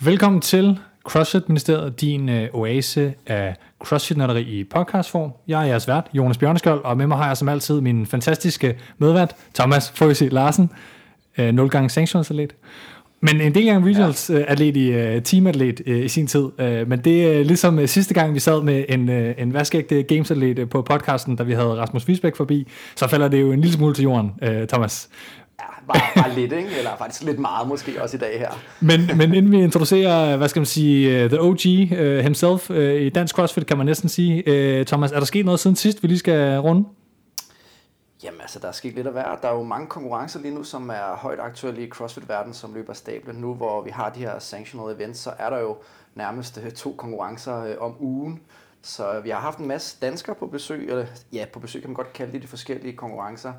Velkommen til CrossFit-ministeriet, din oase af CrossFit-nørderi i podcastform. Jeg er jeres vært, Jonas Bjørneskjold, og med mig har jeg som altid min fantastiske medvært, Thomas Frøsig Larsen, 0x sanctionsatlet. Men en del gange regionals-atlet i teamatlet i sin tid. Men det er ligesom sidste gang, vi sad med en vaskægte games-atlet på podcasten, da vi havde Rasmus Wiesbæk forbi, så falder det jo en lille smule til jorden, Thomas. Ja, bare lidt, ikke? Eller faktisk lidt meget måske også i dag her. Men inden vi introducerer, hvad skal man sige, the OG himself i dansk CrossFit, kan man næsten sige. Thomas, er der sket noget siden sidst, vi lige skal runde? Jamen altså, der er sket lidt af hvert. Der er jo mange konkurrencer lige nu, som er højt aktuelle i CrossFit-verdenen, som løber stablen. Nu hvor vi har de her sanctioned events, så er der jo nærmest 2 konkurrencer om ugen. Så vi har haft en masse danskere på besøg, eller ja, på besøg kan man godt kalde det, de forskellige konkurrencer.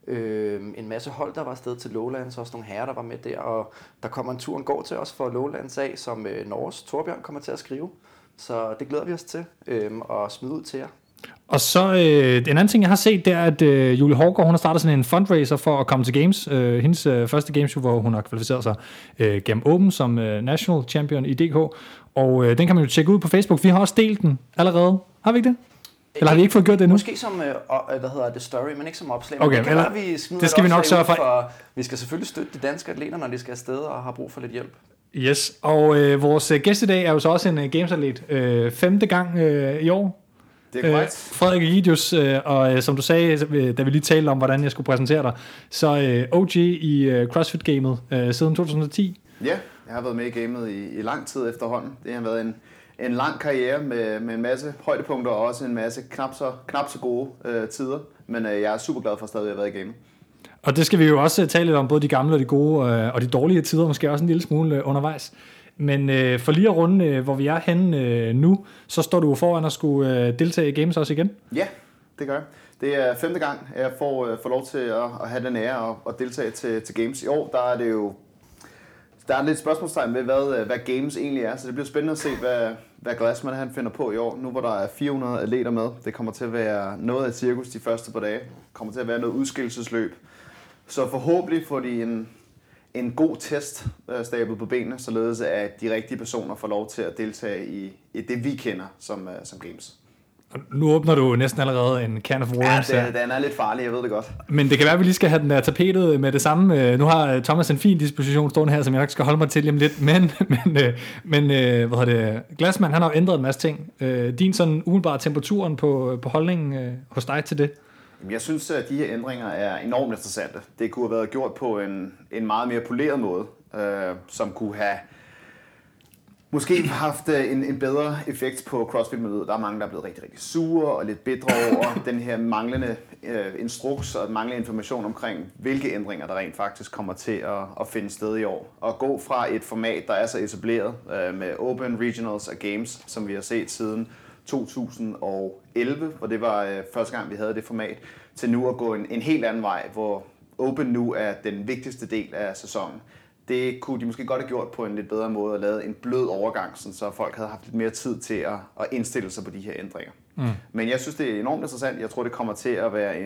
En masse hold, der var afsted til Lowlands, også nogle herrer, der var med der, og der kommer en tur, går til os for Lowlands af, som Norges Torbjørn kommer til at skrive. Så det glæder vi os til at smide ud til jer. Og så en anden ting, jeg har set, det er, at Julie Hårgaard, hun har startet sådan en fundraiser for at komme til Games. Hendes første Games, hvor hun har kvalificeret sig gennem Open som National Champion i DK. Og den kan man jo tjekke ud på Facebook. Vi har også delt den allerede. Har vi ikke det? Eller har vi ikke fået gjort det nu? Måske som, story, men ikke som opslag. Okay, det skal vi nok sørge for. Vi skal selvfølgelig støtte de danske atleter, når de skal afsted og har brug for lidt hjælp. Yes, og vores gæst i dag er jo så også en games-atlet. 5. gang i år. Det er korrekt. Frederik Egidius, og som du sagde, da vi lige talte om, hvordan jeg skulle præsentere dig, så OG i CrossFit-gamet siden 2010. Ja, jeg har været med i gamet i lang tid efterhånden. Det har været en lang karriere med en masse højdepunkter og også en masse knap så gode tider. Men jeg er super glad for at stadig have været i gamet. Og det skal vi jo også tale lidt om, både de gamle og de gode og de dårlige tider, måske også en lille smule undervejs. Men for lige at runde, hvor vi er henne nu, så står du foran at skulle deltage i Games også igen? Ja, det gør jeg. Det er 5. gang, jeg får lov til at have den ære at deltage til Games. I år, der er det jo... Der er lidt spørgsmålstegn ved, hvad Games egentlig er, så det bliver spændende at se, hvad Glassman han finder på i år. Nu hvor der er 400 atleter med, det kommer til at være noget af cirkus de første par dage. Det kommer til at være noget udskillelsesløb. Så forhåbentlig får de en god test stablet på benene, således at de rigtige personer får lov til at deltage i det, vi kender som Games. Nu åbner du næsten allerede en can of worms. Ja, den er lidt farlig, jeg ved det godt. Men det kan være, at vi lige skal have den der tapetet med det samme. Nu har Thomas en fin disposition stående her, som jeg nok skal holde mig til lige lidt. Men hvad hedder det? Glassman, han har jo ændret en masse ting. Din sådan umiddelbare temperaturen på holdningen hos dig til det? Jeg synes, at de her ændringer er enormt interessante. Det kunne have været gjort på en meget mere poleret måde, som kunne have måske haft en bedre effekt på CrossFit-miljøet. Der er mange, der er blevet rigtig, rigtig sure og lidt bitre over den her manglende instruks og manglende information omkring, hvilke ændringer, der rent faktisk kommer til at finde sted i år. Og gå fra et format, der er så etableret med Open, Regionals og Games, som vi har set siden 2011, hvor det var første gang, vi havde det format, til nu at gå en helt anden vej, hvor Open nu er den vigtigste del af sæsonen. Det kunne de måske godt have gjort på en lidt bedre måde og lavet en blød overgang, så folk havde haft lidt mere tid til at indstille sig på de her ændringer. Men jeg synes, det er enormt interessant. Jeg tror, det kommer til at være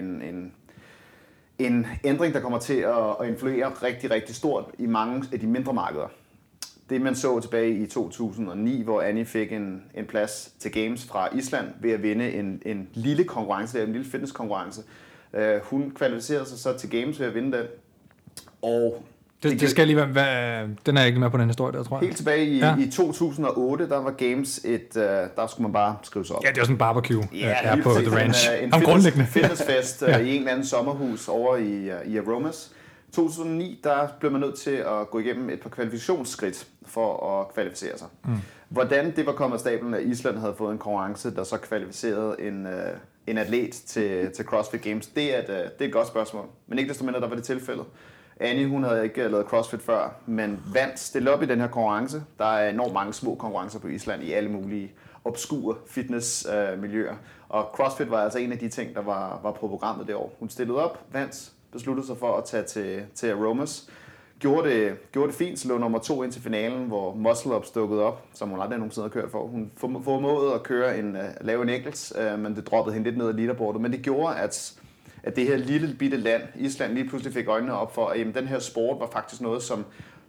en ændring, der kommer til at influere rigtig, rigtig stort i mange af de mindre markeder. Det man så tilbage i 2009, hvor Annie fik en plads til Games fra Island ved at vinde en lille konkurrence, en lille fitnesskonkurrence. Hun kvalificerede sig så til Games ved at vinde den. Og det skal lige være, den er ikke med på den historie der, tror jeg. Helt tilbage i 2008, der var Games der skulle man bare skrive sig op. Ja, det var sådan en barbecue ja, på The Ranch. En fitnessfest i en eller anden sommerhus over i Aromas. 2009, der blev man nødt til at gå igennem et par kvalifikationsskridt for at kvalificere sig. Hvordan det var kommet af stablen, at Island havde fået en konkurrence, der så kvalificerede en atlet til CrossFit Games, det er et godt spørgsmål. Men ikke desto mindre, der var det tilfældet. Annie, hun havde ikke lavet CrossFit før, men vandt stille op i den her konkurrence. Der er enormt mange små konkurrencer på Island i alle mulige obskure fitnessmiljøer. Og CrossFit var altså en af de ting, der var på programmet det år. Hun stillede op, vandt, besluttede sig for at tage til Aromas. Gjorde det fint, så lå nummer 2 ind til finalen, hvor Muscle Ups dukkede op, som hun aldrig nogensinde havde kørt for. Hun formåede at lave en enkelt, men det droppede hende lidt ned af leaderboardet. Men det gjorde, at det her lille bitte land, Island, lige pludselig fik øjnene op for, at den her sport var faktisk noget,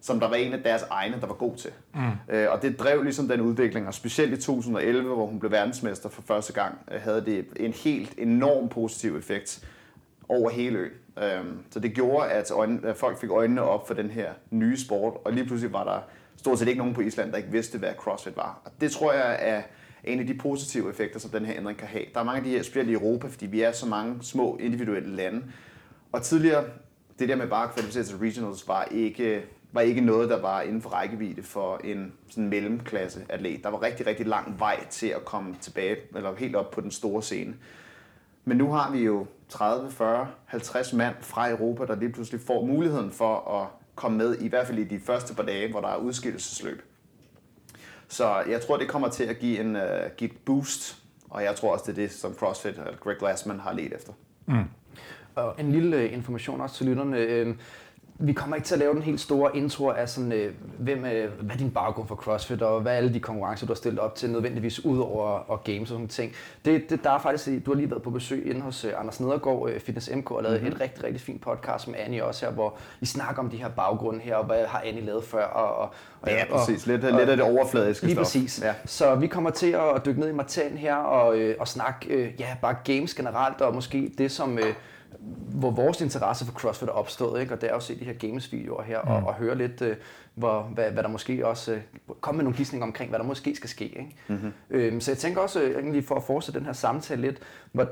som der var en af deres egne, der var god til. Og det drev ligesom den udvikling, og specielt i 2011, hvor hun blev verdensmester for første gang, havde det en helt enorm positiv effekt over hele øen. Så det gjorde, at folk fik øjnene op for den her nye sport, og lige pludselig var der stort set ikke nogen på Island, der ikke vidste, hvad CrossFit var. Og det tror jeg er en af de positive effekter, som den her ændring kan have. Der er mange af de her, specielt i Europa, fordi vi er så mange små individuelle lande. Og tidligere, det der med bare at kvalificere til regionals, var ikke noget, der var inden for rækkevidde for en sådan mellemklasse atlet. Der var rigtig, rigtig lang vej til at komme tilbage, eller helt op på den store scene. Men nu har vi jo 30, 40, 50 mand fra Europa, der lige pludselig får muligheden for at komme med, i hvert fald i de første par dage, hvor der er udskillelsesløb. Så jeg tror, det kommer til at give et boost, og jeg tror også, det er det, som CrossFit og Greg Glassman har ledt efter. Og en lille information også til lytterne. Vi kommer ikke til at lave den helt store intro af sådan, hvad er din baggrund for CrossFit, og hvad er alle de konkurrencer, du har stillet op til, nødvendigvis ud over og games og sådan ting. Der er faktisk, du har lige været på besøg inde hos Anders Nedergaard, Fitness MK, og lavet et rigtig, rigtig fint podcast med Annie også her, hvor I snakker om de her baggrunde her, og hvad har Annie lavet før. Ja, præcis. Lidt af det overfladiske lige stof. Præcis. Ja. Så vi kommer til at dykke ned i materien her, og snakke bare games generelt, og måske det som... hvor vores interesse for CrossFit er opstået, ikke? Og det er at se de her games-videoer her, og høre lidt, hvad der måske også... komme med nogle gidsninger omkring, hvad der måske skal ske, ikke? Så jeg tænker også, egentlig for at fortsætte den her samtale lidt,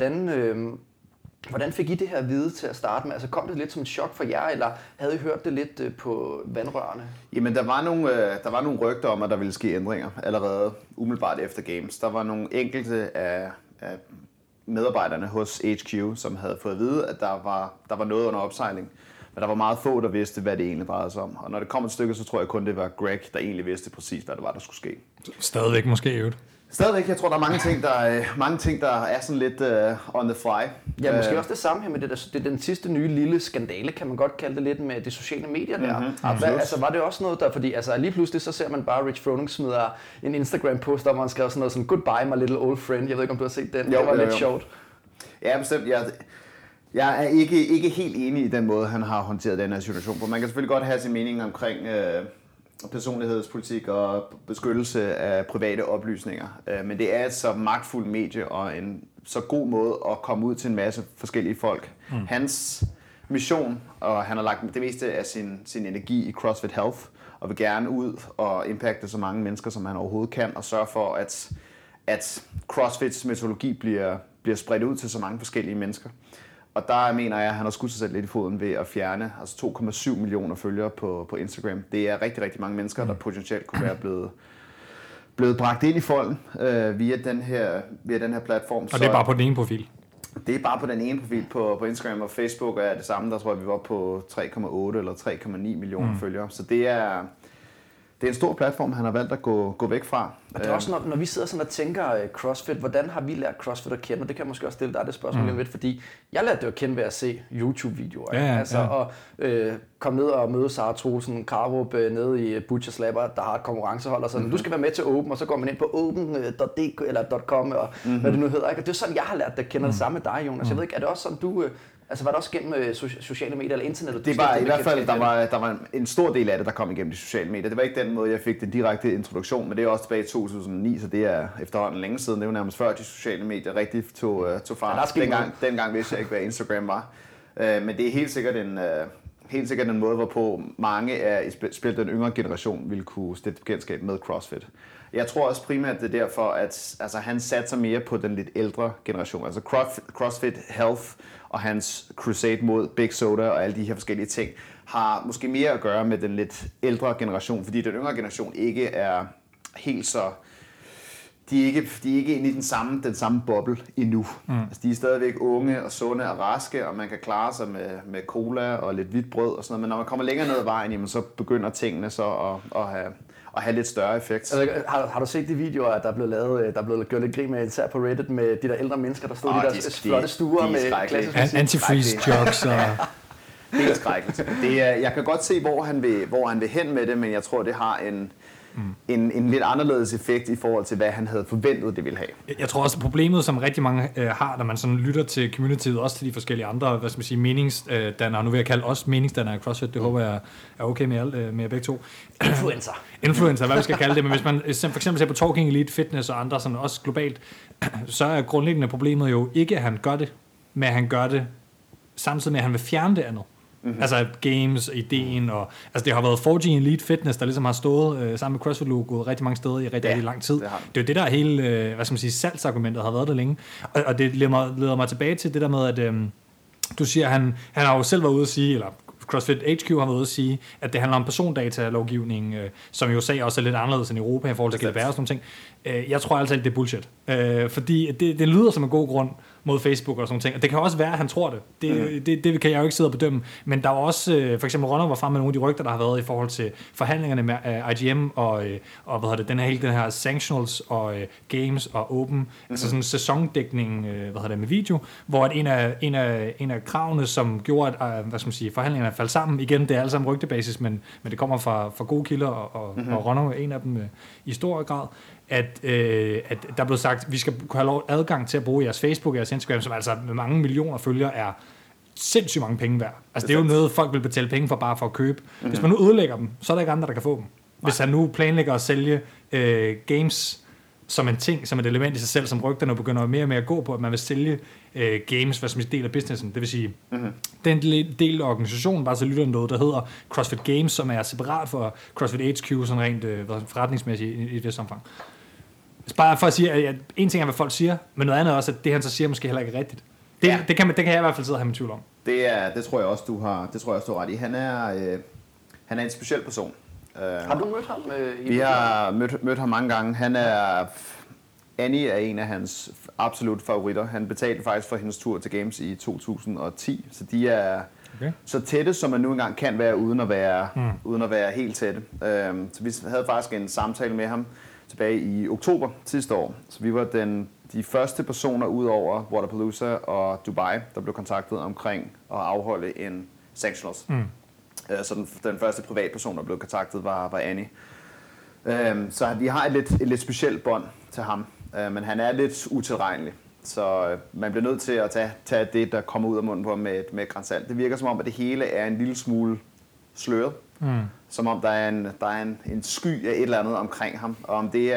hvordan fik I det her at vide til at starte med? Altså kom det lidt som et chok for jer, eller havde I hørt det lidt på vandrørene? Jamen, der var nogle rygter om, at der ville ske ændringer allerede umiddelbart efter games. Der var nogle enkelte af medarbejderne hos HQ, som havde fået at vide, at der var noget under opsejling. Men der var meget få, der vidste, hvad det egentlig drejede sig om. Og når det kom et stykke, så tror jeg kun, det var Greg, der egentlig vidste præcis, hvad det var, der skulle ske. Stadigvæk måske, jo. Stadigvæk, jeg tror, der er mange ting, der er sådan lidt on the fly. Ja, måske også det samme her med det den sidste nye lille skandale, kan man godt kalde det lidt med de sociale medier der. Var det også noget der, fordi lige pludselig så ser man bare Rich Froning smider en Instagram-post, hvor man skrev sådan noget sådan, goodbye my little old friend. Jeg ved ikke, om du har set den. Det var lidt sjovt. Ja, bestemt. Jeg er ikke helt enig i den måde, han har håndteret den her situation på. Man kan selvfølgelig godt have sin mening omkring personlighedspolitik og beskyttelse af private oplysninger. Men det er et så magtfuldt medie og en så god måde at komme ud til en masse forskellige folk. Hans mission, og han har lagt det meste af sin energi i CrossFit Health, og vil gerne ud og impacte så mange mennesker, som han overhovedet kan, og sørge for, at CrossFits metodologi bliver spredt ud til så mange forskellige mennesker. Og der mener jeg, at han har skudt sig selv lidt i foden ved at fjerne 2,7 millioner følgere på Instagram. Det er rigtig, rigtig mange mennesker, der potentielt kunne være blevet bragt ind i folden via den her platform. Og det er bare på den ene profil? Det er bare på den ene profil på Instagram, og Facebook er det samme. Der tror jeg, vi var på 3,8 eller 3,9 millioner følgere. Så det er en stor platform, han har valgt at gå væk fra. Og det er også, når vi sidder sådan og tænker CrossFit, hvordan har vi lært CrossFit at kende? Og det kan jeg måske også stille dig det spørgsmål lidt, fordi jeg lærte det at kende ved at se YouTube-videoer. Og komme ned og møde Sara Troelsen Karup nede i Butchers Labber, der har et konkurrencehold, og sådan, du skal være med til Open, og så går man ind på open.dk eller .com, og hvad det nu hedder. Ikke? Og det er sådan, jeg har lært det at kende det samme med dig, Jonas. Jeg ved ikke, er det også sådan, du... var det også gennem sociale medier eller internettet? Det var i hvert fald, der var en stor del af det, der kom igennem de sociale medier. Det var ikke den måde, jeg fik den direkte introduktion, men det er også tilbage i 2009, så det er efterhånden længe siden. Det var nærmest før de sociale medier rigtig tog fart. Dengang vidste jeg ikke, hvad Instagram var. Men det er helt sikkert en måde, hvorpå mange af specielt den yngre generation ville kunne stifte bekendtskab med CrossFit. Jeg tror også primært, det er derfor, at han satser mere på den lidt ældre generation. Altså CrossFit Health og hans crusade mod Big Soda og alle de her forskellige ting, har måske mere at gøre med den lidt ældre generation, fordi den yngre generation ikke er helt så... De er ikke inde i den samme boble endnu. Altså, de er stadigvæk unge og sunde og raske, og man kan klare sig med cola og lidt hvidt brød og sådan noget. Men når man kommer længere ned ad vejen, jamen, så begynder tingene så at have lidt større effekt. Altså, har du set de videoer, der er blevet gjort lidt grin med, især på Reddit, med de der ældre mennesker, der stod i de der flotte stuer med klassisk musik? Antifreeze jokes og... Helt skrækkeligt. Jeg kan godt se, hvor han vil hen med det, men jeg tror, det har en lidt anderledes effekt i forhold til, hvad han havde forventet, det ville have. Jeg tror også, at problemet, som rigtig mange har, når man sådan lytter til communityet, også til de forskellige andre, hvad skal man sige, meningsdannere, nu vil jeg kalde os meningsdannere i CrossFit, det håber jeg er okay med begge to. Influencer, hvad man skal kalde det, men hvis man for eksempel ser på Talking Elite Fitness og andre, sådan også globalt, så er grundlæggende problemet jo ikke, at han gør det, men at han gør det samtidig med, at han vil fjerne det andet. Mm-hmm. Altså games, ideen, og altså det har været 4G Elite Fitness, der ligesom har stået sammen med CrossFit-logoet rigtig mange steder i rigtig lang tid. Det er jo det, der hele, hvad skal man sige, salgsargumentet har været der længe. Og det leder mig tilbage til det der med, at du siger, han har jo selv været ude at sige, eller CrossFit HQ har været ude at sige, at det handler om persondata-lovgivning, som jo sagde også er lidt anderledes end Europa i forhold til GDPR og sådan ting. Jeg tror altid, det er bullshit. Fordi det lyder som en god grund mod Facebook og sådan ting. Og det kan også være, at han tror det. Det kan jeg jo ikke sidde og bedømme. Men der var også, for eksempel Ronald var frem med nogle af de rygter, der har været i forhold til forhandlingerne med IGM og den her sanctionals og games og open, altså sådan en sæsondækning med video, hvor at en af kravene, som gjorde, at hvad skal man sige, forhandlingerne faldt sammen, igen, det er alle sammen rygtebasis, men det kommer fra gode kilder, og Ronald er en af dem i stor grad, at der blev sagt, at vi skal kunne have adgang til at bruge jeres Facebook og jeres Instagram, som altså med mange millioner følgere er sindssygt mange penge værd. Altså det er jo noget, folk vil betale penge for bare for at købe. Hvis man nu ødelægger dem, så er der ikke andre, der kan få dem. Hvis han nu planlægger at sælge games som en ting, som et element i sig selv, som rygterne begynder mere og mere at gå på, at man vil sælge games, hvad som er del af businessen. Det vil sige, den del af organisationen, bare så lytter noget, der hedder CrossFit Games, som er separat for CrossFit HQ, sådan rent forretningsmæssigt i et vist omfang. Bare for at sige, at en ting er, hvad folk siger, men noget andet er også, at det han så siger, måske heller ikke er rigtigt. Det kan jeg i hvert fald sidde og have min tvivl om. Det tror jeg også, du har ret i. Han er en speciel person. Har du mødt ham? Vi har mødt ham mange gange. Annie er en af hans absolut favoritter. Han betalte faktisk for hendes tur til Games i 2010, så de er så tætte, som man nu engang kan være, uden at være helt tætte. Så vi havde faktisk en samtale med ham tilbage i oktober sidste år. Så vi var de første personer ud over Wodapalooza og Dubai, der blev kontaktet omkring at afholde en sanctionals. Så den første privatperson, der blev kontaktet, var Annie. Så vi har et lidt specielt bånd til ham, men han er lidt utilregnelig. Så man bliver nødt til at tage det, der kommer ud af munden på ham med et gran salt. Det virker som om, at det hele er en lille smule sløret. Som om der er en sky af et eller andet omkring ham. Og om det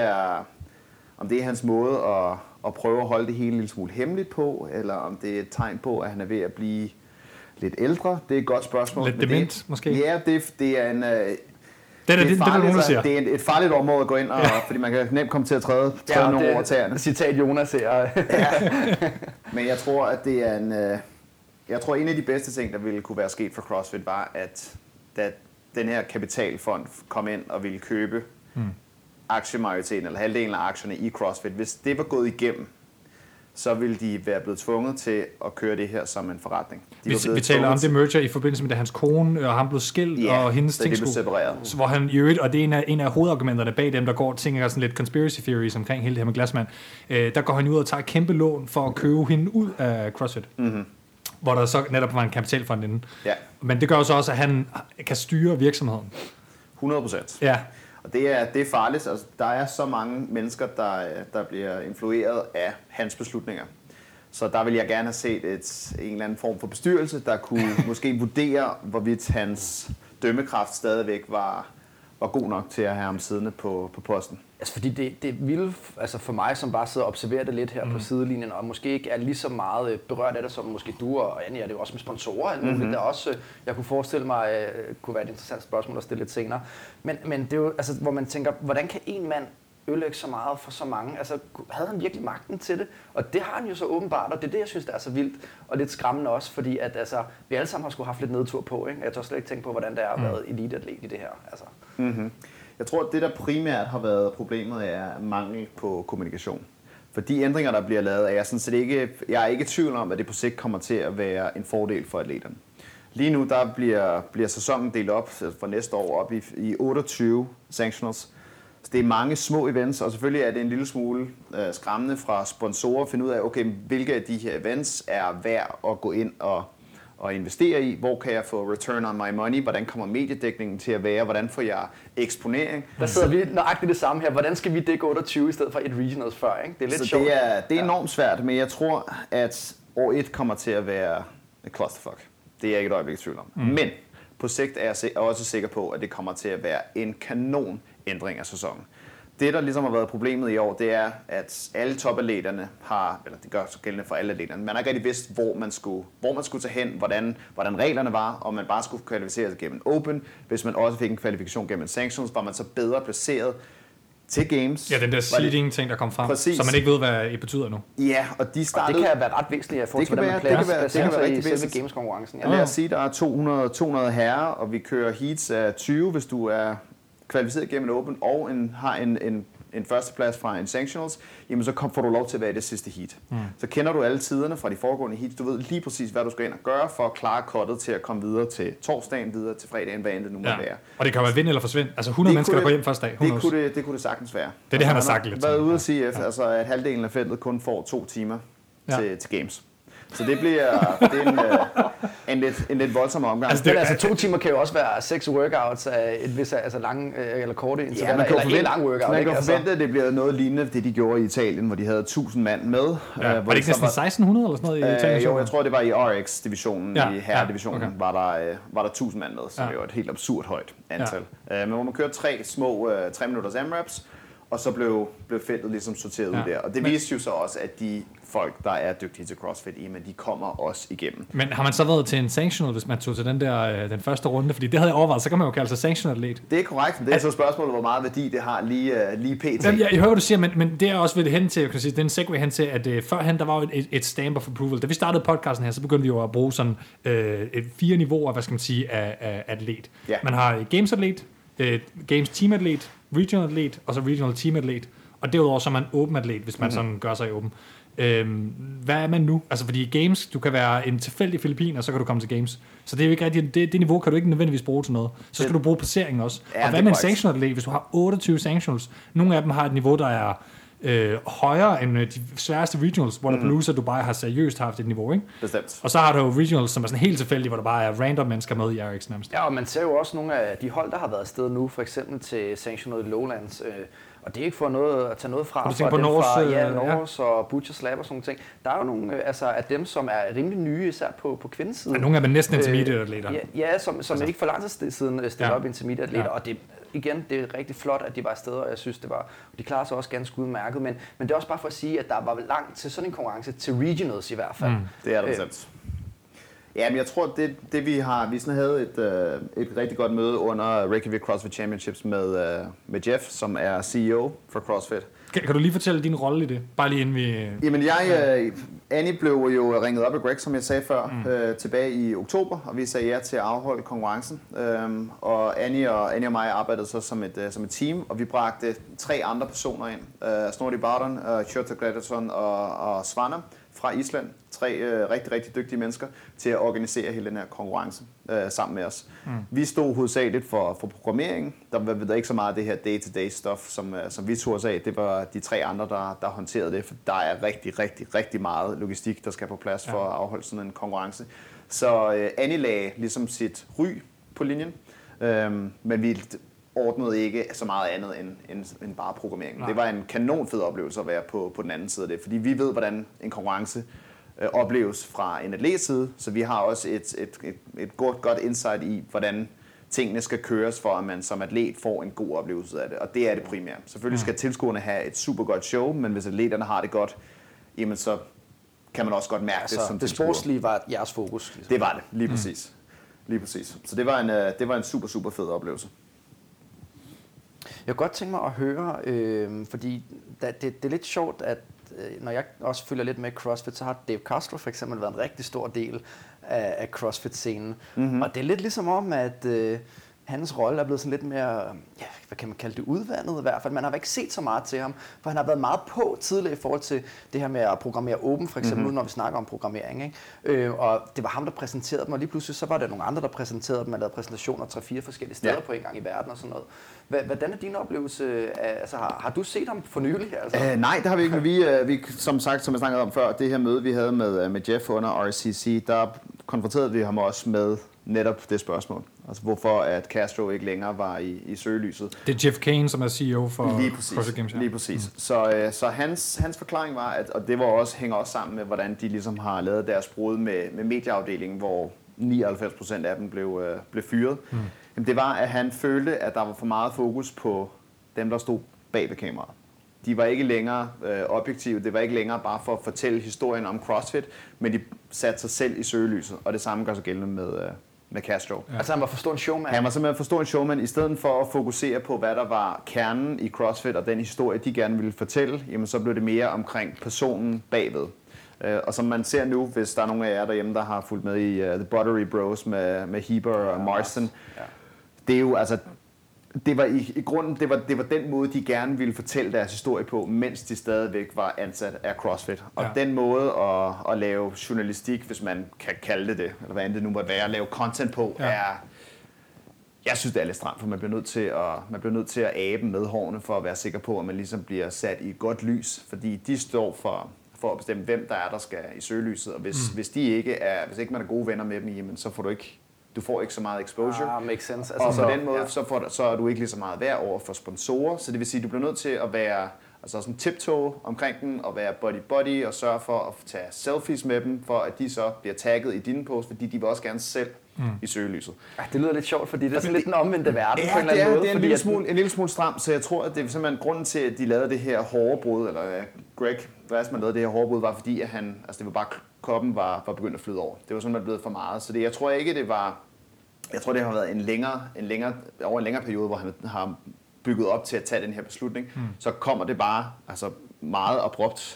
er hans måde at prøve at holde det hele en lille smule hemmeligt på, eller om det er et tegn på, at han er ved at blive lidt ældre. Det er et godt spørgsmål. Lidt dement, måske? Ja, det er en... Det er et farligt område at gå ind, fordi man kan nemt komme til at træde nogle over tæerne. Citat Jonas her. Men jeg tror, at det er en af de bedste ting, der ville kunne være sket for CrossFit, var, at da den her kapitalfond kom ind og ville købe aktiemajoriteten, eller halvdelen af aktierne i CrossFit, hvis det var gået igennem, så ville de være blevet tvunget til at køre det her som en forretning. Vi taler om det merger i forbindelse med, da hans kone og han blev skilt, og hendes ting blev separeret. Så hvor han i øvrigt, og det er en af hovedargumenterne bag dem, der går tænker sådan lidt conspiracy theories omkring hele det her med Glassman, der går han ud og tager et kæmpe lån for at købe hende ud af CrossFit. Hvor der så netop var en kapitalfond inden. Ja. Men det gør jo så også, at han kan styre virksomheden. 100%. Ja. Og det er farligt. Altså, der er så mange mennesker, der bliver influeret af hans beslutninger. Så der vil jeg gerne have set en eller anden form for bestyrelse, der kunne måske vurdere, hvorvidt hans dømmekraft stadigvæk var god nok til at have ham siddende på posten. Altså fordi det ville, altså for mig, som bare sidder og observerer det lidt her på sidelinjen, og måske ikke er lige så meget berørt af det, som måske du og Annie er det jo også med sponsorer og alt muligt. Der også, jeg kunne forestille mig, kunne være et interessant spørgsmål at stille lidt senere. Men det er jo, altså, hvor man tænker, hvordan kan en mand ødelægge så meget for så mange? Altså, havde han virkelig magten til det? Og det har han jo så åbenbart, og det er det, jeg synes, der er så vildt og lidt skræmmende også, fordi at, altså, vi alle sammen har sgu haft lidt nedtur på, ikke? Jeg tør slet ikke tænke på, hvordan det er at være eliteatlet i det her. Altså. Jeg tror, at det, der primært har været problemet, er mangel på kommunikation. For de ændringer, der bliver lavet, jeg er ikke i tvivl om, at det på sigt kommer til at være en fordel for atleterne. Lige nu der bliver sæsonen delt op for næste år op i 28 sanctionals. Så det er mange små events, og selvfølgelig er det en lille smule skræmmende fra sponsorer at finde ud af, okay, hvilke af de her events er værd at gå ind at investere i, hvor kan jeg få return on my money, hvordan kommer mediedækningen til at være, hvordan får jeg eksponering. Der sidder vi nøjagtigt det samme her, hvordan skal vi dække 28 i stedet for et regionals før, ikke? Det er lidt så sjovt. Det er enormt svært, men jeg tror, at år 1 kommer til at være et clusterfuck. Det er jeg ikke et øjeblik i tvivl om. Men på sigt er jeg også sikker på, at det kommer til at være en kanon ændring af sæsonen. Det, der ligesom har været problemet i år, det er, at alle topatleterne har, eller det gør så gældende for alle atleterne, man har ikke rigtig vidst, hvor man skulle tage hen, hvordan reglerne var, om man bare skulle kvalificere sig gennem Open. Hvis man også fik en kvalifikation gennem Sanctions, var man så bedre placeret til Games. Ja, den der seeding-ting, der kom frem, præcis. Så man ikke ved, hvad det betyder nu. Ja, og de startede... Og det kan være ret væsentligt, at få til, hvordan man placerer sig i selve Games-konkurrencen. Ja. Lad os sige, der er 200 herrer, og vi kører heats af 20, hvis du er kvalificeret gennem Open og har en førsteplads fra en Sanctionals, jamen så får du lov til at være i det sidste heat. Så kender du alle tiderne fra de foregående heats. Du ved lige præcis, hvad du skal ind og gøre for at klare cuttet til at komme videre til torsdagen, videre til fredagen, hvad end det nu må være. Og det kan være vind eller forsvind. Altså 100 mennesker, der går hjem første dag. Det kunne det sagtens være. Det er det, han har sagt lidt. Han har været ude at sige, altså, at halvdelen af feltet kun får 2 timer til Games. Så det bliver en lidt voldsom omgang. Altså 2 timer kan jo også være 6 workouts af et vis lange eller korte intervaller, eller en lang workout. Man kan forvente, at det bliver noget lignende det, de gjorde i Italien, hvor de havde 1000 mand med. Ja. Var det ikke næsten 1600 eller sådan noget i Italien? Jo, jeg tror, det var i RX-divisionen, i herredivisionen, var der 1000 mand med, som jo er et helt absurd højt antal. Men hvor man kørte 3 små 3 minutters AMRAPs, og så blev feltet ligesom sorteret ud der. Og det viste jo så også, at de folk, der er dygtige til CrossFit, men de kommer også igennem. Men har man så været til en sanctional, hvis man tog til den første runde? Fordi det havde jeg overvejet, så kan man jo kalde sig sanctional-atlet. Det er korrekt, men det er så spørgsmålet, hvor meget værdi det har lige pt. Jamen, jeg hører, hvad du siger, men det er også ved det hen til, jeg kan sige, det er en segue hen til, at førhen der var jo et stamp of approval. Da vi startede podcasten her, så begyndte vi jo at bruge sådan 4 niveauer, hvad skal man sige, af atlet. Ja. Man har Games-atlet, Games team-atlet, regional-atlet, og så regional team-atlet. Og derudover så er man open-atlet, hvis man sådan gør sig i åben. Hvad er man nu? Altså fordi i Games, du kan være en tilfældig filipiner, og så kan du komme til Games. Så det er jo ikke rigtigt, det niveau kan du ikke nødvendigvis bruge til noget. Så skal du bruge placeringen også. Ja, og hvad med en sanctional-atlet, hvis du har 28 sanctionals? Nogle af dem har et niveau, der er højere end de sværeste regionals, hvor Palooza, Dubai har seriøst haft et niveau, ikke? Bestemt. Og så har du regionals, som er sådan helt tilfældige, hvor der bare er random mennesker med i RX nærmest. Ja, og man ser jo også nogle af de hold, der har været afsted nu, for eksempel til Sanctional Lowlands, og det er ikke for noget at tage noget fra, for dem fra Norse og Butcher Slab og sådan nogle ting. Der er jo nogle af dem, som er rimelig nye, især på kvindesiden. Ja, nogle af dem næsten intermediate-atleter. Ja, som ikke for lang tid siden stillede op intermediate-atleter, og det igen, det er rigtig flot, at de var afsted, og jeg synes, det var, de klarer sig også ganske udmærket, men det er også bare for at sige, at der var langt til sådan en konkurrence, til regionals i hvert fald. Det er der bestemt. Ja, men jeg tror, vi sådan havde et rigtig godt møde under Reykjavik CrossFit Championships med Jeff, som er CEO for CrossFit. Kan du lige fortælle din rolle i det? Bare lige inden vi... Jamen Annie blev jo ringet op af Greg, som jeg sagde før, tilbage i oktober, og vi sagde ja til at afholde konkurrencen. Og Annie og mig arbejdede så som et team, og vi bragte 3 andre personer ind. Snorri Bardon, Kjørta Gretarsson og Svana fra Island. 3 rigtig, rigtig dygtige mennesker til at organisere hele den her konkurrence sammen med os. Vi stod hovedsageligt for programmering. Der var ikke så meget af det her day-to-day stuff, som vi tog os af. Det var de 3 andre, der håndterede det, for der er rigtig, rigtig, rigtig meget logistik, der skal på plads for at afholde sådan en konkurrence. Så Annie lagde ligesom sit ry på linjen, men vi ordnede ikke så meget andet end bare programmering. Nej. Det var en kanon fed oplevelse at være på den anden side af det, fordi vi ved, hvordan en konkurrence opleves fra en atletside, så vi har også et godt insight i, hvordan tingene skal køres, for at man som atlet får en god oplevelse af det, og det er det primære. Selvfølgelig skal tilskuerne have et super godt show, men hvis atleterne har det godt, jamen så kan man også godt mærke det som tilskuer. Det sportslige var jeres fokus? Ligesom. Det var det, lige præcis. Lige præcis. Så det var en super, super fed oplevelse. Jeg kunne godt tænke mig at høre, fordi det er lidt sjovt, at når jeg også følger lidt med CrossFit, så har Dave Castro for eksempel været en rigtig stor del af CrossFit-scenen. Og det er lidt ligesom om, at hans rolle er blevet sådan lidt mere, ja, hvad kan man kalde det, udvandet i hvert fald. Man har ikke set så meget til ham, for han har været meget på tidligere i forhold til det her med at programmere åben, for eksempel nu, når vi snakker om programmering. Ikke? Og det var ham, der præsenterede dem, og lige pludselig så var der nogle andre, der præsenterede dem. Man lavede præsentationer 3-4 forskellige steder på en gang i verden og sådan noget. Hvordan er din oplevelse? Altså, har du set ham for nylig? Altså? Nej, det har vi ikke. Vi som sagt, som jeg snakkede om før, det her møde, vi havde med Jeff under RCC, der konfronterede vi ham også med netop det spørgsmål. Altså hvorfor at Castro ikke længere var i søgelyset. Det er Jeff Kane, som er CEO for CrossFit Games. Lige præcis. Så hans forklaring var, at, og det hænger også sammen med, hvordan de ligesom har lavet deres brud med medieafdelingen, hvor 99% af dem blev fyret. Jamen, det var, at han følte, at der var for meget fokus på dem, der stod bag ved kameraet. De var ikke længere objektive, det var ikke længere bare for at fortælle historien om CrossFit, men de satte sig selv i søgelyset, og det samme gør sig gældende med Castro. Ja. Altså han var for stor en showman? Han var simpelthen for stor en showman. I stedet for at fokusere på, hvad der var kernen i CrossFit og den historie, de gerne ville fortælle, jamen så blev det mere omkring personen bagved. Og som man ser nu, hvis der er nogle af jer derhjemme, der har fulgt med i The Buttery Bros med Heber og Marston, det er jo altså... Det var i grunden, det var den måde, de gerne ville fortælle deres historie på, mens de stadigvæk var ansat af CrossFit. Og den måde at lave journalistik, hvis man kan kalde det, eller hvad end det nu måtte være, at lave content på, jeg synes, det er lidt stramt, for man bliver nødt til at abe med hårene for at være sikker på, at man ligesom bliver sat i et godt lys, fordi de står for at bestemme, hvem der skal i søgelyset, og hvis ikke man er gode venner med dem, jamen, så får du får ikke så meget exposure. Makes sense. Altså, og på den måde, så er du ikke lige så meget værd over for sponsorer. Så det vil sige, at du bliver nødt til at være sådan tiptoe omkring den, og være buddy-buddy, og sørge for at tage selfies med dem, for at de så bliver tagget i dine post, fordi de vil også gerne selv i søgelyset. Det lyder lidt sjovt, fordi det er sådan lidt den omvendte verden på en eller anden måde. Det er en lille smule stramt, så jeg tror, at det er simpelthen grunden til, at de lavede det her hårde brud, eller Greg Glassman lavede det her hårde brud, var fordi, at det var bare, koppen var begyndt at flyde over. Det var simpelthen blevet for meget. Så jeg tror ikke, det var... Jeg tror, det har været over en længere periode, hvor han har bygget op til at tage den her beslutning. Så kommer det bare meget abrupt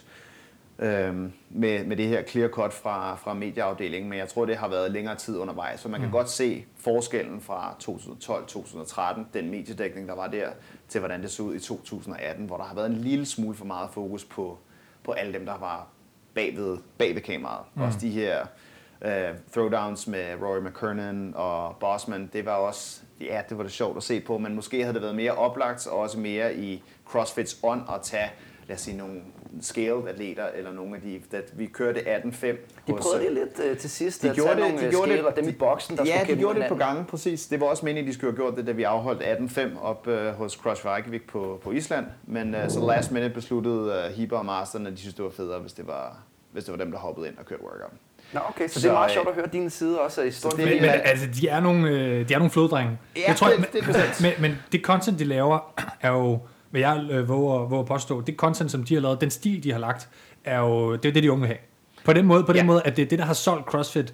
med det her clear cut fra medieafdelingen, men jeg tror, det har været længere tid undervejs. Så man kan godt se forskellen fra 2012-2013, den mediedækning, der var der, til hvordan det så ud i 2018, hvor der har været en lille smule for meget fokus på alle dem, der var bag ved kameraet. Også de her... throwdowns med Rory McKernan og Bossman, det var det sjovt at se på, men måske havde det været mere oplagt og også mere i CrossFits ånd at tage, lad os sige, nogle scaled atleter eller nogle af vi kørte 18-5. De prøvede det lidt til sidst, de gjorde det, og dem i boksen, der skulle kæmpe. Ja, de gjorde det på gange, præcis. Det var også meningen, de skulle have gjort det, da vi afholdt 18-5 op hos CrossFit Reykjavik på Island, men så last minute besluttede Heber og Marston, at de synes, det var federe, hvis det var dem, der hoppede ind og kørte workout. Nå, okay, så det er meget sjovt at høre din side også i historien. Men altså, de er nogle floddrenge. Ja, jeg tror, men det content, de laver, er jo, hvad jeg våger at påstå, det content, som de har lavet, den stil, de har lagt, er jo, det er det, de unge vil have. På den måde, at det er det, der har solgt CrossFit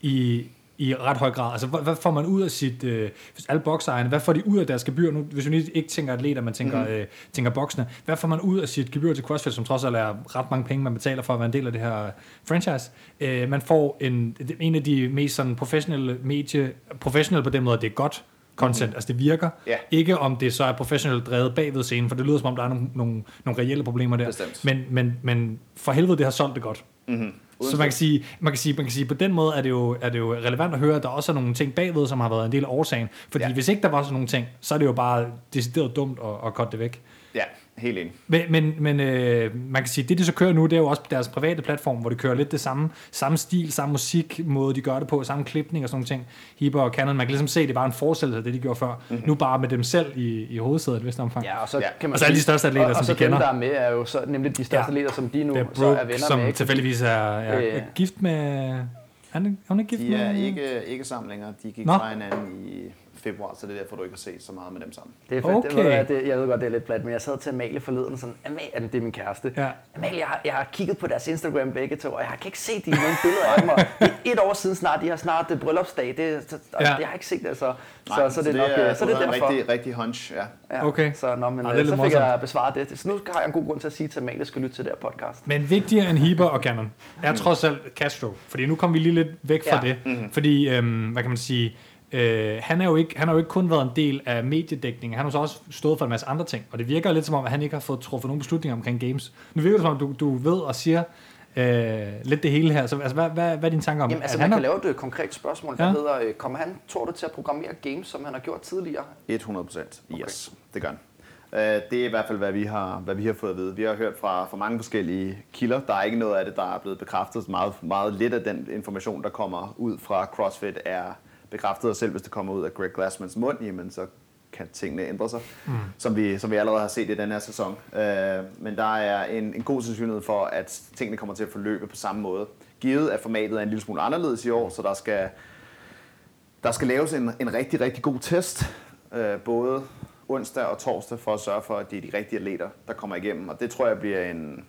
i ret høj grad. Altså, hvad får man ud af alle boksejerne, hvad får de ud af deres gebyr? Nu, hvis vi ikke tænker atleter, man tænker boksene. Hvad får man ud af sit gebyr til CrossFit, som trods alt er ret mange penge, man betaler for at være en del af det her franchise? Man får en af de mest sådan professionelle på den måde, det er godt content, altså det virker. Yeah. Ikke om det så er professionelt drevet bagved scenen, for det lyder som om, der er nogle reelle problemer der. Men for helvede, det har solgt det godt. Så man kan sige, på den måde er det jo relevant at høre, at der også er nogle ting bagved, som har været en del af årsagen. Fordi hvis ikke der var sådan nogle ting, så er det jo bare decideret dumt at cutte det væk. Ja, helt enig. Men man kan sige, det de så kører nu, det er jo også på deres private platform, hvor de kører lidt det samme stil, samme musikmåde, de gør det på, samme klipning og sådan nogle ting. Heber og Cannon, man kan ligesom se, det var en forestillelse af det, de gjorde før. Nu bare med dem selv i hovedsædet et vist omfang. Ja, og så kan man og så er de største atleter, som de kender. Og så dem, der er med, er jo så nemlig de største atleter, som de nu Brooke, så er venner som med. Som tilfældigvis er gift med... Hun er gift de er med... ikke sammen længere. De gik fra hinanden i februar, så det er derfor, du ikke har set så meget med dem sammen. Det er fedt. Okay. Jeg ved godt, det er lidt plat, men jeg sad til Amalie forleden sådan, det er min kæreste. Ja. Amalie, jeg har kigget på deres Instagram begge to, og jeg kan ikke se de nogle billeder af dem. Det er 1 år siden snart, de har snart bryllupsdag, jeg har ikke set det, så det er nok så det er derfor. En rigtig hunch, ja. Okay. Så fik jeg besvaret det. Så nu har jeg en god grund til at sige til Amalie, skal lytte til det her podcast. Men vigtigere end Heber og Cannon er trods alt Castro, fordi nu kommer vi lige lidt væk fra det, fordi, hvad kan man sige, han har jo ikke kun været en del af mediedækningen, han har så også stået for en masse andre ting, og det virker lidt som om, at han ikke har fået truffet nogen beslutninger omkring games. Nu virker det som om, du ved og siger lidt det hele her, så altså, hvad er dine tanker om? Jamen, altså, man kan lave et konkret spørgsmål, der hedder, kommer han, tror du, til at programmere games, som han har gjort tidligere? 100%, yes, det gør han. Det er i hvert fald, hvad vi har fået at vide. Vi har hørt fra mange forskellige kilder. Der er ikke noget af det, der er blevet bekræftet. Meget lidt af den information, der kommer ud fra CrossFit, er bekræftet. Og selv hvis det kommer ud af Greg Glassmans mund, jamen så kan tingene ændre sig, som vi allerede har set i den her sæson. Men der er en god sandsynlighed for, at tingene kommer til at forløbe på samme måde. Givet at formatet er en lille smule anderledes i år, så der skal laves en rigtig, rigtig god test, både onsdag og torsdag, for at sørge for, at det er de rigtige atleter, der kommer igennem. Og det tror jeg bliver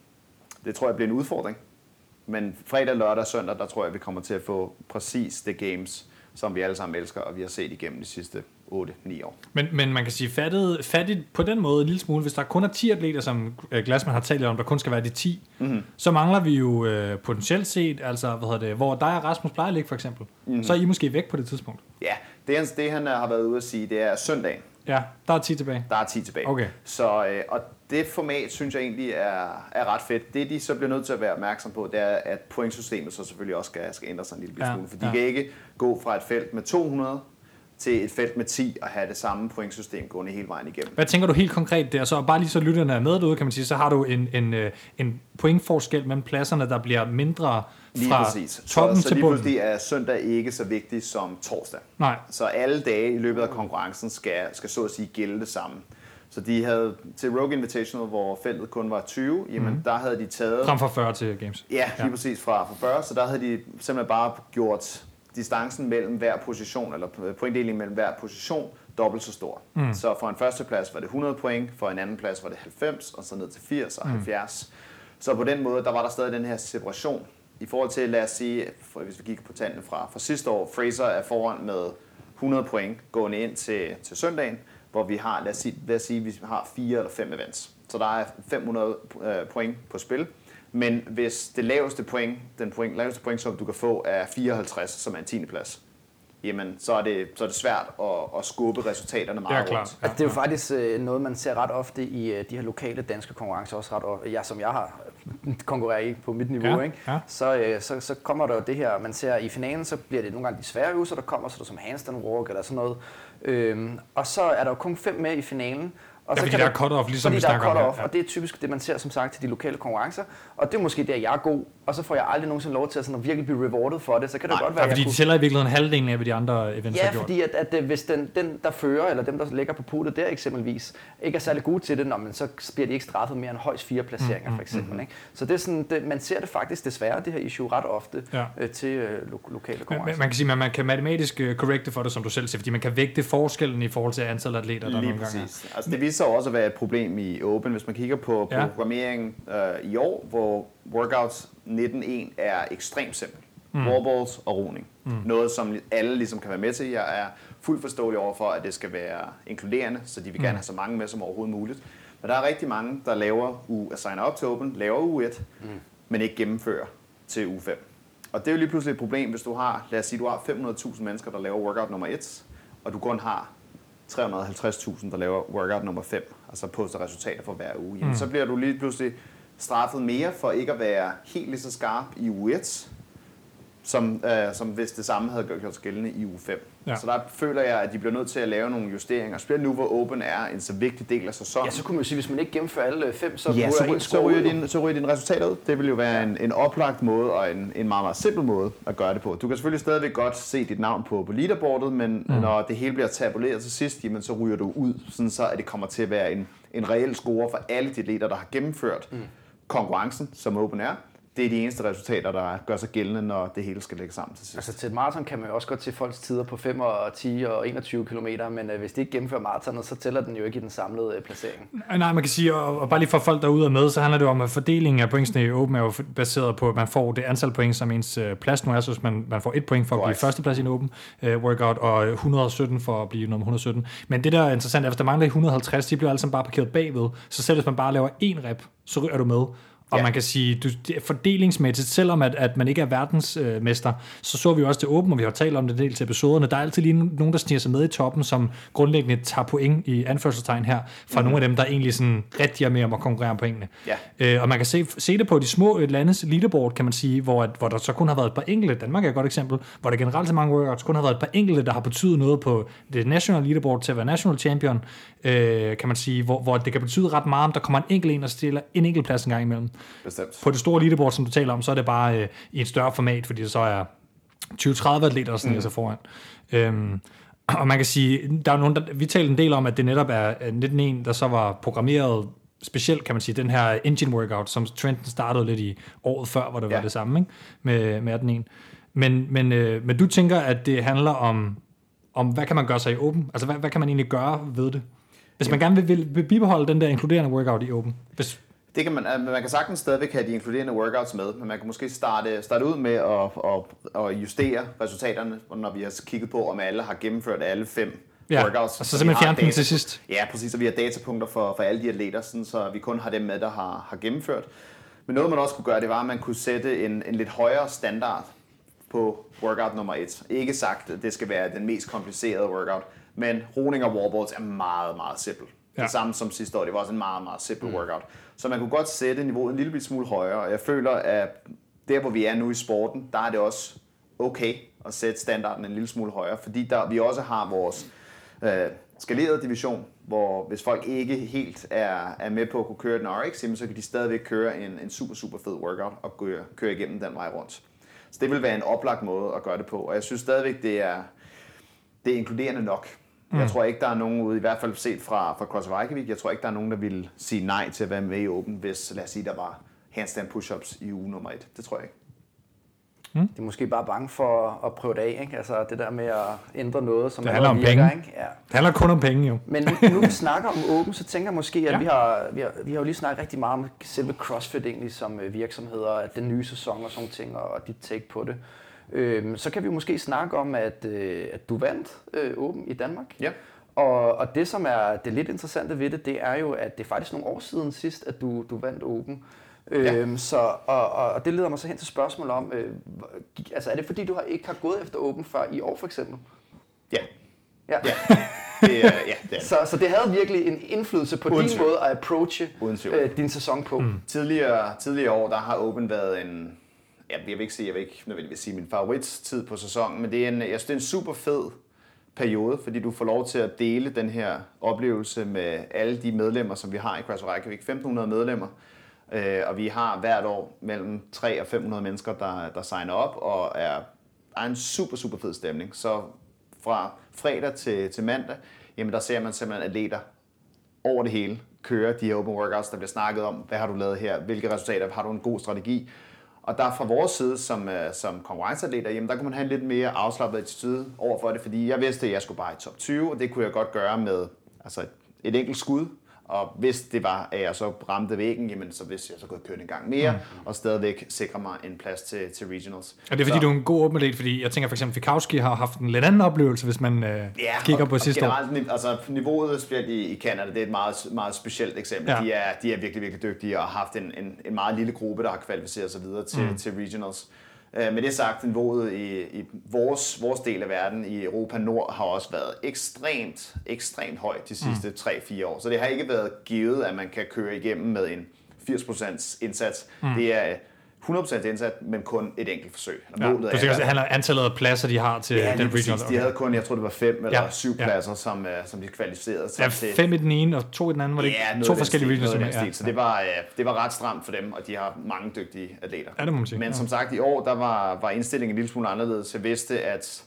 en udfordring. Men fredag, lørdag og søndag, der tror jeg, vi kommer til at få præcis det games, som vi alle sammen elsker, og vi har set igennem de sidste 8-9 år. Men man kan sige fattigt på den måde en lille smule, hvis der kun er 10 atleter, som Glassman har talt om, der kun skal være de 10, så mangler vi jo potentielt set, altså hvor dig og Rasmus plejer at ligge for eksempel, så er I måske væk på det tidspunkt. Ja, det han har været ude at sige, det er søndagen. Ja, der er 10 tilbage. Der er 10 tilbage. Okay. Så, og det format, synes jeg egentlig er ret fedt. Det, de så bliver nødt til at være opmærksom på, det er, at pointsystemet så selvfølgelig også skal ændre sig en lille smule. For de kan ikke gå fra et felt med 200 til et felt med 10 og have det samme pointsystem gående hele vejen igennem. Hvad tænker du helt konkret der? Så bare lige så lytterne er med derude, kan man sige, så har du en pointforskel mellem pladserne, der bliver mindre fra toppen til bunden. Så lige pludselig er søndag ikke så vigtig som torsdag. Nej. Så alle dage i løbet af konkurrencen skal så at sige gælde det samme. Så de havde til Rogue Invitational, hvor feltet kun var 20, jamen der havde de taget... Frem fra 40 til Games. Ja, lige præcis fra 40, så der havde de simpelthen bare gjort distancen mellem hver position, eller pointdelingen mellem hver position, dobbelt så stor. Så for en førsteplads var det 100 point, for en anden plads var det 90, og så ned til 80 og 70. Så på den måde, der var der stadig den her separation. I forhold til, lad os sige, hvis vi kigger på tallene fra sidste år, Fraser er foran med 100 point gående ind til søndagen, hvor vi har, lad os sige, vi har 4 eller 5 events. Så der er 500 point på spil. Men hvis det laveste point, laveste point, som du kan få, er 54, som er en 10. plads, jamen så er det svært at skubbe resultaterne meget rundt. Altså, det er jo faktisk noget, man ser ret ofte i de her lokale danske konkurrencer, også ret ofte, som jeg har konkurreret i på mit niveau, ikke? Ja. Så kommer der jo det her, man ser i finalen, så bliver det nogle gange de svære øvelser, der kommer, så der som handstand walk eller sådan noget. Og så er der jo kun 5 med i finalen. Og så fordi der er cut-off, ligesom vi snakker om. Ja. Og det er typisk det, man ser, som sagt, til de lokale konkurrencer. Og det er måske der, jeg er god, og så får jeg aldrig nogensinde lov til at, sådan, at virkelig blive rewarded for det. Så kan det godt være, fordi de tæller i virkeligheden halvdelen af, hvad de andre events har gjort. Ja, fordi at hvis den, der fører, eller dem, der ligger på podiet der eksempelvis, ikke er særlig gode til det, men så bliver de ikke straffet mere end højst 4 placeringer, for eksempel. Ikke? Så det er sådan, man ser det faktisk desværre, det her issue, ret ofte til lokale konkurrencer. Man kan sige, at man kan matematisk correcte for det, som du selv siger, fordi man kan vægte forskellen i forhold til antallet af atleter, der nogle gange er. Altså, det viser også at være et problem i Open, hvis man kigger på programmeringen i år, hvor workouts 19.1 er ekstremt simpelt. Wallballs og roning. Noget, som alle ligesom kan være med til. Jeg er fuldt forståelig overfor, at det skal være inkluderende, så de vil gerne have så mange med som overhovedet muligt. Men der er rigtig mange, der signer op til Open, laver uge 1, men ikke gennemfører til uge 5. Og det er jo lige pludselig et problem, hvis du har, lad os sige, du har 500.000 mennesker, der laver workout nummer 1, og du kun har 350.000, der laver workout nummer 5, og så poster resultater for hver uge. Jamen, så bliver du lige pludselig straffet mere for ikke at være helt lige så skarp i uge 1, som hvis det samme havde gjort sig gældende i uge 5. Ja. Så der føler jeg, at de bliver nødt til at lave nogle justeringer. Specielt nu, hvor Open er en så vigtig del af sæsonen. Ja, så kunne man jo sige, hvis man ikke gennemfører alle 5, så ryger dine resultater ud. Det vil jo være en oplagt måde, og en meget, meget simpel måde at gøre det på. Du kan selvfølgelig stadigvæk godt se dit navn på leaderboardet, men når det hele bliver tabuleret til sidst, jamen, så ryger du ud, sådan så at det kommer til at være en reel score for alle de atleter, der har gennemført konkurrencen, som Open er. Det er de eneste resultater, der gør sig gældende, når det hele skal lægge sammen til sidst. Altså til et maraton kan man jo også godt se folks tider på 5 og 10 og 21 kilometer, men hvis de ikke gennemfører maratonet, så tæller den jo ikke i den samlede placering. Nej, man kan sige, og bare lige for folk derude er med, så handler det om, at fordelingen af pointsene i Open er jo baseret på, at man får det antal point, som ens plads nu er, så hvis man får 1 point for at blive førsteplads i en Open workout, og 117 for at blive nummer 117. Men det der er interessant, er, hvis der mangler 150, de bliver alle sammen bare parkeret bagved, så selv hvis man bare laver 1 rep, så er du med. Og man kan sige, fordelingsmæssigt, selvom at man ikke er verdensmester, så vi også til Open, og vi har talt om det del til episoderne. Der er altid lige nogen, der sniger sig med i toppen, som grundlæggende tager point i anførselstegn her, fra nogle af dem, der egentlig sådan rigtig er med om at konkurrere om pointene. Og man kan se det på de små landes leaderboard, kan man sige, hvor der så kun har været et par enkelte, Danmark er et godt eksempel, hvor der generelt så mange workouts kun har været et par enkelte, der har betydet noget på det national leaderboard til at være national champion, kan man sige, hvor det kan betyde ret meget, om der kommer en enkelt en og stiller en enkelt plads en gang imellem. Bestemt. På det store leaderboard, som du taler om, så er det bare i et større format, fordi det så er 20-30 atleter, der sniger sig foran. Og man kan sige, der er nogen, vi talte en del om, at det netop er 19 der så var programmeret specielt, kan man sige, den her engine workout, som trenden startede lidt i året før, hvor det var det samme, ikke? Med 18. Men du tænker, at det handler om hvad kan man gøre sig i Open? Altså, hvad kan man egentlig gøre ved det? Hvis man gerne vil bibeholde den der inkluderende workout i Open? Det kan man kan sagtens stadigvæk have de inkluderende workouts med, men man kan måske starte ud med at justere resultaterne, når vi har kigget på, om alle har gennemført alle 5 workouts. Og så simpelthen fjerne dem til sidst. Ja, præcis, så vi har datapunkter for alle de atleter, sådan, så vi kun har dem med, der har gennemført. Men noget man også kunne gøre, det var, at man kunne sætte en lidt højere standard på workout nummer 1. Ikke sagt, at det skal være den mest komplicerede workout, men roning og wallballs er meget, meget simpelt. Det samme som sidste år, det var også en meget, meget simpel workout. Så man kunne godt sætte niveauet en lille smule højere, og jeg føler, at der hvor vi er nu i sporten, der er det også okay at sætte standarden en lille smule højere, fordi vi også har vores skalerede division, hvor hvis folk ikke helt er med på at kunne køre den RX, så kan de stadigvæk køre en super, super fed workout og køre igennem den vej rundt. Så det vil være en oplagt måde at gøre det på, og jeg synes stadigvæk, det er inkluderende nok. Jeg tror ikke, der er nogen ude, i hvert fald set fra CrossFit Reykjavik, jeg tror ikke, der er nogen, der vil sige nej til at være med i Open, hvis, lad os sige, der var handstand push-ups i uge nummer 1. Det tror jeg ikke. De er måske bare bange for at prøve det af, ikke? Altså det der med at ændre noget, som det handler om penge. Ikke? Ja. Det handler kun om penge, jo. Men nu vi snakker om Open, så tænker jeg måske, at vi har jo lige snakket rigtig meget om selve CrossFit egentlig som virksomheder, at den nye sæson og sådan ting, og dit take på det. Så kan vi måske snakke om, at du vandt Open i Danmark. Ja. Og det, som er det lidt interessante ved det, det er jo, at det er faktisk nogle år siden sidst, at du vandt Open. Og det leder mig så hen til spørgsmål om, altså er det fordi, du ikke har gået efter Open før i år for eksempel? Ja. Det er. Så det havde virkelig en indflydelse på din måde at approache din sæson på? Tidligere år, der har Open været en... Jeg vil ikke nødvendigvis sige min favorittid på sæsonen, men jeg synes, det er en super fed periode, fordi du får lov til at dele den her oplevelse med alle de medlemmer, som vi har i CrossFit Reykjavik. 1.500 medlemmer, og vi har hvert år mellem 300 og 500 mennesker, der signer op, og er en super, super fed stemning. Så fra fredag til mandag, jamen der ser man simpelthen atleter over det hele køre de her open workouts, der bliver snakket om, hvad har du lavet her, hvilke resultater, har du en god strategi. Og der fra vores side som konkurrenceatleter, jamen der kunne man have en lidt mere afslappet attitude overfor det, fordi jeg vidste, at jeg skulle bare i top 20, og det kunne jeg godt gøre med et enkelt skud. Og hvis det var, at jeg så ramte væggen, jamen så vidste jeg, så kunne jeg køre en gang mere, og stadigvæk sikre mig en plads til regionals. Og det er fordi, du er en god åben atlet, fordi jeg tænker for eksempel, Fikowski har haft en lidt anden oplevelse, hvis man kigger på sidste år. Altså niveauet specielt i Canada, det er et meget, meget specielt eksempel. Ja. De er virkelig, virkelig dygtige og har haft en meget lille gruppe, der har kvalificeret sig videre til regionals. Med det sagt, niveauet i vores del af verden, i Europa Nord, har også været ekstremt højt de sidste 3-4 år. Så det har ikke været givet, at man kan køre igennem med en 80% indsats. Det er 100% indsat, men kun et enkelt forsøg. Du siger også, at antallet af pladser, de har til den regional. De havde kun, jeg tror det var 5 eller 7 pladser, som de kvalificerede sig til. 5 i den ene og 2 i den anden, var det ikke? 2 forskellige regionals. Så det var ret stramt for dem, og de har mange dygtige atleter. Ja, det må man sige. Men som sagt, i år, der var indstillingen en lille smule anderledes. Jeg vidste, at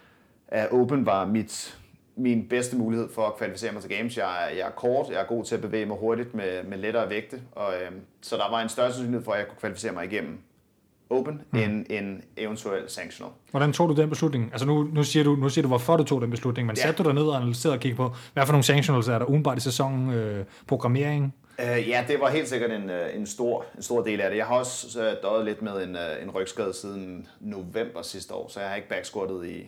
Open var min bedste mulighed for at kvalificere mig til games. Jeg er kort, jeg er god til at bevæge mig hurtigt med lettere vægte, og så der var en større sandsynlighed for, at jeg kunne kvalificere mig igennem Open end en eventuel sanctional. Hvordan tog du den beslutning? Altså nu siger du, hvorfor du tog den beslutning, men satte du dig ned og analyserede og kiggede på, hvad for nogle sanctionals er der udenbart i sæsonen, programmering? Ja, det var helt sikkert en stor del af det. Jeg har også døjet lidt med en rygskade siden november sidste år, så jeg har ikke backsquattet i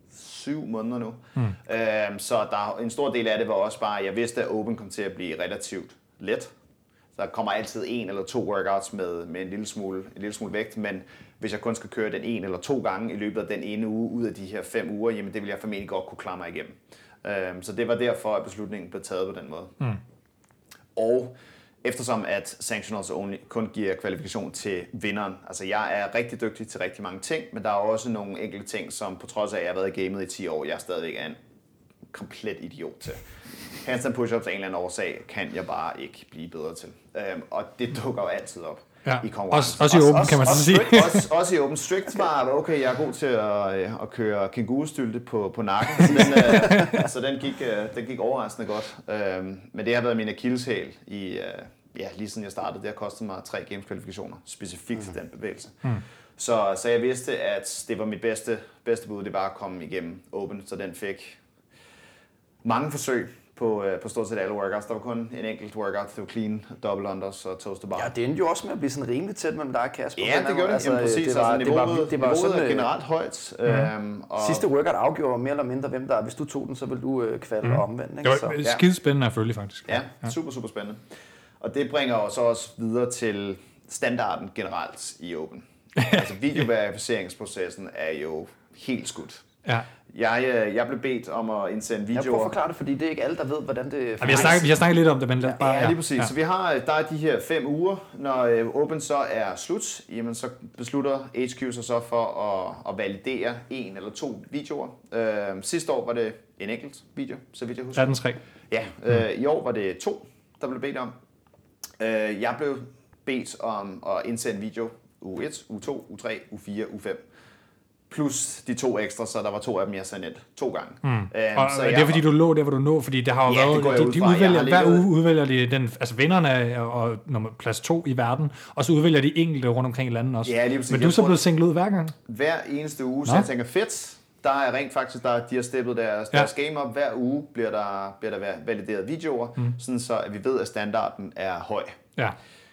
7 måneder nu. Så en stor del af det var også bare, at jeg vidste, at Open kom til at blive relativt let. der kommer altid 1 eller 2 workouts med en lille smule vægt, men hvis jeg kun skal køre den 1 eller 2 gange i løbet af den ene uge ud af de her 5 uger, jamen det vil jeg formentlig godt kunne klare mig igennem. Så det var derfor, at beslutningen blev taget på den måde. Og eftersom at Sanctionals Only kun giver kvalifikation til vinderen, altså jeg er rigtig dygtig til rigtig mange ting, men der er også nogle enkelte ting, som på trods af, at jeg har været i gamet i 10 år, jeg stadigvæk er en komplet idiot til. Handstand push-ups af en eller anden årsag kan jeg bare ikke blive bedre til. Og det dukker jo altid op i konkurrencen. Også i Open, kan man så sige. Også i Open. Strict var, okay, jeg er god til at køre kængurustylte på nakken, så den gik overraskende godt. Men det har været min akilleshæl i, lige siden jeg startede. Det har kostet mig 3 games-kvalifikationer, specifikt til den bevægelse. Så jeg vidste, at det var mit bedste bud, det var at komme igennem Open, så den fik mange forsøg på stort set alle workouts. Der var kun en enkelt workout, det var clean, double unders og toast to bar. Ja, det endte jo også med at blive sådan rimelig tæt mellem dig og Kasper. Ja, det gør det. Altså, præcis. Niveauet er generelt højt. Og sidste workout afgjorde mere eller mindre, hvem der, hvis du tog den, så vil du kvalde omvendt. Ikke? Det var skidespændende at følge, faktisk. Ja, super spændende. Og det bringer os også videre til standarden generelt i Open. Altså videoverificeringsprocessen er jo helt skudt. Ja. Jeg blev bedt om at indsende videoer. Jeg prøver at forklare det, fordi det er ikke alle, der ved, hvordan det... Vi har snakket lidt om det, men bare... Ja, lige præcis. Ja. Så der er de her 5 uger. Når Open så er slut, jamen så beslutter HQ sig så for at validere 1 eller 2 videoer. Sidste år var det en enkelt video, så vidt jeg husker. 3. Ja, i år var det 2, der blev bedt om. Jeg blev bedt om at indsende video uge 1, uge 2, uge 3, uge 4, uge 5. Plus de 2 ekstra, så der var 2 af dem, jeg sendte 2 gange. Og så det er fordi, du lå der, hvor du nå, fordi det har jo været... De udvælger, hver uge udvælger de den, altså vinderne og plads 2 i verden, og så udvælger de enkelte rundt omkring i landet også. Ja, lige præcis. Men du er så blevet singlet ud hver gang? Hver eneste uge, så jeg tænker, fedt, der er rent faktisk, de har steppet deres game op. Hver uge bliver der valideret videoer, sådan så at vi ved, at standarden er høj. Ja.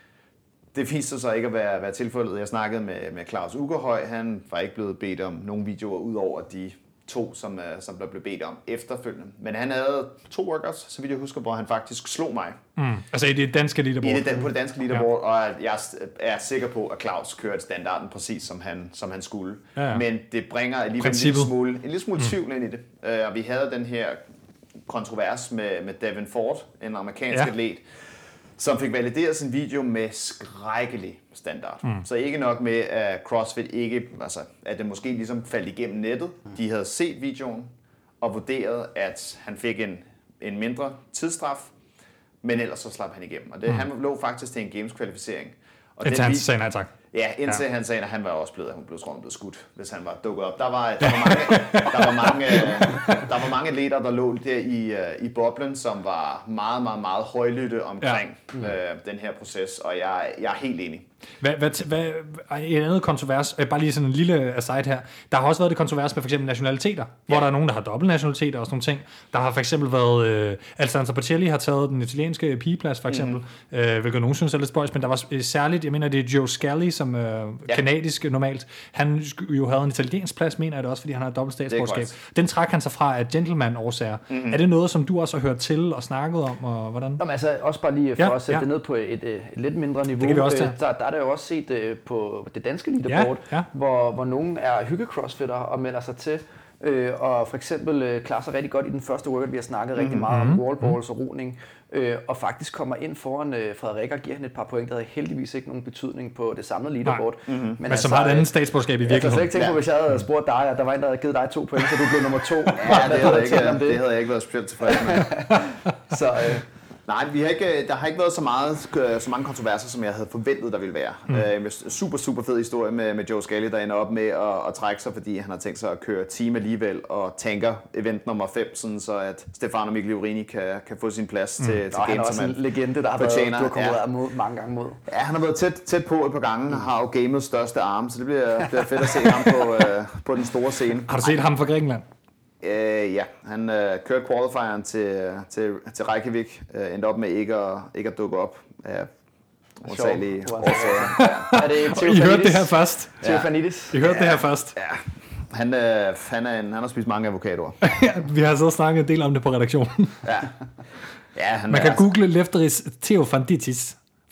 Det viste sig ikke at være tilfældet. Jeg snakkede med Claus Ugerhøj. Han var ikke blevet bedt om nogle videoer, ud over de 2, som der blev bedt om efterfølgende. Men han havde 2 workouts, så vidt jeg husker, hvor han faktisk slog mig. Altså i det danske leaderboard? På det danske leaderboard, og jeg er sikker på, at Claus kørte standarden præcis, som han skulle. Ja. Men det bringer alligevel en lille smule tvivl ind i det. Og vi havde den her kontrovers med Devin Ford, en amerikansk atlet, som fik valideret sin video med skrækkelig standard. Så ikke nok med, at CrossFit ikke, altså at det måske ligesom faldt igennem nettet. De havde set videoen og vurderet, at han fik en mindre tidsstraf, men ellers så slap han igennem. Og han lå faktisk til en games-kvalificering. Indtil han sagde nej tak. Ja, indtil han sagde, at han var også blevet skudt, hvis han var dukket op. Der var mange atleter, der lå der i boblen, som var meget, meget, meget højlytte omkring den her proces, og jeg er helt enig. En anden kontrovers, bare lige sådan en lille aside her, der har også været det kontrovers med for eksempel nationaliteter, hvor der er nogen, der har dobbelt nationaliteter og sådan nogle ting. Der har for eksempel været, Alessandro Pacelli har taget den italienske pigeplads for eksempel, hvilket nogen synes er lidt spøjs, men der var særligt, jeg mener det er Joe Scally, som kanadisk normalt, han jo havde en italiensk plads, mener jeg det også, fordi han har dobbelt statsborgerskab. Den trak han sig fra af gentleman-årsager. Er det noget, som du også har hørt til og snakket om, og hvordan? Jamen, altså også bare lige for at sætte det ned på et lidt mindre niveau. Det kan vi også der er jo også set på det danske leaderboard, hvor nogen er hygge-crossfitter og melder sig til, og for eksempel klarer sig rigtig godt i den første workout, vi har snakket rigtig meget om wallballs og roning, og faktisk kommer ind foran Frederik og giver hende et par point, der havde heldigvis ikke nogen betydning på det samlede leaderboard. Men altså, som har et andet statsborgerskab i virkeligheden. Jeg kan slet ikke tænke på, hvis jeg havde spurgt dig, at der var en, der havde givet dig 2 point, så du blev nummer 2. Det havde jeg ikke været specielt tilfreds med. Så... Nej, der har ikke været så mange kontroverser, som jeg havde forventet, der ville være. Super fed historie med Joe Scally, der ender op med at trække sig, fordi han har tænkt sig at køre team alligevel og tanker event nummer 5, sådan så at Stefano Migliorini kan få sin plads til game. Han er også en legende, der har været konkurreret mange gange mod. Ja, han har været tæt på et par gange, har jo gamets største arm, så det bliver fedt at se ham på den store scene. Har du set ham fra Grækenland? Ja, han kørte qualifieren til Reykjavik, endte op med ikke at dukke op af årsagelige årsager. Er det I hørte det her først. Teofanidis. I hørte det her først. Ja. Han har spist mange avocadoer. Vi har så snakket en del om det på redaktionen. Ja, man kan google Lefteris Teofanidis,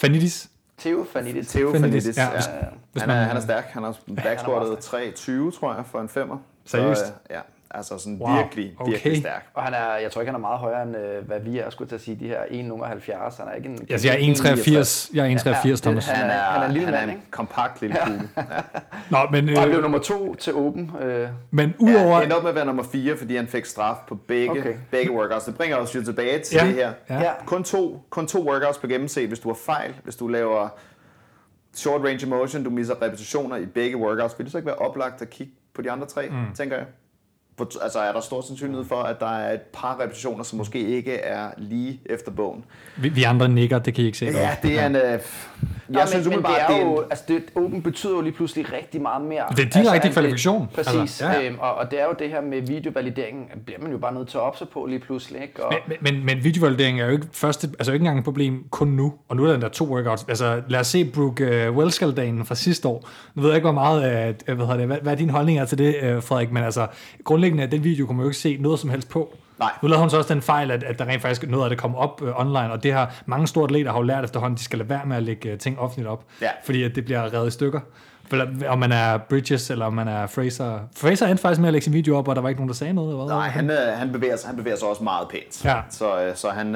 Fanidis. Theo Fanidis. Ja. Han er stærk. Han har backsquattet 3.20, tror jeg, for en 5'er. Seriøst? Så, ja, altså sådan virkelig stærk. Og jeg tror ikke, han er meget højere end, hvad vi er, skulle til at sige, de her 1,70. Han er ikke en... Altså, jeg er 1,83. Jeg er 1,83, Thomas. Han er en lille mand, ikke? Kompakt lille kugle. Ja. Nå, men... Og han blev nummer 2 til Open. Men udover... Han endte op med at være nummer 4, fordi han fik straf på begge workouts. Det bringer os jo tilbage til det her. Ja. Kun to workouts på gennemset, hvis du har fejl. Hvis du laver short range of motion, du misser repetitioner i begge workouts. Vil det så ikke være oplagt at kigge på de andre 3, tænker jeg? Altså er der stor sandsynlighed for, at der er et par repetitioner, som måske ikke er lige efter bogen. Vi andre nikker, det kan I ikke se. Ja, det er en... Jeg synes umiddelbart, det er jo... Altså, Open betyder jo lige pludselig rigtig meget mere. Det er direkte kvalifikation. Præcis. Altså, og det er jo det her med videovalideringen, bliver man jo bare nødt til at opse på lige pludselig. Ikke? Og... Men videovalidering er jo ikke ikke engang et problem kun nu. Og nu er der 2 workouts. Altså, lad os se Brooke Welskaldalen fra sidste år. Nu ved jeg ikke, hvor meget... Hvad er din holdning til det, Frederik? Men altså, grundlæggende af den video kunne man jo ikke se noget som helst på. Nej. Nu lavede hun så også den fejl, at der rent faktisk noget af det kom op online, og det har mange store atleter har jo lært efterhånden, de skal lade være med at lægge ting offentligt op, fordi at det bliver revet i stykker. Om man er Bridges, eller om man er Fraser. Fraser endte faktisk med at lægge sin video op, og der var ikke nogen, der sagde noget. Nej, han bevæger sig også meget pænt. Ja. Så han...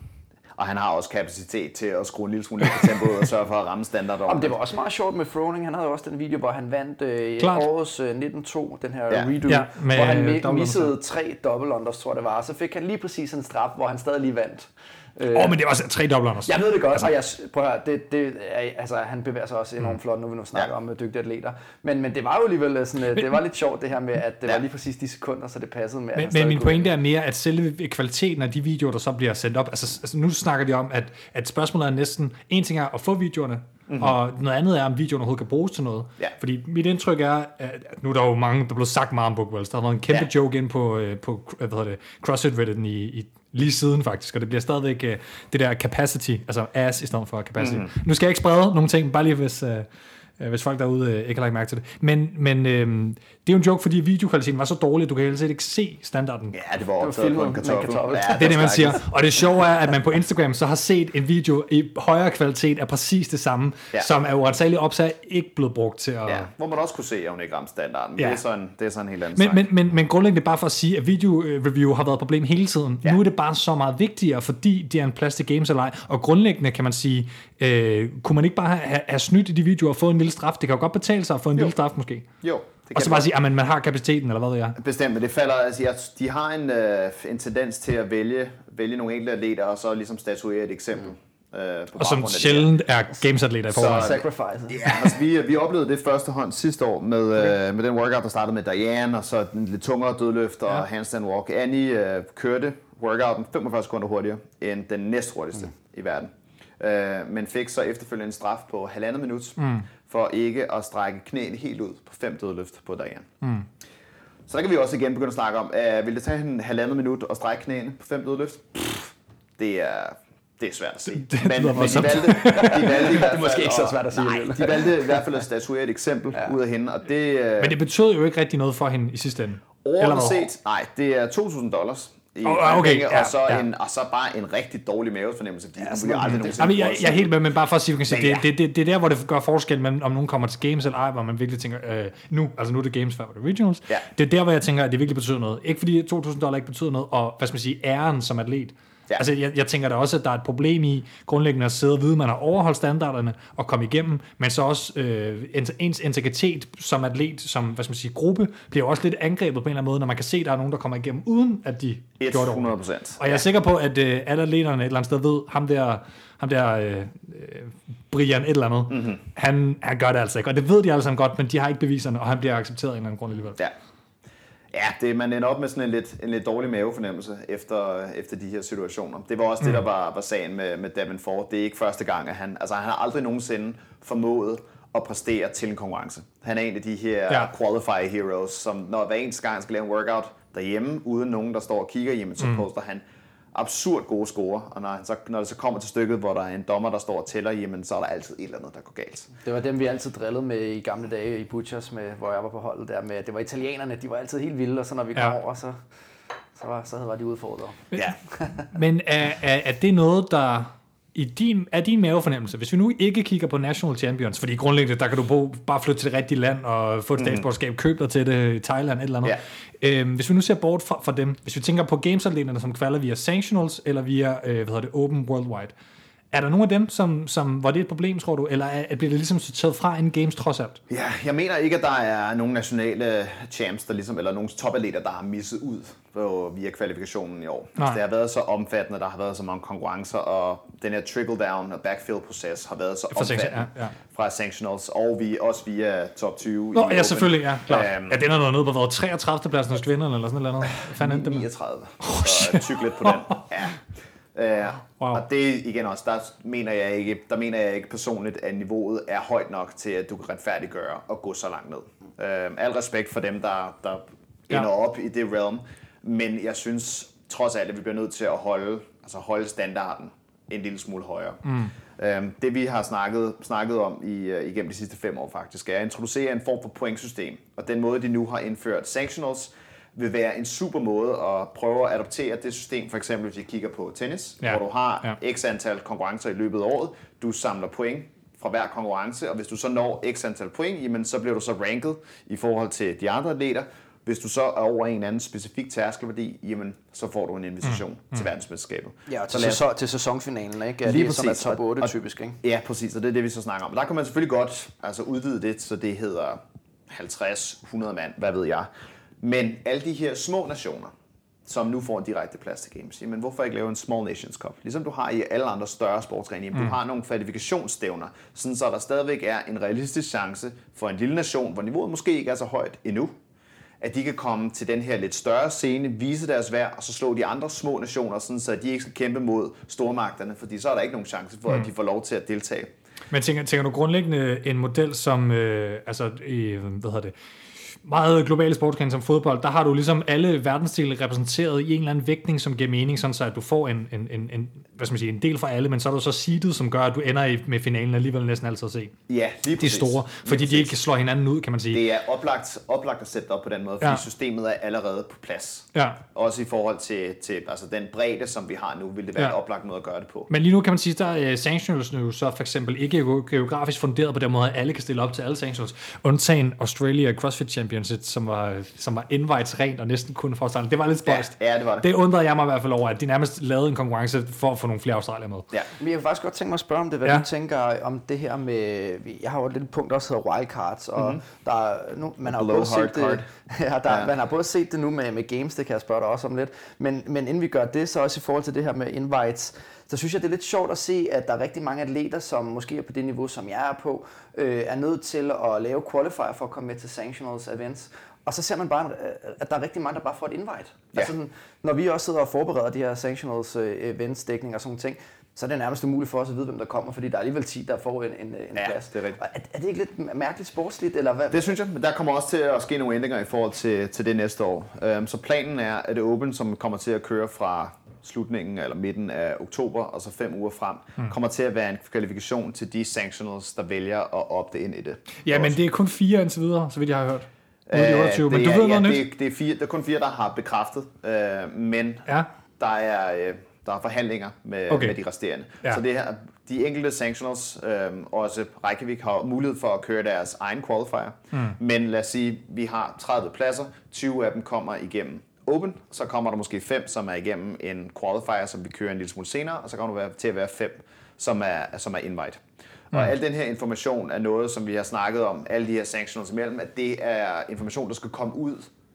Og han har også kapacitet til at skrue en lille smule ned på tempoet og sørge for at ramme standard. Det var også meget sjovt med Froning. Han havde jo også den video, hvor han vandt årets 19.2, den her redo, hvor han missede 3 double unders, tror jeg det var. Så fik han lige præcis en straf, hvor han stadig lige vandt. Men det var også 3 double unders. Jeg ved det godt, altså, prøv at høre, han bevæger sig også enormt flot, nu vi nu snakker om dygtige atleter. Men det var jo alligevel sådan, det var lidt sjovt det her med, at det var lige præcis de sekunder, så det passede med. Men min pointe er mere, at selve kvaliteten af de videoer, der så bliver sendt op, altså nu snakker de om, at spørgsmålet er næsten, en ting er at få videoerne, og noget andet er, om videoen overhovedet kan bruges til noget. Ja. Fordi mit indtryk er, at nu er der jo mange, der er blevet sagt meget om Brooke Wells. Der har været en kæmpe joke ind på CrossFit Reddit'en i lige siden faktisk, og det bliver stadigvæk det der capacity, altså ass i stedet for capacity. Nu skal jeg ikke sprede nogle ting, bare lige hvis folk derude ikke har lagt mærke til det. Men det er jo en joke, fordi videokvaliteten var så dårlig, at du kan helst ikke se standarden. Ja, det var optaget på en kartoffel. Ja, det er det, man siger. Og det sjove er, at man på Instagram så har set en video i højere kvalitet af præcis det samme, som er uretsageligt opsat ikke blevet brugt til at... Ja, hvor man også kunne se, at hun ikke ramte standarden. Ja. Det er sådan en helt anden men grundlæggende bare for at sige, at video-review har været et problem hele tiden. Ja. Nu er det bare så meget vigtigere, fordi det er en Plastic Games eller ej. Og grundlæggende kan man sige, kunne man ikke bare have snydt i de videoer og fået en lille straf? Det kan jo godt betale sig at få en lille straf måske. Jo. Og så bare sige, at man har kapaciteten, eller hvad ved jeg? Bestemt, men det falder, altså de har en tendens til at vælge nogle enkelte atleter, og så ligesom statuere et eksempel. Og som sjældent er gamesatleter i forvejen. Sacrifice. Ja, altså vi oplevede det første hånd sidste år med den workout, der startede med Diane, og så den lidt tungere dødløft og handstand walk. Annie kørte workouten 45 sekunder hurtigere end den næsthurtigste i verden. Men fik så efterfølgende en straf på 1,5 minut for ikke at strække knæene helt ud på 5 dødløft på Diane. Så der kan vi også igen begynde at snakke om, vil det tage en 1,5 minut at strække knæene på 5 dødløft? Det er svært at se. Men de valgte det er måske ikke så svært at sige. Nej, de valgte i hvert fald at statuere et eksempel ud af hende. Og det, men det betød jo ikke rigtig noget for hende i sidste ende. Overordnet set, nej, det er $2,000. Og så bare en rigtig dårlig mavefornemmelse, fordi hun bliver aldrig nogensinde. Jeg er helt med, men bare for at sige, det er der, hvor det gør forskel, men om nogen kommer til games eller ej, hvor man virkelig tænker, nu er det games før det regionals. Ja. Det er der, hvor jeg tænker, at det virkelig betyder noget. Ikke fordi $2,000 ikke betyder noget, og hvad skal man sige, æren som atlet. Ja. Altså, jeg tænker da også, at der er et problem i grundlæggende at sidde og vide, at man har overholdt standarderne og komme igennem, men så også ens integritet som atlet, som hvad skal man sige, gruppe, bliver også lidt angrebet på en eller anden måde, når man kan se, at der er nogen, der kommer igennem, uden at de gjorde det. 100%. Og jeg er sikker på, at alle atleterne et eller andet sted ved, ham der Brian et eller andet, han gør det altså ikke. Og det ved de alle sammen godt, men de har ikke beviserne, og han bliver accepteret af en eller anden grund alligevel. Ja. Ja, man ender op med sådan en lidt dårlig mavefornemmelse efter de her situationer. Det var også det, der var sagen med Davenport. Det er ikke første gang, at han har aldrig nogensinde formået at præstere til en konkurrence. Han er en af de her qualifier heroes, som når hver eneste gang skal lave en workout derhjemme, uden nogen, der står og kigger, jamen, så poster han absurd gode score, og når det så kommer til stykket, hvor der er en dommer, der står og tæller, jamen, så er der altid et eller andet, der går galt. Det var dem, vi altid drillede med i gamle dage i Butchers, hvor jeg var på holdet der, med at det var italienerne, de var altid helt vilde, og så når vi kom over, så var de udfordret. Ja. Men er det noget, der er din mavefornemmelse, hvis vi nu ikke kigger på National Champions, fordi grundlæggende, der kan du bare flytte til det rigtige land og få et statsborgerskab, købe dig til det i Thailand, et eller andet. Ja. Hvis vi nu ser bort fra dem, hvis vi tænker på gamesatleterne, som kvalder via Sanctionals, eller via, Open Worldwide, er der nogle af dem, som var det et problem, tror du, eller bliver det ligesom taget fra en games trods alt? Ja, jeg mener ikke, at der er nogen nationale champs, der ligesom, eller nogle topatleter, der har misset ud via kvalifikationen i år. Altså, det har været så omfattende, der har været så mange konkurrencer, og den her trickle-down og backfill-proces har været så omfattende fra Sanctionals, og også via top 20. Nå, ja, selvfølgelig, ja, klart. Den er noget på 33. pladsen hos kvinderne, eller sådan noget. 39. Så tyk lidt på den. Ja. Wow. Og det igen også, der mener jeg ikke personligt, at niveauet er højt nok til, at du kan retfærdiggøre og gå så langt ned. Al respekt for dem, der ender op i det realm, men jeg synes trods alt, at vi bliver nødt til at holde standarden en lille smule højere. Det vi har snakket om igennem de sidste 5 år faktisk, er at introducere en form for pointsystem, og den måde, de nu har indført Sanctionals, vil være en super måde at prøve at adoptere det system, for eksempel hvis vi kigger på tennis, hvor du har x antal konkurrencer i løbet af året, du samler point fra hver konkurrence, og hvis du så når x antal point, jamen, så bliver du så ranket i forhold til de andre atleter. Hvis du så er over en anden specifik tærskelværdi, jamen, så får du en invitation til verdensmesterskabet. Ja, og til sæsonfinalen, ikke? Lige præcis. Som er top 8 typisk, ikke? Ja, præcis, og det er det, vi så snakker om. Der kan man selvfølgelig godt udvide det, så det hedder 50-100 mand, hvad ved jeg. Men alle de her små nationer, som nu får en direkte plads til games, jamen hvorfor ikke lave en Small Nations Cup? Ligesom du har i alle andre større sportsgrene. Du har nogle kvalifikationsstævner, sådan så der stadigvæk er en realistisk chance for en lille nation, hvor niveauet måske ikke er så højt endnu, at de kan komme til den her lidt større scene, vise deres værd, og så slå de andre små nationer, sådan så de ikke skal kæmpe mod stormagterne, fordi så er der ikke nogen chance for, at de får lov til at deltage. Men tænker du grundlæggende en model som, meget globale sportsgrene som fodbold, der har du ligesom alle verdensdele repræsenteret i en eller anden vægtning, som giver mening, sådan så at du får en del for alle, men så er du så seedet, som gør, at du ender med finalen alligevel næsten altid at se. Ja, lige præcis. De store, fordi de ikke kan slå hinanden ud, kan man sige. Det er oplagt at sætte op på den måde, fordi systemet er allerede på plads. Ja. Også i forhold til den bredde, som vi har nu, vil det være en oplagt måde at gøre det på. Men lige nu kan man sige, at der er Sanctionals nu så for eksempel ikke geografisk funderet på den måde, at alle kan stille op til alle Sanctionals, undtagen Australia CrossFit Championship, som var invites rent og næsten kun for Australien. Det var lidt spøjst. Ja, det var det. Det undrede jeg mig i hvert fald over, at de nærmest lavede en konkurrence for at få nogle flere australier med. Ja. Men jeg vil faktisk godt tænke mig at spørge om det, hvad du tænker om det her med, jeg har jo et lille punkt, der også hedder wildcards, og der er nu, man har både set det, man har både set det nu med games, det kan jeg spørge dig også om lidt, men inden vi gør det, så også i forhold til det her med invites, så synes jeg, det er lidt sjovt at se, at der er rigtig mange atleter, som måske er på det niveau, som jeg er på, er nødt til at lave qualifier for at komme med til Sanctionals events. Og så ser man bare, at der er rigtig mange, der bare får et invite. Ja. Altså sådan, når vi også sidder og forbereder de her Sanctionals events, dækning og sådan ting, så er det nærmest umuligt for os at vide, hvem der kommer, fordi der er alligevel 10, der får en plads. Det er rigtigt. Er det ikke lidt mærkeligt sportsligt? Eller hvad? Det synes jeg, men der kommer også til at ske nogle ændringer i forhold til det næste år. Så planen er, at det Open, som kommer til at køre fra slutningen eller midten af oktober, og så 5 uger frem, kommer til at være en kvalifikation til de Sanctionals, der vælger at opte ind i det. Ja, men det er kun 4 indtil videre, så vidt jeg har hørt. Men du ved noget nyt? Det er kun 4, der har bekræftet, men der er forhandlinger med de resterende. Ja. Så det her, de enkelte Sanctionals, også Reykjavik, har mulighed for at køre deres egen qualifier, men lad os sige, vi har 30 pladser, 20 af dem kommer igennem Open, så kommer der måske 5, som er igennem en qualifier, som vi kører en lille smule senere, og så kommer der til at være 5, som er invite. Og al den her information er noget, som vi har snakket om, alle de her sanctionals imellem, at det er information, der skal komme ud,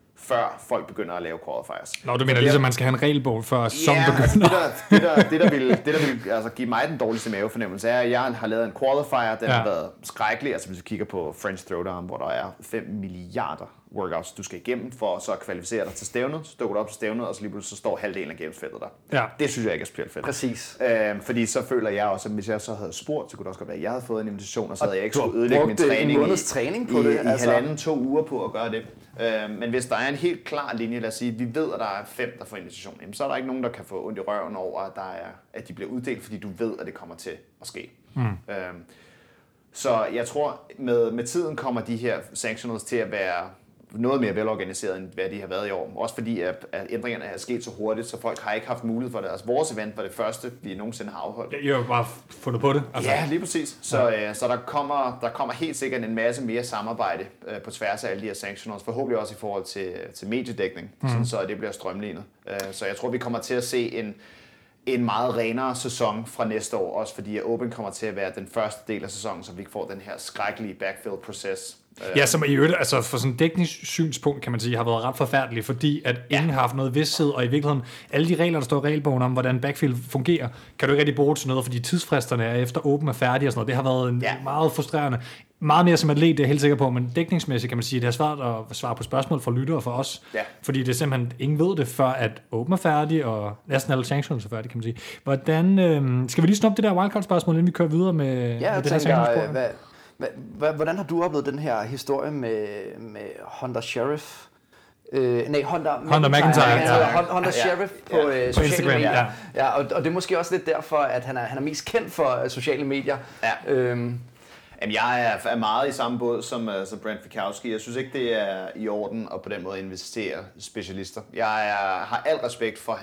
før folk begynder at lave qualifiers. Nå, du mener ligesom, man skal have en regelbog, før som begynder? Det der vil altså, give mig den dårligste mavefornemmelse, er, at jeg har lavet en qualifier, den har været skrækkelig. Altså hvis vi kigger på French Throwdown, hvor der er 5 milliarder workouts, du skal igennem for så at kvalificere dig til stævnet, så dukker du op til stævnet, og så lige pludselig så står halvdelen af gamesfeltet der. Ja. Det synes jeg ikke er specielt fedt. Præcis. Fordi så føler jeg også, at hvis jeg så havde spurgt, så kunne det også godt være, at jeg havde fået en invitation, og så havde jeg ikke skulle ødelægge min træning på det, i 1,5-2 uger på at gøre det. Men hvis der er en helt klar linje, lad os sige, vi ved, at der er 5, der får invitation, jamen, så er der ikke nogen, der kan få ondt i røven over, at de bliver uddelt, fordi du ved, at det kommer til at ske. Så jeg tror, med tiden kommer de her sanctionals til at være noget mere velorganiseret, end hvad de har været i år. Også fordi, at ændringerne er sket så hurtigt, så folk har ikke haft mulighed for det. Altså, vores event var det første, vi nogensinde har afholdt. I har jo bare fundet på det. Altså. Ja, lige præcis. Så der kommer helt sikkert en masse mere samarbejde på tværs af alle de her sanctioners. Forhåbentlig også i forhold til mediedækning, så det bliver strømlignet. Så jeg tror, vi kommer til at se en meget renere sæson fra næste år, også fordi Open kommer til at være den første del af sæsonen, så vi får den her skrækkelige backfill-proces. Ja, som i øvrigt, altså for sådan en dækningssynspunkt, kan man sige, har været ret forfærdelig, fordi at ingen har haft noget vidsthed, og i virkeligheden, alle de regler, der står i regelbogen om, hvordan backfill fungerer, kan du ikke rigtig bruge til noget, fordi tidsfristerne er efter Open er færdige og sådan noget. Det har været meget frustrerende. Meget mere som atlet, det er jeg helt sikker på, men dækningsmæssigt kan man sige, det er svært at svare på spørgsmål fra lyttere for os, fordi det er simpelthen, ingen ved det, før at Open er færdig, og næsten alle sanctions er færdige, kan man sige. Hvordan, skal vi lige snuppe det der wildcard-spørgsmål, inden vi kører videre med det her sanctionsspor? Hvordan har du oplevet den her historie med Honda Sheriff? Honda McIntyre. Honda Sheriff på sociale Instagram, medier. Ja, og det er måske også lidt derfor, at han er mest kendt for sociale medier. Ja. Jamen, jeg er meget i samme båd som Brent Fikowski. Jeg synes ikke, det er i orden at på den måde investere specialister. Jeg har al respekt for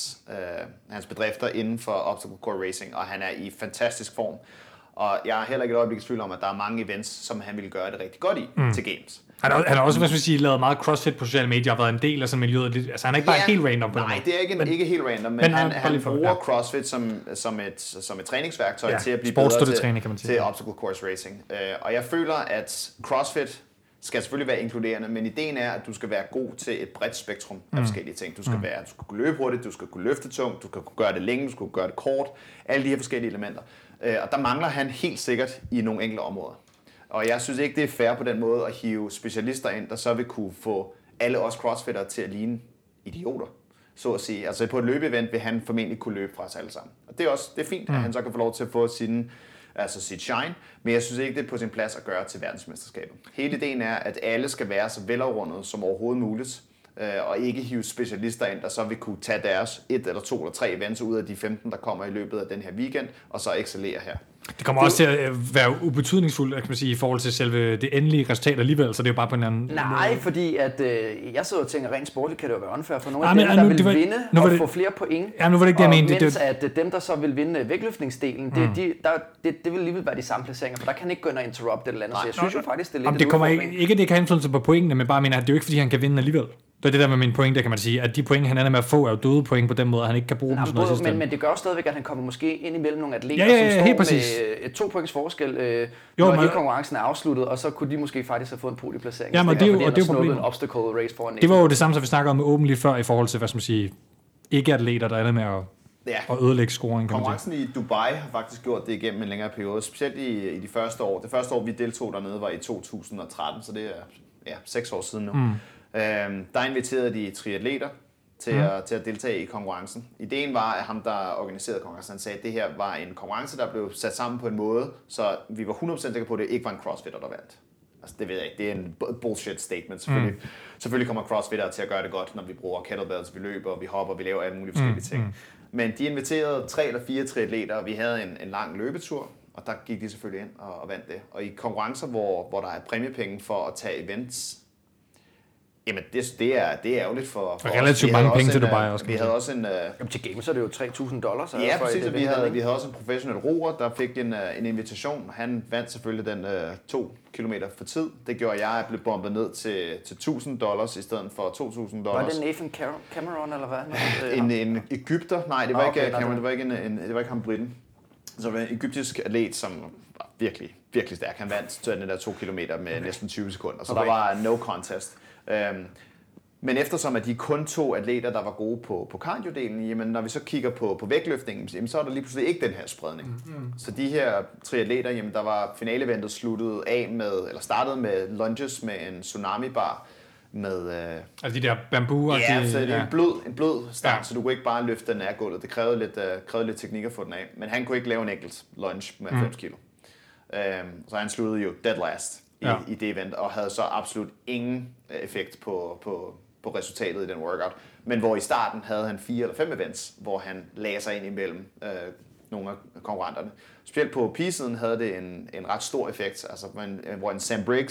hans bedrifter inden for obstacle course racing, og han er i fantastisk form. Og jeg er heller ikke et øjeblik i tvivl om, at der er mange events, som han ville gøre det rigtig godt i til games. Han har også, hvad skal man sige, lavet meget CrossFit på sociale medier og været en del af sådan miljøet. Altså han er ikke bare helt random på det. Nej, det er ikke helt random, men han bruger CrossFit som et træningsværktøj til at blive bedre til obstacle course racing. Og jeg føler, at CrossFit skal selvfølgelig være inkluderende, men ideen er, at du skal være god til et bredt spektrum af forskellige ting. Du skal kunne løbe hurtigt, du skal kunne løfte tungt, du skal kunne gøre det længe, du skal kunne gøre det kort. Alle de her forskellige elementer. Og der mangler han helt sikkert i nogle enkelte områder. Og jeg synes ikke, det er fair på den måde at hive specialister ind, der så vil kunne få alle os crossfitter til at ligne idioter, så at sige. Altså på et løbeevent vil han formentlig kunne løbe fra os alle sammen. Og det er fint, at han så kan få lov til at få sit shine, men jeg synes ikke, det er på sin plads at gøre til verdensmesterskabet. Hele ideen er, at alle skal være så velafrundet som overhovedet muligt, og ikke hive specialister ind, der så vil kunne tage deres 1 eller 2 eller 3 events ud af de 15, der kommer i løbet af den her weekend, og så excellere her. Det kommer også til at være ubetydningsfuldt, kan man sige, i forhold til selve det endelige resultat alligevel, så det er jo bare på en anden måde. Fordi at jeg sidder og tænker, rent sportligt kan det jo være unfair for nogle af dem, der vil vinde og få flere point. Ja, nu var det ikke det, jeg mente. Mens at dem, der så vil vinde vægtløftningsdelen, det vil alligevel være de samme placeringer, for der kan ikke gå ind og interrupt det eller andet. Så jeg synes jo faktisk, det er lidt det kommer ikke, det kan have indflydelse på pointene, men bare mener, at det er jo ikke, fordi han kan vinde alligevel. Det er det der med min pointe, kan man sige, at de point, han ender med at få, er jo døde point på den måde, at han ikke kan bruge dem sådan noget system. Men det gør stadigvæk, at han kommer måske ind imellem nogle atleter, som står med 2 points forskel, når hele konkurrencen er afsluttet, og så kunne de måske faktisk have fået en podieplacering. Ja, men det er jo problemet. En obstacle race foran. Det var jo det samme, som vi snakkede om med Open lige før, i forhold til, hvad skal man sige, ikke-atleter, der ender med at ødelægge scoring. Konkurrencen i Dubai har faktisk gjort det igennem en længere periode, specielt i de første år. Det første år, vi deltog dernede, var i 2013, så det er 6 år siden nu. Der inviterede de triatleter til at deltage i konkurrencen. Ideen var, at ham, der organiserede konkurrencen, sagde, at det her var en konkurrence, der blev sat sammen på en måde, så vi var 100% sikre på, at det ikke var en crossfitter, der vandt. Altså, det ved jeg ikke. Det er en bullshit statement. Selvfølgelig kommer crossfitter til at gøre det godt, når vi bruger kettlebells, vi løber, vi hopper, vi laver alle mulige forskellige ting. Men de inviterede 3 eller 4 triatleter, og vi havde en lang løbetur, og der gik de selvfølgelig ind og vandt det. Og i konkurrencer, hvor der er præmiepenge for at tage events, jamen, det er ærgerligt for relativt mange penge til Dubai også. Vi havde også en... Jamen, til games er det jo $3,000. Ja, præcis. Vi havde også en professionel roer, der fik en invitation. Han vandt selvfølgelig den 2 kilometer for tid. Det gjorde jeg blev bombet ned til $1,000 i stedet for $2,000. Var det Nathan Cameron, eller hvad? En egypter? Nej, det var ikke Cameron. Det var ikke ham britten. Så det var en egyptisk atlet, som var virkelig, virkelig stærk. Han vandt til den der 2 kilometer med næsten 20 sekunder. Så der var no contest. Men eftersom at de kun 2 atleter, der var gode på cardio-delen, jamen når vi så kigger på vægtløftningen, jamen, så er der lige pludselig ikke den her spredning. Så de her triatleter, jamen der var finaleventet startede med lunges med en tsunami-bar med... altså de der bambuer? Ja, så det er en blød stang, så du kunne ikke bare løfte den af gulvet. Det krævede lidt teknik at få den af. Men han kunne ikke lave en enkelt lunge med 90 kilo. Så han sluttede jo dead last i det event, og havde så absolut ingen effekt på resultatet i den workout. Men hvor i starten havde han 4 eller 5 events, hvor han lagde sig ind imellem nogle af konkurrenterne. Specielt på P-siden havde det en ret stor effekt, altså hvor en Sam Briggs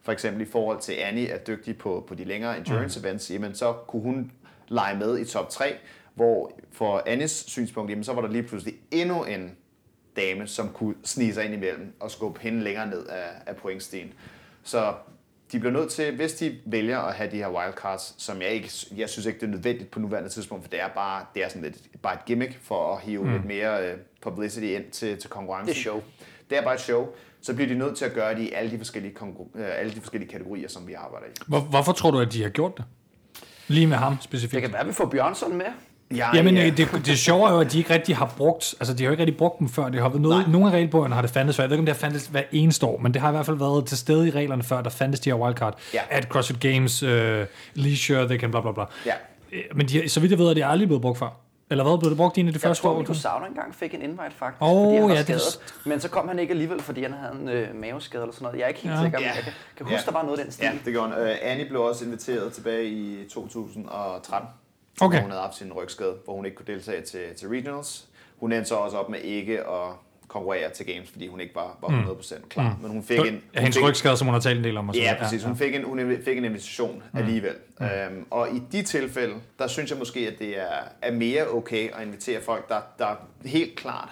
For eksempel i forhold til Annie er dygtig på de længere endurance events, jamen så kunne hun lege med i top 3, hvor for Annies synspunkt, jamen så var der lige pludselig endnu en dame, som kunne snige sig ind imellem og skubbe hende længere ned af pointstigen. Så de bliver nødt til, hvis de vælger at have de her wildcards, som jeg synes ikke, det er nødvendigt på nuværende tidspunkt, for det er sådan lidt bare et gimmick for at hive lidt mere publicity ind til konkurrencen. Det er show. Det er bare et show. Så bliver de nødt til at gøre det i alle de forskellige kategorier, som vi arbejder i. Hvorfor tror du, at de har gjort det? Lige med ham specifikt. Det kan være, at vi får Bjørnsson med. Jamen, det sjove er jo, at de ikke rigtig har brugt, altså de har jo ikke rigtig brugt dem før, det har været nogle af regelbøgerne har det fandtes før, jeg ved ikke, om det har fandtes hver eneste år, men det har i hvert fald været til stede i reglerne før, der fandtes de her wildcard, at CrossFit Games, Leisure, they can bla bla bla. Ja. Men så vidt jeg ved, at det aldrig blevet brugt før. Eller hvad, blev det brugt i en af de første år? Jeg tror, Sauner engang fik en invite faktisk, fordi han var skadet. Men så kom han ikke alligevel, fordi han havde en maveskade eller sådan noget. Jeg er ikke helt sikker, men jeg kan huske, der var noget af den stil. Ja, det gjorde han. Annie blev også inviteret tilbage i 2013. Okay. Hvor hun havde haft sin rygskade, hvor hun ikke kunne deltage til regionals. Hun endte så også op med ikke at konkurrere til games, fordi hun ikke var 100% klar. Men hun fik hendes rygskade, som hun har talt en del om. Ja, præcis. Hun fik en invitation alligevel. Og i de tilfælde, der synes jeg måske, at det er mere okay at invitere folk, der helt klart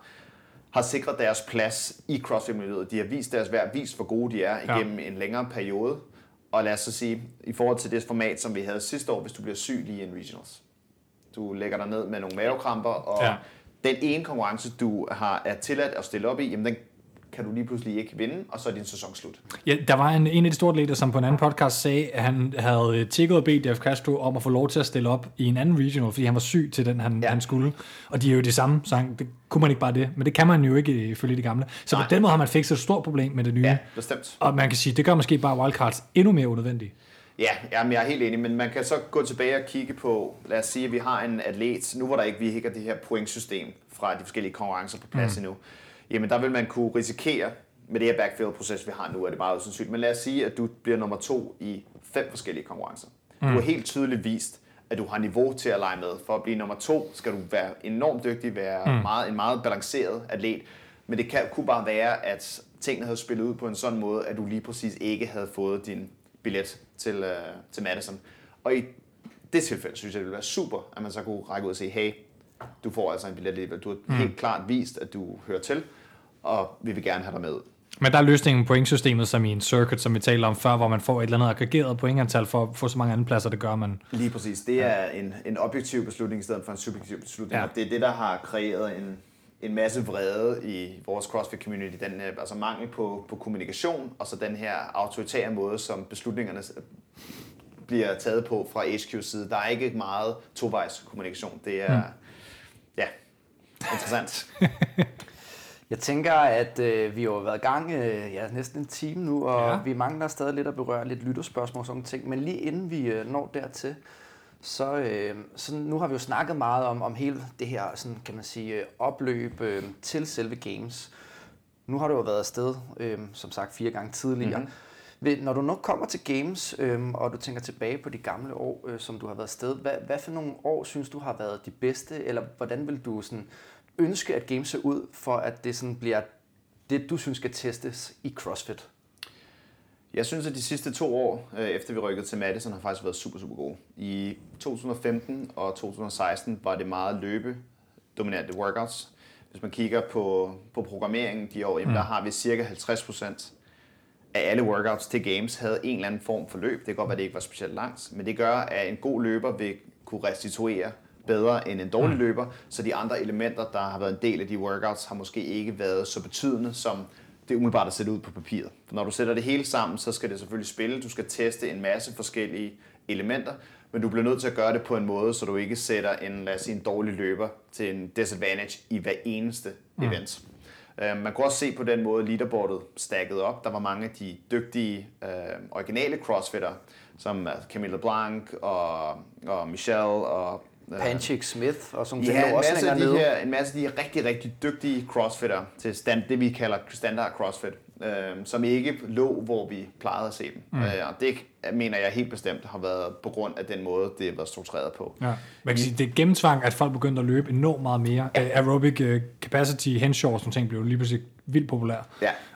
har sikret deres plads i CrossFit-miljøet. De har vist deres værd, vist hvor gode de er igennem en længere periode. Og lad os så sige, i forhold til det format, som vi havde sidste år, hvis du bliver syg lige i en regionals. Du lægger dig ned med nogle mavekramper, og den ene konkurrence, du er tilladt at stille op i, jamen den kan du lige pludselig ikke vinde, og så er din sæson slut. Ja, der var en af de store ledere, som på en anden podcast sagde, at han havde tikket og bedt DF Castro om at få lov til at stille op i en anden regional, fordi han var syg til den, han skulle. Og de er jo det samme, så det kunne man ikke bare det. Men det kan man jo ikke ifølge de gamle. Så på den måde har man fikset et stort problem med det nye. Ja, bestemt. Og man kan sige, det gør måske bare wildcards endnu mere unødvendigt. Ja, men jeg er helt enig, men man kan så gå tilbage og kigge på, lad os sige, at vi har en atlet, nu hvor der ikke vi ikke har det her pointsystem fra de forskellige konkurrencer på plads endnu, jamen der vil man kunne risikere, med det her backfield-proces, vi har nu, er det meget usandsynligt, men lad os sige, at du bliver nummer 2 i 5 forskellige konkurrencer. Du har helt tydeligt vist, at du har niveau til at lege med. For at blive nummer 2 skal du være enormt dygtig, være en meget balanceret atlet, men det kunne bare være, at tingene havde spillet ud på en sådan måde, at du lige præcis ikke havde fået din billet til Madison. Og i det tilfælde synes jeg, det ville være super, at man så kunne række ud og sige, hey, du får altså en billet alligevel. Du har helt klart vist, at du hører til, og vi vil gerne have dig med. Men der er løsningen på pointsystemet, som i en circuit, som vi talte om før, hvor man får et eller andet aggregeret pointantal for at få så mange andre pladser, det gør man. Lige præcis. Det er en objektiv beslutning i stedet for en subjektiv beslutning. Ja. Det er det, der har kreeret en masse vrede i vores CrossFit-community. Den altså mangel på kommunikation, og så den her autoritære måde, som beslutningerne bliver taget på fra HQ's side. Der er ikke meget tovejs kommunikation. Det er interessant. Jeg tænker, at vi har været i gang næsten en time nu, og vi mangler stadig lidt at berøre lidt lytterspørgsmål og sådan ting. Men lige inden vi når dertil, så nu har vi jo snakket meget om hele det her, sådan kan man sige, opløb til selve games. Nu har du jo været afsted, som sagt 4 gange tidligere. Mm-hmm. Når du nok kommer til games, og du tænker tilbage på de gamle år, som du har været afsted, hvad for nogle år synes du har været de bedste, eller hvordan vil du sådan ønske, at games ser ud, for at det sådan bliver det, du synes skal testes i CrossFit? Jeg synes, at de sidste 2 år, efter vi rykkede til Madison, har faktisk været super, super gode. I 2015 og 2016 var det meget løbedominante workouts. Hvis man kigger på programmeringen de år, der har vi cirka 50% af alle workouts til games havde en eller anden form for løb. Det kan godt være, det ikke var specielt langt, men det gør, at en god løber vil kunne restituere bedre end en dårlig løber, så de andre elementer, der har været en del af de workouts, har måske ikke været så betydende, som det er umiddelbart at sætte ud på papiret. For når du sætter det hele sammen, så skal det selvfølgelig spille. Du skal teste en masse forskellige elementer, men du bliver nødt til at gøre det på en måde, så du ikke sætter en dårlig løber til en disadvantage i hver eneste event. Man kan også se på den måde, leaderboardet stackede op. Der var mange af de dygtige, originale crossfitter, som Camille LeBlanc og Michelle og Panchik Smith og sådan en masse af de rigtig, rigtig dygtige crossfitter til det, vi kalder standard crossfit, som ikke lå, hvor vi plejede at se dem. Og det mener jeg helt bestemt har været på grund af den måde, det var struktureret på. Ja. Man kan sige, det er gennemtvang, at folk begyndte at løbe enormt meget mere. Aerobic capacity, henshaw og sådan ting blev lige pludselig vildt populære. Ja.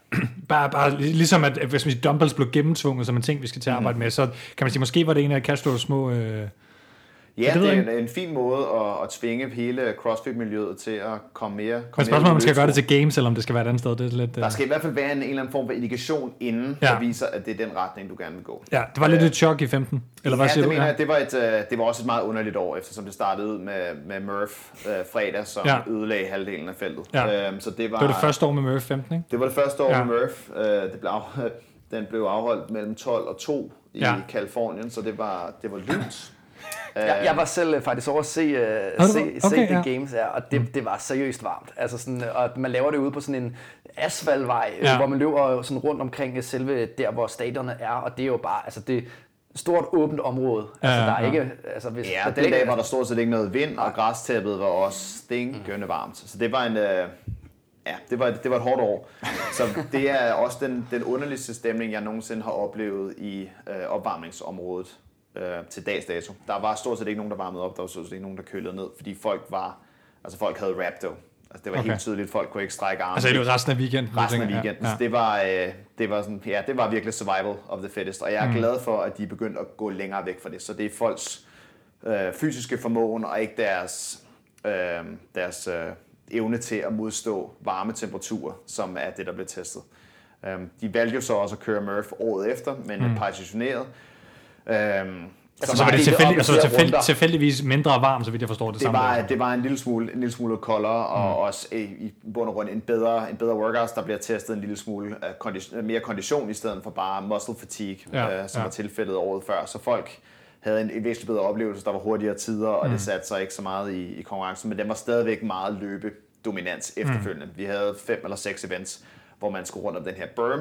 bare ligesom at hvis dumbbells blev gennemtvunget som en ting, vi skal til at arbejde med, så kan man sige, måske var det en af Castros små... Ja, det er en fin måde at tvinge hele CrossFit-miljøet til at komme mere... Men spørgsmålet, om man skal gøre det til games, eller om det skal være et andet sted, det er lidt... Der skal i hvert fald være en eller anden form for indikation inden, der viser, at det er den retning, du gerne vil gå. Ja, det var lidt et chok i 15, eller hvad siger du? Ja, det var også et meget underligt år, eftersom det startede ud med Murph fredag, som ødelagde halvdelen af feltet. Ja. Så det var det første år med Murph 15, ikke? Det var det første år med Murph. Den blev afholdt mellem 12 og 2 i Kalifornien, så det var lunt. Jeg var selv faktisk over at se The Games, og det var seriøst varmt. Altså sådan, og man laver det ude på sådan en asfaltvej, hvor man løber sådan rundt omkring selve der, hvor stadionerne er, og det er jo bare, altså det stort åbent område. Altså der er ikke, altså hvis den dag var der stort set ikke noget vind, og græstæppet var også stinkende varmt. Så det var en det var et hårdt år. Så det er også den underligste stemning, jeg nogensinde har oplevet i opvarmningsområdet. Til dags dato. Der var stort set ikke nogen, der varmede op. Der var stort set ikke nogen, der kølede ned, fordi folk havde rhabdo. Altså, det var helt tydeligt, folk kunne ikke strække armen. Altså det var resten af weekenden? Resten af weekenden. Ja. Så det var virkelig survival of the fittest. Og jeg er glad for, at de er begyndt at gå længere væk fra det. Så det er folks fysiske formåen, og ikke deres evne til at modstå varme temperaturer, som er det, der blev testet. De valgte jo så også at køre Murph året efter, men partitioneret. Så var det tilfældigvis mindre varmt, så vidt jeg forstår det samme. Det var en lille smule koldere, og også i bund og grund en bedre workout, der bliver testet en lille smule mere kondition, i stedet for bare muscle fatigue, som var tilfældet året før. Så folk havde en væsentligt bedre oplevelse, der var hurtigere tider, og det satte sig ikke så meget i konkurrencen, men den var stadigvæk meget løbedominans efterfølgende. Vi havde 5 eller 6 events, hvor man skulle rundt om den her berm.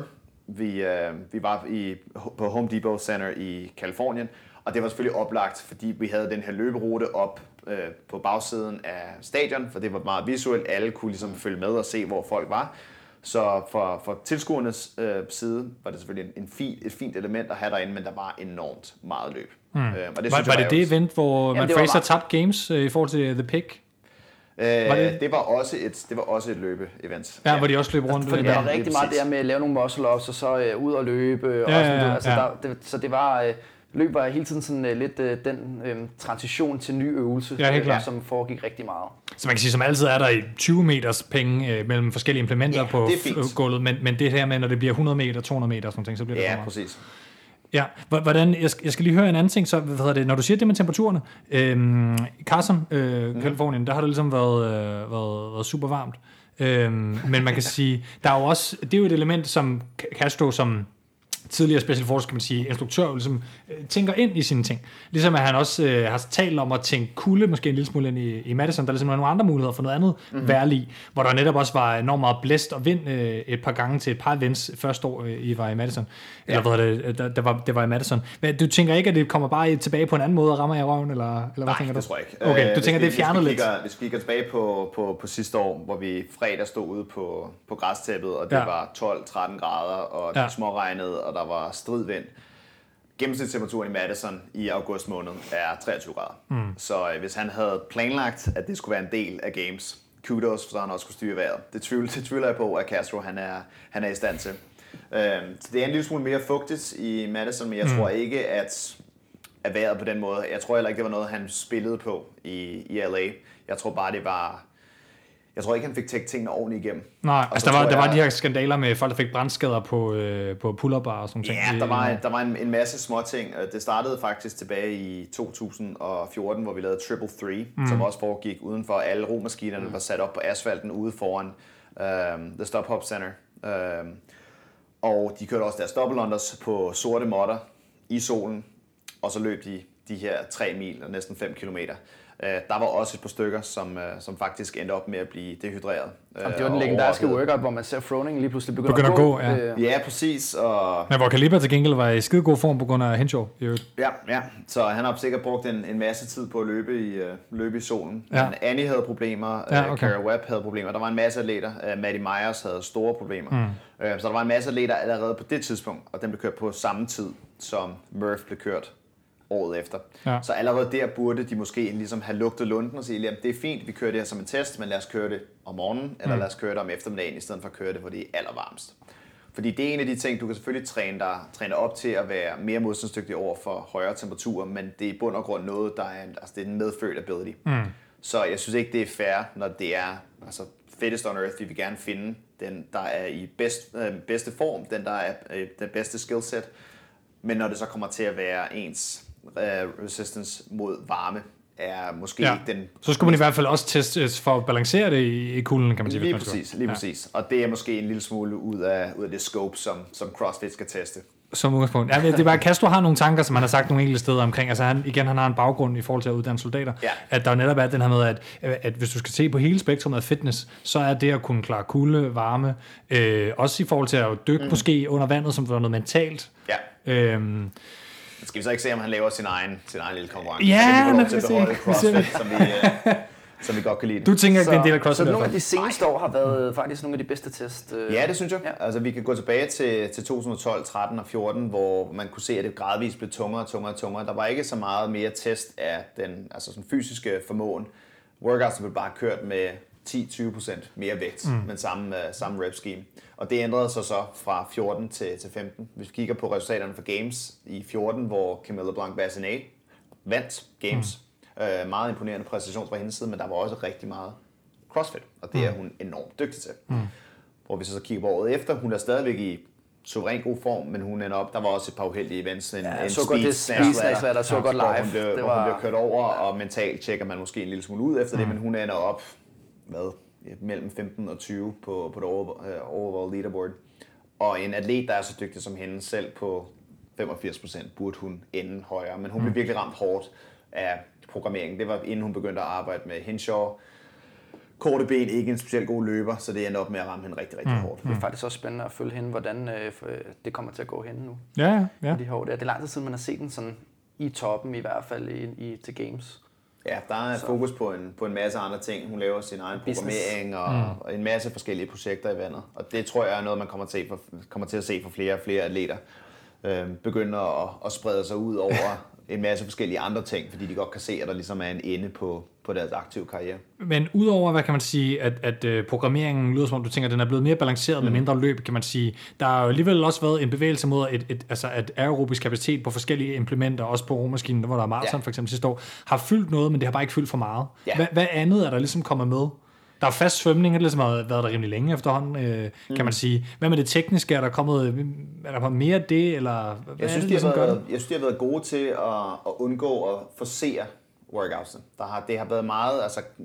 Vi var på Home Depot Center i Kalifornien, og det var selvfølgelig oplagt, fordi vi havde den her løberute op på bagsiden af stadion, for det var meget visuelt. Alle kunne ligesom følge med og se, hvor folk var. Så for tilskuernes side var det selvfølgelig et fint element at have derinde, men der var enormt meget løb. Og det var det event, hvor Matt Fraser tabte games i forhold til The Pick? Det var også et løbe-event. Ja, hvor de også løb rundt. For det var rigtig meget der med at lave nogle muscle-ups, og så ud og løbe. Så det var... Løb var hele tiden sådan lidt den transition til ny øvelse, som foregik rigtig meget. Så man kan sige, som altid er der i 20 meters penge mellem forskellige implementer på gulvet, men det her med, når det bliver 100 meter, 200 meter og sådan noget, så bliver det for meget. Præcis. Ja, hvordan, jeg skal lige høre en anden ting, så når du siger det med temperaturerne, Carson, Kalifornien, der har det ligesom været super varmt, men man kan sige, der er jo også, det er jo et element, som Castro, som tidligere special force, kan man sige, instruktør, ligesom tænker ind i sine ting. Ligesom at han også har talt om at tænke kulde, måske en lille smule ind i Madison, der ligesom er nogle andre muligheder for noget andet værlig, hvor der netop også var enormt meget blæst og vind et par gange til et par events første år, I var i Madison. Eller det var i Madison. Men du tænker ikke, at det kommer bare tilbage på en anden måde og rammer i røven, eller hvad tænker du? Nej, det tror jeg ikke. Okay, du tænker, det er fjernet lidt? Hvis vi kigger tilbage på sidste år, hvor vi fredag stod ude på græstæppet, og det var 12-13 grader, og det småregnede, og der var stridvind. Gennemsnitstemperaturen i Madison i august måned er 23 grader. Så hvis han havde planlagt, at det skulle være en del af games, kudos, så han også kunne styre vejret. Det tvivler jeg på, at Castro han er i stand til. Så det er en lille smule mere fugtigt i Madison, men jeg tror ikke, at vejret på den måde. Jeg tror heller ikke, det var noget, han spillede på i LA. Jeg tror bare, jeg tror ikke, han fik tænkt tingene ordentligt igennem. Nej, altså der var de her skandaler med folk, der fik brandskader på pull-up og sådan ting. Ja, der var en masse små ting. Det startede faktisk tilbage i 2014, hvor vi lavede Triple 3, som også foregik udenfor. Alle romaskinerne var sat op på asfalten ude foran The Stop Hop Center. Og de kørte også deres double unders på sorte måtter i solen, og så løb de her 3 mil og næsten 5 kilometer. Der var også et par stykker, som faktisk endte op med at blive dehydreret. Det var den legendariske workout, hvor man ser Froning lige pludselig begynder at gå. Ja, præcis. Men hvor Kaliber til gengæld var i skide god form på grund af Henshaw. Ja. Så han har sikkert brugt en masse tid på at løbe i solen. Ja. Annie havde problemer, Kara Webb havde problemer. Der var en masse atleter. Maddie Myers havde store problemer. Så der var en masse atleter allerede på det tidspunkt, og den blev kørt på samme tid, som Murph blev kørt året efter. Ja. Så allerede der burde de måske ligesom have lugtet lunden og sige, at det er fint, vi kører det her som en test, men lad os køre det om morgenen, eller lad os køre det om eftermiddagen, i stedet for at køre det, hvor det er allervarmest. Fordi det er en af de ting, du kan selvfølgelig træne dig op til at være mere modstandsdygtig over for højere temperaturer, men det er i bund og grund noget, der er, altså det er en medfødt ability. Så jeg synes ikke, det er fair, når det er altså fittest on earth. Vi vil gerne finde den, der er i bedste form, den, der er den bedste skillset. Men når det så kommer til at være ens resistance mod varme, er måske ikke den... Så skulle man i hvert fald også testes for at balancere det i kulden, kan man sige. Lige præcis. Og det er måske en lille smule ud af det scope, som CrossFit skal teste. Som udgangspunkt. Ja, det er bare, Castro har nogle tanker, som han har sagt nogle enkelte steder omkring. Altså han har en baggrund i forhold til at uddanne soldater. Ja. At der netop er den her med, at hvis du skal se på hele spektrumet af fitness, så er det at kunne klare kulde, varme, også i forhold til at dykke måske under vandet, som var noget mentalt. Ja. Skal vi så ikke se, om han laver sin egen lille konkurrence? Ja, så kan vi gå til at beholde CrossFit, som vi godt kan lide. Du tænker ikke, det er en del af CrossFit? Så nogle af de seneste år har været faktisk nogle af de bedste test? Ja, det synes jeg. Ja. Altså, vi kan gå tilbage til 2012, 13 og 14, hvor man kunne se, at det gradvist blev tungere. Der var ikke så meget mere test af den sådan fysiske formåen. Workouts blev bare kørt med 10-20% mere vægt, men samme rep scheme. Og det ændrede sig så fra 14 til 15. Hvis vi kigger på resultaterne for Games i 14, hvor Camilla Blanc-Bassinet vandt Games. Meget imponerende præstation fra hendes side, men der var også rigtig meget CrossFit, og det er hun enormt dygtig til. Hvor vi så kigger på året efter, hun er stadigvæk i suveræn god form, men hun ender op, der var også et par uheldige events, en speed snatch ladder, så godt live. Hvor hun bliver kørt over, og mentalt tjekker man måske en lille smule ud efter det, men hun ender op mellem 15 og 20 på det overall leaderboard. Og en atlet, der er så dygtig som hende, selv på 85%, burde hun ende højere, men hun blev virkelig ramt hårdt af programmeringen. Det var inden hun begyndte at arbejde med Hinshaw. Korte ben, ikke en specielt god løber, så det ender op med at ramme hende rigtig, rigtig hårdt. Det er faktisk også spændende at følge hende, hvordan det kommer til at gå hende nu. Ja. Det er lang tid siden, man har set den sådan i toppen, i hvert fald til Games. Ja, der er fokus på en masse andre ting. Hun laver sin egen programmering og en masse forskellige projekter i vandet. Og det tror jeg er noget, man kommer til at se for flere og flere atleter. Begynder at sprede sig ud over en masse forskellige andre ting, fordi de godt kan se, at der ligesom er en ende på deres aktive karriere. Men udover, hvad kan man sige, at programmeringen lyder som om, du tænker, at den er blevet mere balanceret med mindre løb, kan man sige. Der har jo alligevel også været en bevægelse mod at aerobisk kapacitet på forskellige implementer, også på romaskinen, hvor der er maraton for eksempel sidste år, har fyldt noget, men det har bare ikke fyldt for meget. Ja. Hvad andet er der ligesom kommet med? Der er fast svømning, det ligesom har været der rimelig længe efterhånden, kan man sige. Hvad med det tekniske? Er der kommet mere af det? Eller jeg synes, de har været gode til at undgå at forsere workouts. Det har været meget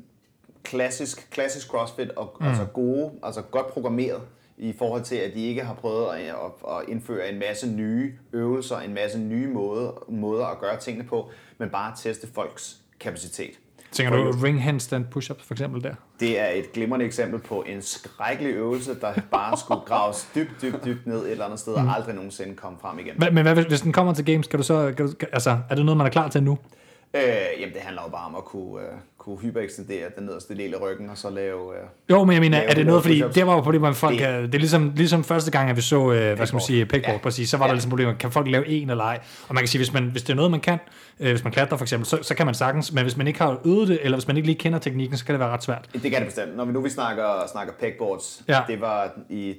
klassisk CrossFit og godt programmeret i forhold til, at de ikke har prøvet at indføre en masse nye øvelser, en masse nye måder at gøre tingene på, men bare teste folks kapacitet. Tænker du ring handstand push-ups for eksempel der? Det er et glimrende eksempel på en skrækkelig øvelse, der bare skulle graves dybt ned et eller andet sted og aldrig nogensinde komme frem igen. Men hvad, hvis den kommer til Games, er det noget, man er klar til nu? Jamen det handler jo bare om at kunne hyperekstendere den nederste del af ryggen og så lave... Jo, men jeg mener, er det noget, fordi det var jo problemet med folk, det er ligesom første gang, at vi så, hvad skal man sige, pegboard præcis, så var der ligesom problemer, kan folk lave en eller ej? Og man kan sige, hvis det er noget, man kan, hvis man klatrer for eksempel, så kan man sagtens, men hvis man ikke har øvet det, eller hvis man ikke lige kender teknikken, så kan det være ret svært. Det kan det bestemt. Når vi snakker pegboards, det var i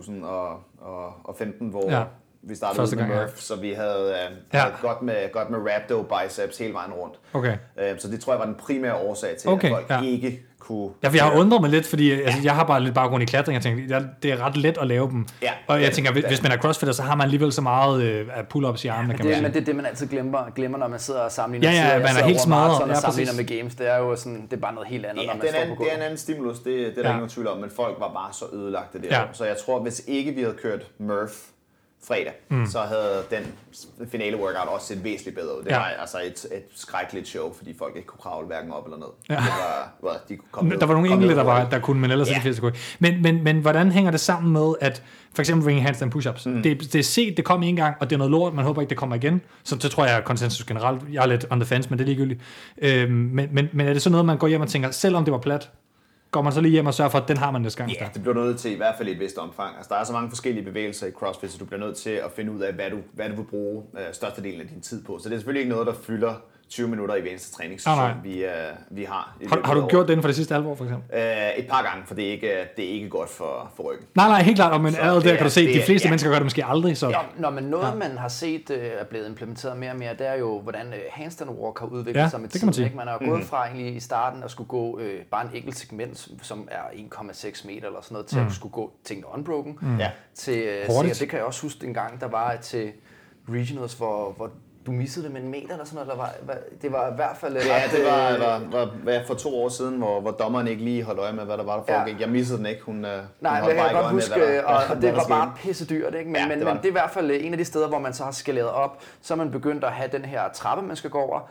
2015, hvor... Vi startede ud med Murph, så vi havde godt med rhabdo biceps hele vejen rundt. Okay. Så det tror jeg var den primære årsag til, at folk ikke kunne... Ja, for jeg har undret mig lidt, fordi jeg har bare lidt baggrund i klatring. Jeg tænker, det er ret let at lave dem. Ja. Og jeg tænker, hvis man er crossfitter, så har man alligevel så meget pull-ups i armene, kan man sige. Men det er det, man altid glemmer, når man sidder og sammenligner. Ja, man er helt smadret. Og sammenligner med games. Det er jo sådan, det er bare noget helt andet, når man står på gulvet. Det er en anden stimulus, det er der ikke nogen tvivl om, men folk var bare så ødelagte der. Så jeg tror, hvis ikke vi havde kørt Murph fredag, så havde den finale workout også set væsentligt bedre ud. Det var altså et skrækkeligt show, fordi folk ikke kunne kravle hverken op eller ned. Ja. De kunne komme der var nogle enkelte, der kunne, men ellers ikke fleste kunne. Men hvordan hænger det sammen med, at for eksempel ring handstand push-ups, det er set, det kom en gang, og det er noget lort, man håber ikke, det kommer igen. Så det tror jeg er konsensus generelt. Jeg er lidt on the fence, men det er ligegyldigt. Men er det så noget, man går hjem og tænker, selvom det var plat, går man så lige hjem og sørger for, at den har man næste gang? Ja, det bliver nødt til i hvert fald i et vist omfang. Altså, der er så mange forskellige bevægelser i CrossFit, så du bliver nødt til at finde ud af, hvad du vil bruge størstedelen af din tid på. Så det er selvfølgelig ikke noget, der fylder 20 minutter i hver eneste træningssession, vi har. Har du gjort den for det sidste halvår, for eksempel? Et par gange, for det er ikke godt for ryggen. Nej, helt klart. Men allerede der kan du se, at de fleste mennesker gør det måske aldrig. Så. Ja, men noget, man har set er blevet implementeret mere og mere, det er jo, hvordan handstand walk har udviklet sig med tiden. Ikke? Man er gået fra egentlig i starten at skulle gå bare en enkelt segment, som er 1,6 meter eller sådan noget, til at skulle gå til unbroken. Til, det kan jeg også huske en gang, der var til regionals, hvor du missede det med 1 meter eller sådan noget, det var i hvert fald... Ja, det var for 2 år siden, hvor dommeren ikke lige holdt øje med, hvad der var, der foregik. Jeg missede den ikke, hun nej, det kan jeg godt huske, og det var bare pisse dyrt, ikke? Men det er i hvert fald en af de steder, hvor man så har skaleret op, så er man begyndt at have den her trappe, man skal gå over,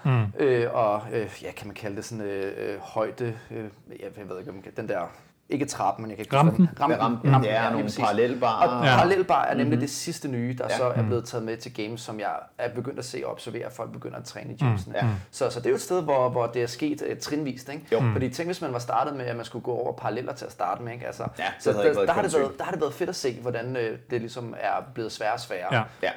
kan man kalde det sådan højde, jeg ved ikke, den der... Ikke trappen, men jeg kan ikke rampen. Rampen. Det er nogle parallelbarer. Og parallelbar er nemlig det sidste nye, der så er blevet taget med til games, som jeg er begyndt at se og observere, at folk begynder at træne i gymsene. Så det er jo et sted, hvor det er sket trinvist, ikke? Fordi tænk, hvis man var startet med, at man skulle gå over paralleller til at starte med, ikke? Altså, så der har det været fedt at se, hvordan det ligesom er blevet sværere og sværere. Ja.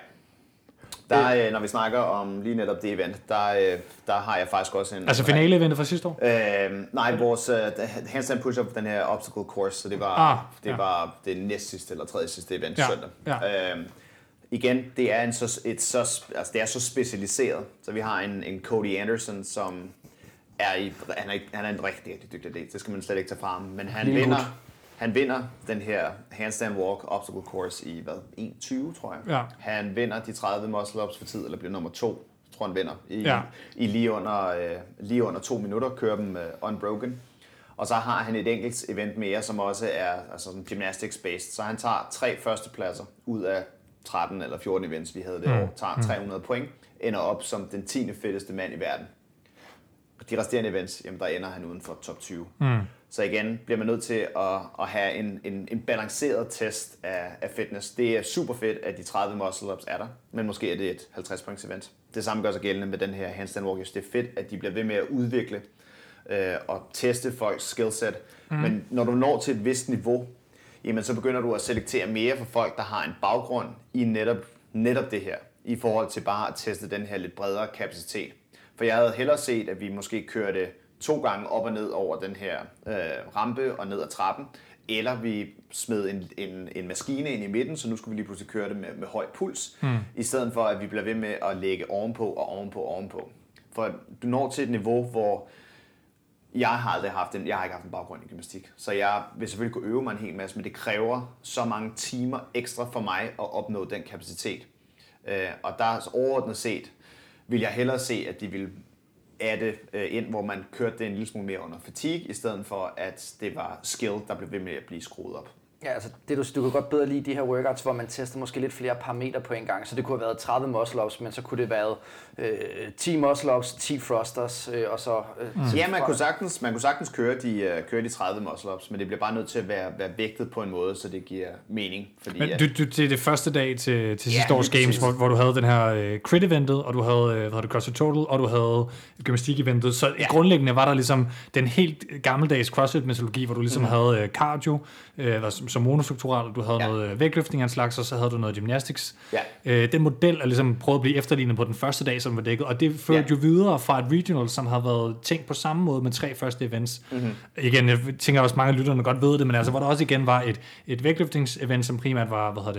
Når vi snakker om lige netop det event, der har jeg faktisk også en... Altså finale-eventet fra sidste år? Nej, vores handstand push-up, den her obstacle course, så det var det næst sidste eller tredje sidste event søndag. Ja. Igen, det er det er så specialiseret, så vi har en Cody Anderson, som han er en rigtig dygtig del, det skal man slet ikke tage fra ham, men han vinder den her handstand walk obstacle course i 1.20, tror jeg. Ja. Han vinder de 30 muscle ups for tid, eller bliver nummer 2, tror han vinder, i lige under 2 minutter, kører dem unbroken. Og så har han et enkelt event mere, som også er sådan gymnastics-based. Så han tager 3 førstepladser ud af 13 eller 14 events, vi havde det år, tager 300 point, ender op som den 10. fedteste mand i verden. De resterende events, jamen der ender han uden for top 20. Så igen bliver man nødt til at have en balanceret test af fitness. Det er super fedt, at de 30 muscle-ups er der, men måske er det et 50-points event. Det samme gør sig gældende med den her handstand walk. Det er fedt, at de bliver ved med at udvikle og teste folks skillset. Men når du når til et vist niveau, jamen så begynder du at selektere mere for folk, der har en baggrund i netop det her, i forhold til bare at teste den her lidt bredere kapacitet. For jeg havde hellere set, at vi måske kørte 2 gange op og ned over den her rampe og ned ad trappen, eller vi smed en maskine ind i midten, så nu skulle vi lige pludselig køre det med høj puls, i stedet for at vi bliver ved med at lægge ovenpå. For du når til et niveau, hvor jeg har ikke haft en baggrund i gymnastik, så jeg vil selvfølgelig kunne øve mig en hel masse, men det kræver så mange timer ekstra for mig at opnå den kapacitet. Og der overordnet set vil jeg hellere se, at de vil adde ind, hvor man kørte det en lille smule mere under fatigue, i stedet for, at det var skill, der blev ved med at blive skruet op. Ja, altså du kan godt bedre lide de her workouts, hvor man tester måske lidt flere parametre på en gang. Så det kunne have været 30 muscle-ups, men så kunne det have været 10 muscle-ups, 10 thrusters, og så... Ja, man kunne sagtens køre de 30 muscle-ups, men det bliver bare nødt til at være vægtet på en måde, så det giver mening. Fordi, men du til det første dag til sidste års games, hvor du havde den her crit-eventet, og du havde CrossFit Total, og du havde gymnastik-eventet, så grundlæggende var der ligesom den helt gammeldags CrossFit-metodologi, hvor du ligesom havde cardio, som monostrukturelt, du havde noget vægtløftning af en slags, og så havde du noget gymnastics. Ja. Den model er ligesom prøvet at blive efterlignet på den første dag, som var dækket, og det førte jo videre fra et regional, som har været tænkt på samme måde med 3 første events. Igen, jeg tænker også, mange af lytterne godt ved det, men altså, hvor der også igen var et vægtløftningsevent, som primært var,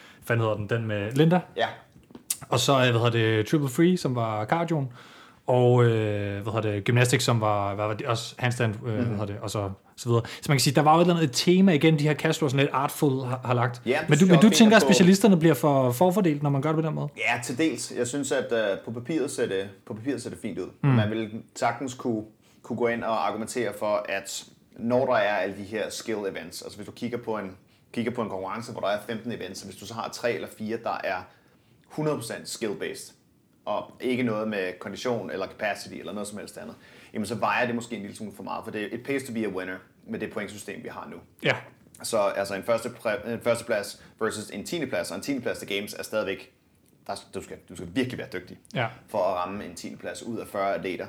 den med Linda. Ja. Og så, Triple Free, som var cardioen, og gymnastics, som var også handstand, og så videre. Så man kan sige, der var jo et eller andet tema igen, de her Castro sådan lidt artful har lagt. Ja, men du tænker, at specialisterne bliver forfordelt, når man gør det på den måde? Ja, til dels. Jeg synes, at på papiret ser det fint ud. Man vil sagtens kunne gå ind og argumentere for, at når der er alle de her skill events, altså hvis du kigger på en konkurrence, hvor der er 15 events, så hvis du så har 3 eller 4, der er 100% skill-based, og ikke noget med kondition eller capacity eller noget som helst andet, jamen så vejer det måske en lille smule for meget, for it pays to be a winner med det pointsystem, vi har nu. Ja. Så altså en førsteplads versus en 10. plads, og en 10. plads til games er stadigvæk, du skal virkelig være dygtig for at ramme en 10. plads ud af 40 atleter.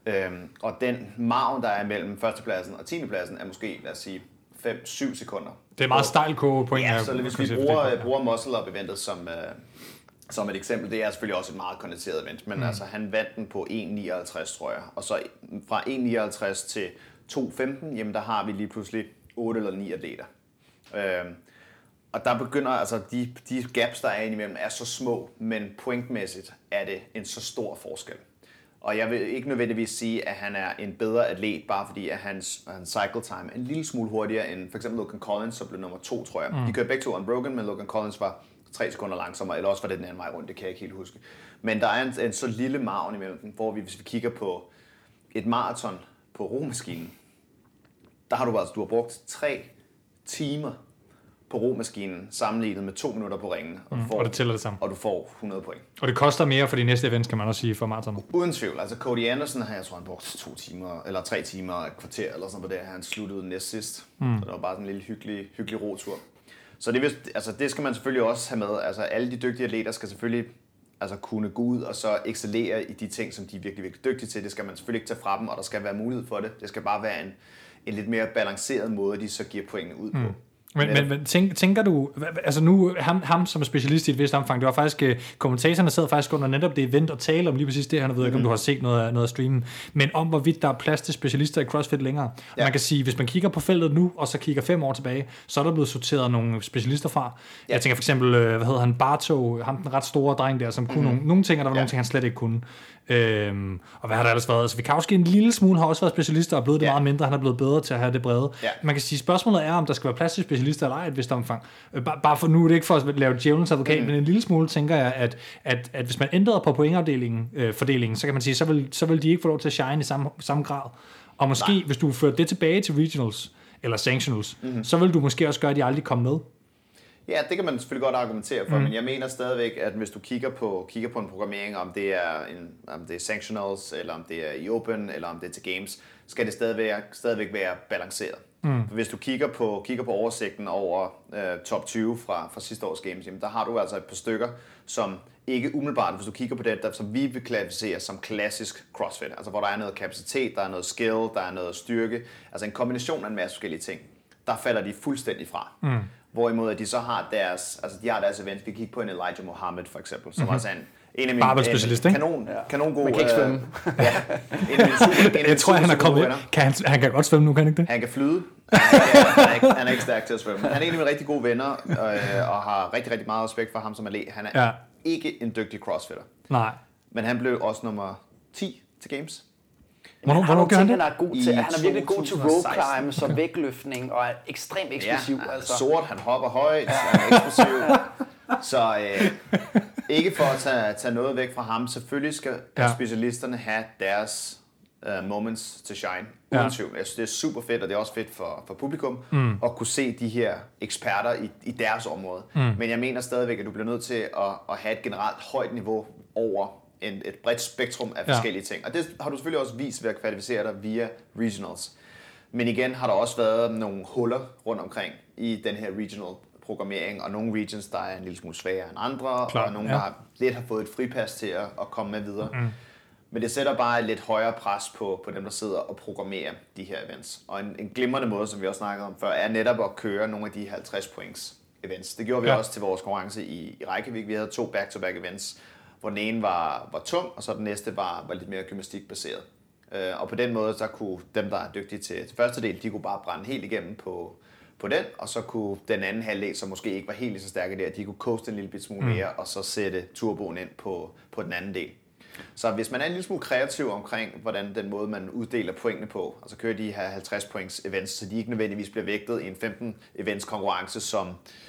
Og den margen, der er mellem førstepladsen og 10. pladsen, er måske, lad os sige, 5-7 sekunder. Det er meget stejl point. Ja, så hvis vi bruger muscle-up-eventet som et eksempel, det er selvfølgelig også et meget kondenseret event, men altså han vandt den på 1,59, tror jeg. Og så fra 1,59 til 2,15, jamen der har vi lige pludselig 8 eller 9 atleter. Og der begynder, altså de gaps, der er indimellem, er så små, men pointmæssigt er det en så stor forskel. Og jeg vil ikke nødvendigvis sige, at han er en bedre atlet, bare fordi at hans cycle time er en lille smule hurtigere end for eksempel Logan Collins, som blev nummer 2, tror jeg. De kørte begge to unbroken, men Logan Collins var 3 sekunder langsommere, eller også var det den anden vej rundt, det kan jeg ikke helt huske. Men der er en så lille margen imellem dem, hvor hvis vi kigger på et maraton på romaskinen, der har du brugt 3 timer på romaskinen sammenlignet med 2 minutter på ringen. Og det tæller det samme. Og du får 100 point. Og det koster mere for de næste events, kan man også sige, for maraton. Uden tvivl. Altså Cody Anderson har jeg tror han brugt 2 timer, eller 3 timer og et kvarter, eller sådan på det. Han sluttede næst sidst. Så det var bare sådan en lille hyggelig rotur. Så det skal man selvfølgelig også have med. Altså alle de dygtige atleter skal selvfølgelig kunne gå ud og så excellere i de ting, som de er virkelig, virkelig dygtige til. Det skal man selvfølgelig ikke tage fra dem, og der skal være mulighed for det. Det skal bare være en lidt mere balanceret måde, de så giver pointene ud på. Men tænker du, altså nu, ham som er specialist i et vist omfang, det var faktisk, kommentatorerne sad faktisk under netop det event og tale om lige præcis det her, jeg ved ikke, om du har set noget af streamen, men om hvorvidt der er plads til specialister i CrossFit længere. Ja. Man kan sige, hvis man kigger på feltet nu, og så kigger 5 år tilbage, så er der blevet sorteret nogle specialister fra. Ja. Jeg tænker for eksempel, hvad hedder han, Barto, ham den ret store dreng der, som kunne nogle ting, og der var nogle ting, han slet ikke kunne. Og hvad har der ellers været? Altså Vikowski en lille smule har også været specialister og blevet det meget mindre, han er blevet bedre til at have det brede. Ja. Man kan sige, spørgsmålet er, om der skal være plads til specialister eller ej et vist omfang. Bare for nu er det ikke for at lave djævelens advokat, men en lille smule tænker jeg, at hvis man ændrede på pointfordelingen, så kan man sige, så vil de ikke få lov til at shine i samme grad. Og måske, hvis du fører det tilbage til regionals eller sanctionals, så vil du måske også gøre, at de aldrig kommer med. Ja, det kan man selvfølgelig godt argumentere for, men jeg mener stadigvæk, at hvis du kigger på en programmering, om det er sanctionals, eller om det er i open, eller om det er til games, skal det stadigvæk være balanceret. For hvis du kigger på oversigten over top 20 fra sidste års games, jamen, der har du altså et par stykker, som ikke umiddelbart, hvis du kigger på det, som vi vil klassificere som klassisk CrossFit, altså hvor der er noget kapacitet, der er noget skill, der er noget styrke, altså en kombination af en masse forskellige ting, der falder de fuldstændig fra. Hvorimod at de så har deres events. Vi kigger på en Elijah Muhammad for eksempel, som også er en af mine kanon god. Man kan ikke svømme. Jeg tror, han er kommet ind. Han kan godt svømme nu, kan han ikke det? Han kan flyde. Han er ikke stærk til at svømme. Han er en af mine rigtig gode venner, og har rigtig, rigtig meget respekt for ham som atlet. Han er ikke en dygtig crossfitter. Nej. Men han blev også nummer 10 til Games. Hvornår gør han det? Han er virkelig god til rope climb, så vægtløftning, og er ekstremt eksplosiv. Ja, altså. Sort, han hopper højt, han er eksplosiv. Så ikke for at tage noget væk fra ham. Selvfølgelig skal specialisterne have deres moments to shine. Uden tvivl. Jeg synes, det er super fedt, og det er også fedt for publikum at kunne se de her eksperter i deres område. Men jeg mener stadigvæk, at du bliver nødt til at have et generelt højt niveau over et bredt spektrum af forskellige ting. Og det har du selvfølgelig også vist ved at kvalificere dig via regionals. Men igen har der også været nogle huller rundt omkring i den her regional programmering, og nogle regions, der er en lille smule svagere end andre, og nogle, der lidt har fået et fripas til at komme med videre. Men det sætter bare et lidt højere pres på dem, der sidder og programmerer de her events. Og en glimrende måde, som vi også snakkede om før, er netop at køre nogle af de 50 points events. Det gjorde vi også til vores konkurrence i Reykjavik. Vi havde 2 back-to-back events, hvor den ene var tung, og så den næste var lidt mere gymnastikbaseret. Og på den måde, så kunne dem, der er dygtige til første del, de kunne bare brænde helt igennem på den, og så kunne den anden halvdel, som måske ikke var helt lige så stærke der, de kunne coaste en lille bit smule mere, og så sætte turboen ind på den anden del. Så hvis man er en lille smule kreativ omkring, hvordan den måde, man uddeler pointene på, og så kører de her 50 points events, så de ikke nødvendigvis bliver vægtet i en 15 events konkurrence, som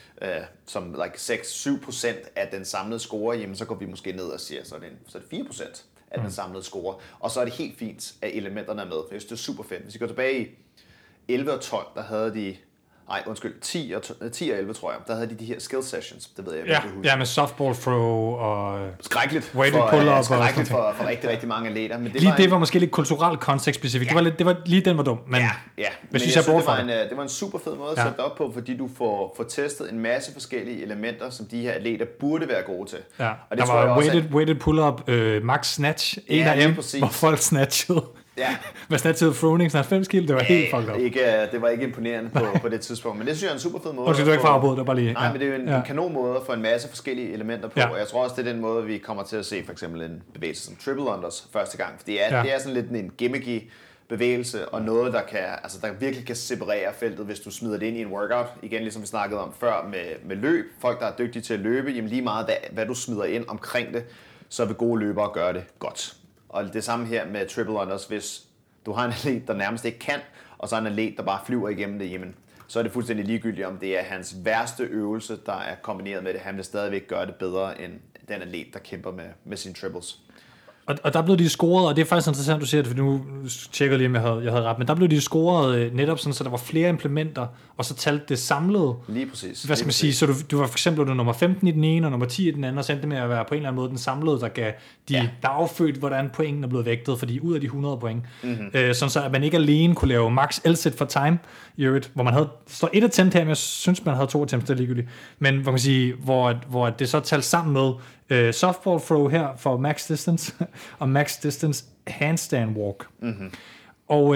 6-7% af den samlede score, jamen så går vi måske ned og siger, så er det 4% af den samlede score. Og så er det helt fint, at elementerne er med. Jeg synes, det er super fedt. Hvis vi går tilbage i 11 og 12, der havde de 10 og 11, tror jeg, der havde de her skill sessions, det ved jeg ikke, ja, med softball throw og skrækkeligt weighted pull-up skrækkeligt for rigtig, rigtig mange atleter. Men det var måske lidt kulturelt kontekstspecifikt. Ja. Det var lige den var dum, men hvis jeg synes, det var en super fed måde at sætte det op på, fordi du får testet en masse forskellige elementer, som de her atleter burde være gode til. Ja. Og det der var weighted pull-up, max snatch, en af dem, hvor folk snatchede. Ja. Hvad statede Froning? Snart 5 skill? Det var helt fucked up. Det var ikke imponerende på det tidspunkt, men det synes jeg er en super fed måde. Og du ikke farve på, det var bare lige... Nej, men det er jo en kanon måde at få en masse forskellige elementer på, og jeg tror også, det er den måde, vi kommer til at se for eksempel en bevægelse som triple unders første gang, for det er sådan lidt en gimmicky bevægelse, og noget, der virkelig kan separere feltet, hvis du smider det ind i en workout. Igen, ligesom vi snakkede om før med løb. Folk, der er dygtige til at løbe, jamen lige meget hvad du smider ind omkring det, så vil gode løbere gøre det godt. Og det samme her med triple unders, hvis du har en atlet, der nærmest ikke kan, og så en atlet, der bare flyver igennem det, jamen, så er det fuldstændig ligegyldigt, om det er hans værste øvelse, der er kombineret med det. Han vil stadigvæk gøre det bedre end den atlet, der kæmper med sine triples. Og der blev de scoret, og det er faktisk interessant, du siger det, for nu tjekker lige, om jeg havde ret, men der blev de scoret netop sådan, så der var flere implementer, og så talte det samlede. Lige præcis. Hvad skal man sige, så du var for eksempel nummer 15 i den ene, og nummer 10 i den anden, og så endte med at være på en eller anden måde den samlede, der gav der affødt, hvordan pointen er blevet vægtet, fordi ud af de 100 point. Sådan så, at man ikke alene kunne lave max L-set for time, i øvrigt, hvor man havde, står et attempt her, men jeg synes, man havde 2 attempts, det er ligegyldigt, men hvor man sige, hvor det så talte sammen med softball throw her for max distance, og max distance handstand walk. Og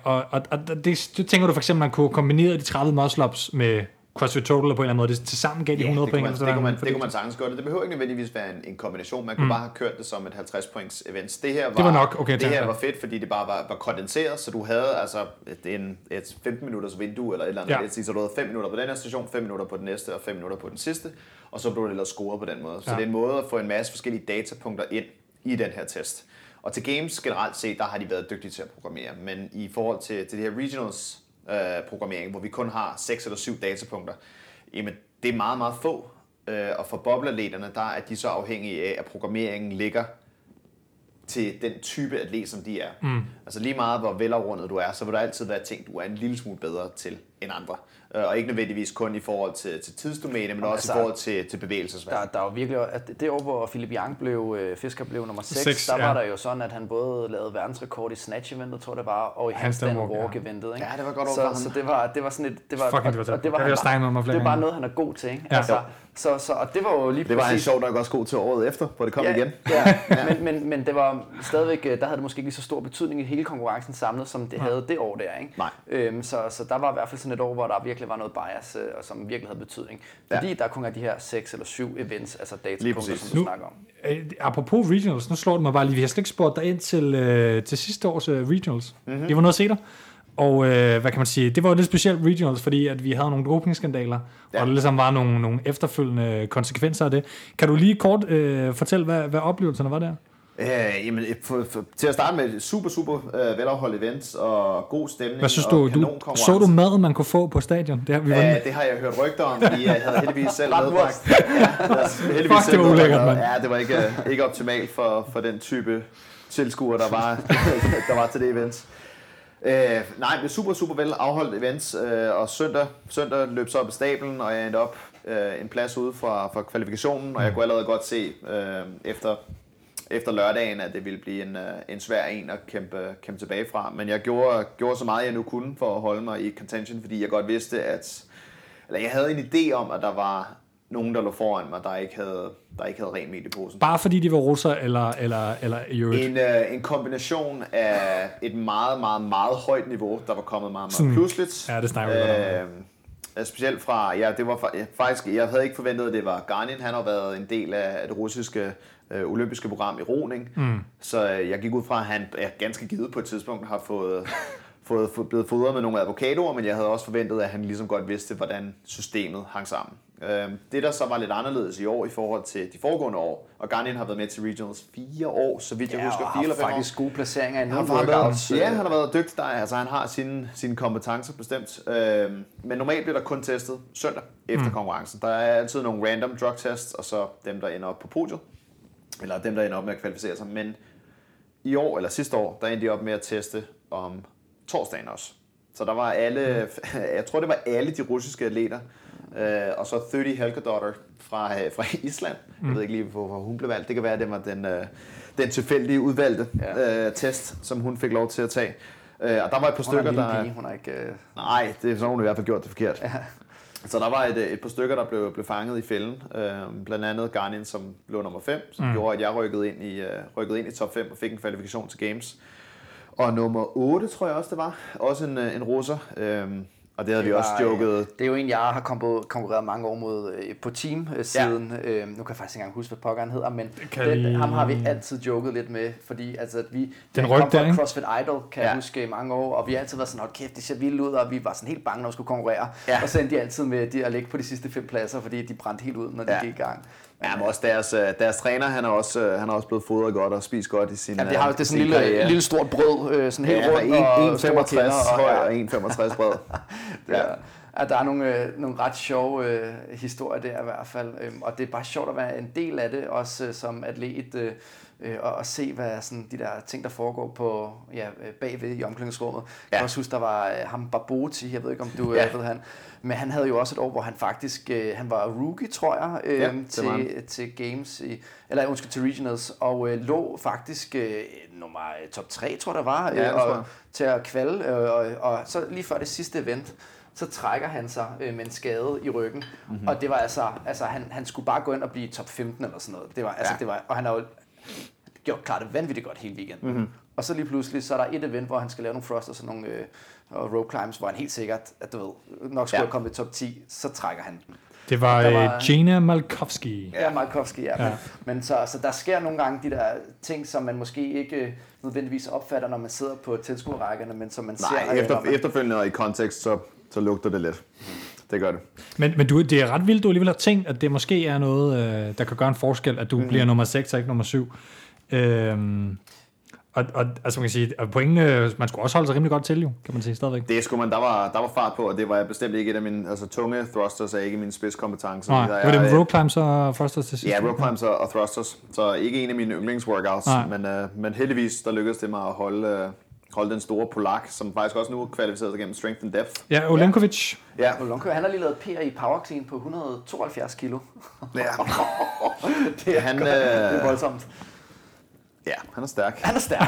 det tænker du for eksempel, man kunne kombinere de 30 muscle-ups med CrossFit Total på en eller anden måde, det til sammen gav de 100 point. Det kunne man sagtens gøre det. Det behøver ikke nødvendigvis være en kombination. Man kunne bare have kørt det som et 50 points event. Det var nok. Okay, det her var fedt, fordi det bare var kondenseret, så du havde altså et 15 minutters vindue eller et eller andet. Så du havde 5 minutter på den her station, 5 minutter på den næste og 5 minutter på den sidste, og så blev det ellers scoret på den måde. Så det er en måde at få en masse forskellige datapunkter ind i den her test. Og til games generelt set, der har de været dygtige til at programmere, men i forhold til det her regionals programmering, hvor vi kun har 6 eller 7 datapunkter, jamen det er meget, meget få. Og for bobleatleterne, der er de så afhængige af, at programmeringen ligger til den type atlet, som de er. Altså lige meget, hvor velafrundet du er, så vil der altid være ting, du er en lille smule bedre til end andre. Og ikke nødvendigvis kun i forhold til tidsdomæne, men også i forhold til bevægelsesværk. Der er jo virkelig, at det år, hvor Philip Young Fisker blev nummer 6, der var der jo sådan, at han både lavede verdensrekord i snatch-eventet, tror jeg det var, og i handstand walk-eventet. Ja, det var godt over så det var sådan et... Det var bare noget, han er god til, ikke? Ja. Altså, og det var jo lige præcis... Det var han sjovt nok også god til året efter, hvor det kom igen. Ja. Men det var stadigvæk, der havde det måske ikke lige så stor betydning i hele konkurrencen samlet, som det havde det år der, ikke? Nej. Så der var i hvert fald sådan et år, hvor der virkelig var noget bias, og som virkelig havde betydning. Fordi der kun er de her 6 eller 7 events, altså datapunkter, som du snakker om. Apropos regionals, nu slår det mig bare lige, vi har slet ikke spurgt dig ind til sidste års regionals. Det var noget at se dig. Og hvad kan man sige, det var jo lidt specielt regionals, fordi at vi havde nogle dopingskandaler, og der ligesom var nogle efterfølgende konsekvenser af det. Kan du lige kort fortælle, hvad oplevelserne var der? Jamen, til at starte med super velafholdt events og god stemning. Hvad synes du? Så du mad, man kunne få på stadion? Det har jeg hørt rygter om, fordi jeg havde heldigvis selv medbragt. Det var ulækkert, mand. Ja, det var ikke optimalt for den type tilskuere, der var til det event. Nej, det er super vel afholdt events, og søndag løb så op i stablen, og jeg endte op en plads ude fra kvalifikationen, og jeg kunne allerede godt se efter lørdagen, at det ville blive en svær en at kæmpe tilbage fra. Men jeg gjorde så meget, jeg nu kunne for at holde mig i contention, fordi jeg godt vidste, jeg havde en idé om, at der var nogen, der lå foran mig, der ikke havde rent mel i posen. Bare fordi de var russer, eller i øvrigt? En kombination af et meget, meget, meget højt niveau, der var kommet meget, meget pludseligt. Ja, det snakker vi specielt fra, det var faktisk, jeg havde ikke forventet, at det var Garnin. Han har været en del af det russiske olympiske program i roning. Så jeg gik ud fra, at han ganske givet på et tidspunkt har blevet fodret med nogle advokatorer, men jeg havde også forventet, at han ligesom godt vidste, hvordan systemet hang sammen. Det, der så var lidt anderledes i år i forhold til de foregående år, og Garnin har været med til Regionals 4 år, så vidt jeg husker, 4 eller 5 år. faktisk gode placeringer i nogle workouts. Ja, han har været dygtig der, altså han har sine kompetencer bestemt. Men normalt bliver der kun testet søndag efter konkurrencen. Der er altid nogle random drug tests, og så dem, der ender op på podiet, eller dem, der ender op med at kvalificere sig. Men i år, eller sidste år, der endte de op med at teste om torsdagen også. Så der var jeg tror det var alle de russiske atleter, og så 30 Helgadottir fra Island. Jeg ved ikke lige, hvor hun blev valgt. Det kan være, at det var den tilfældige udvalgte test, som hun fik lov til at tage. Og der var et par stykker, der... Hun har ikke... Nej, det er sådan, hun i hvert fald gjort det forkert. Ja. Så der var et par stykker, der blev fanget i fælden. Blandt andet Garnin, som blev nummer 5, som gjorde, at jeg rykkede ind i top 5 og fik en kvalifikation til Games. Og nummer 8, tror jeg også, det var. Også en russer. Og det havde vi også joket. Det er jo en, jeg har konkurreret mange år mod på team-siden. Ja. Nu kan jeg faktisk ikke engang huske, hvad pokker han hedder, men ham har vi altid joket lidt med, fordi altså, at vi kom fra CrossFit Idol, kan jeg huske, i mange år, og vi har altid været sådan, hold kæft, det ser vildt ud, og vi var sådan helt bange, når vi skulle konkurrere. Ja. Og så endte de altid med at ligge på de sidste 5 pladser, fordi de brændte helt ud, når de gik i gang. Ja, men også deres træner, han er også blevet fodret godt og spist godt i sin det har jo det sådan en lille stort brød, sådan helt rundt, 1,65 høj og 1,65 bred. Ja, der er nogle ret sjove historier der i hvert fald, og det er bare sjovt at være en del af det, også som atlet, og se, hvad sådan de der ting, der foregår på bagved i omklædningsrummet. Jeg kan også huske, der var ham Barboti, jeg ved ikke, om du ved han, men han havde jo også et år, hvor han faktisk, han var rookie, tror jeg, til Games, til Regionals, og lå faktisk top 3, tror jeg, der var, til at kvalde, og så lige før det sidste event, så trækker han sig med en skade i ryggen, og det var altså han skulle bare gå ind og blive top 15 eller sådan noget. Det var, og han har jo gjort klart det vanvittigt godt hele weekenden. Og så lige pludselig, så er der et event, hvor han skal lave nogle thrusters og nogle rope climbs, hvor han helt sikkert, at du ved, nok skulle have kommet i top 10, så trækker han den. Det var Jana Malkovsky. Ja, Malkovsky, ja. Men så der sker nogle gange de der ting, som man måske ikke nødvendigvis opfatter, når man sidder på tilskuerrækkerne, men som man ser... Efterfølgende og i kontekst, så lugter det lidt. Det gør det. Men det er ret vildt, du alligevel har tænkt, at det måske er noget, der kan gøre en forskel, at du bliver nummer 6 og ikke nummer 7. Og altså man kan sige, at pointene, man skulle også holde sig rimelig godt til, jo, kan man sige stadigvæk. Det skulle man, der var fart på, og det var jeg bestemt ikke et af mine, altså tunge thrusters er ikke mine spidskompetence. Nej, var det rope climbs og thrusters til sidst? Ja, rope climbs og thrusters, så ikke en af mine yndlingsworkouts, men heldigvis, der lykkedes det mig at holde den store polak, som faktisk også nu kvalificerede sig gennem Strength and Depth. Ja, Olenkovic. Ja. Olenkovic, han har lige lavet PR i power clean på 172 kilo. Ja. Det er voldsomt. Ja, han er stærk. Han er stærk.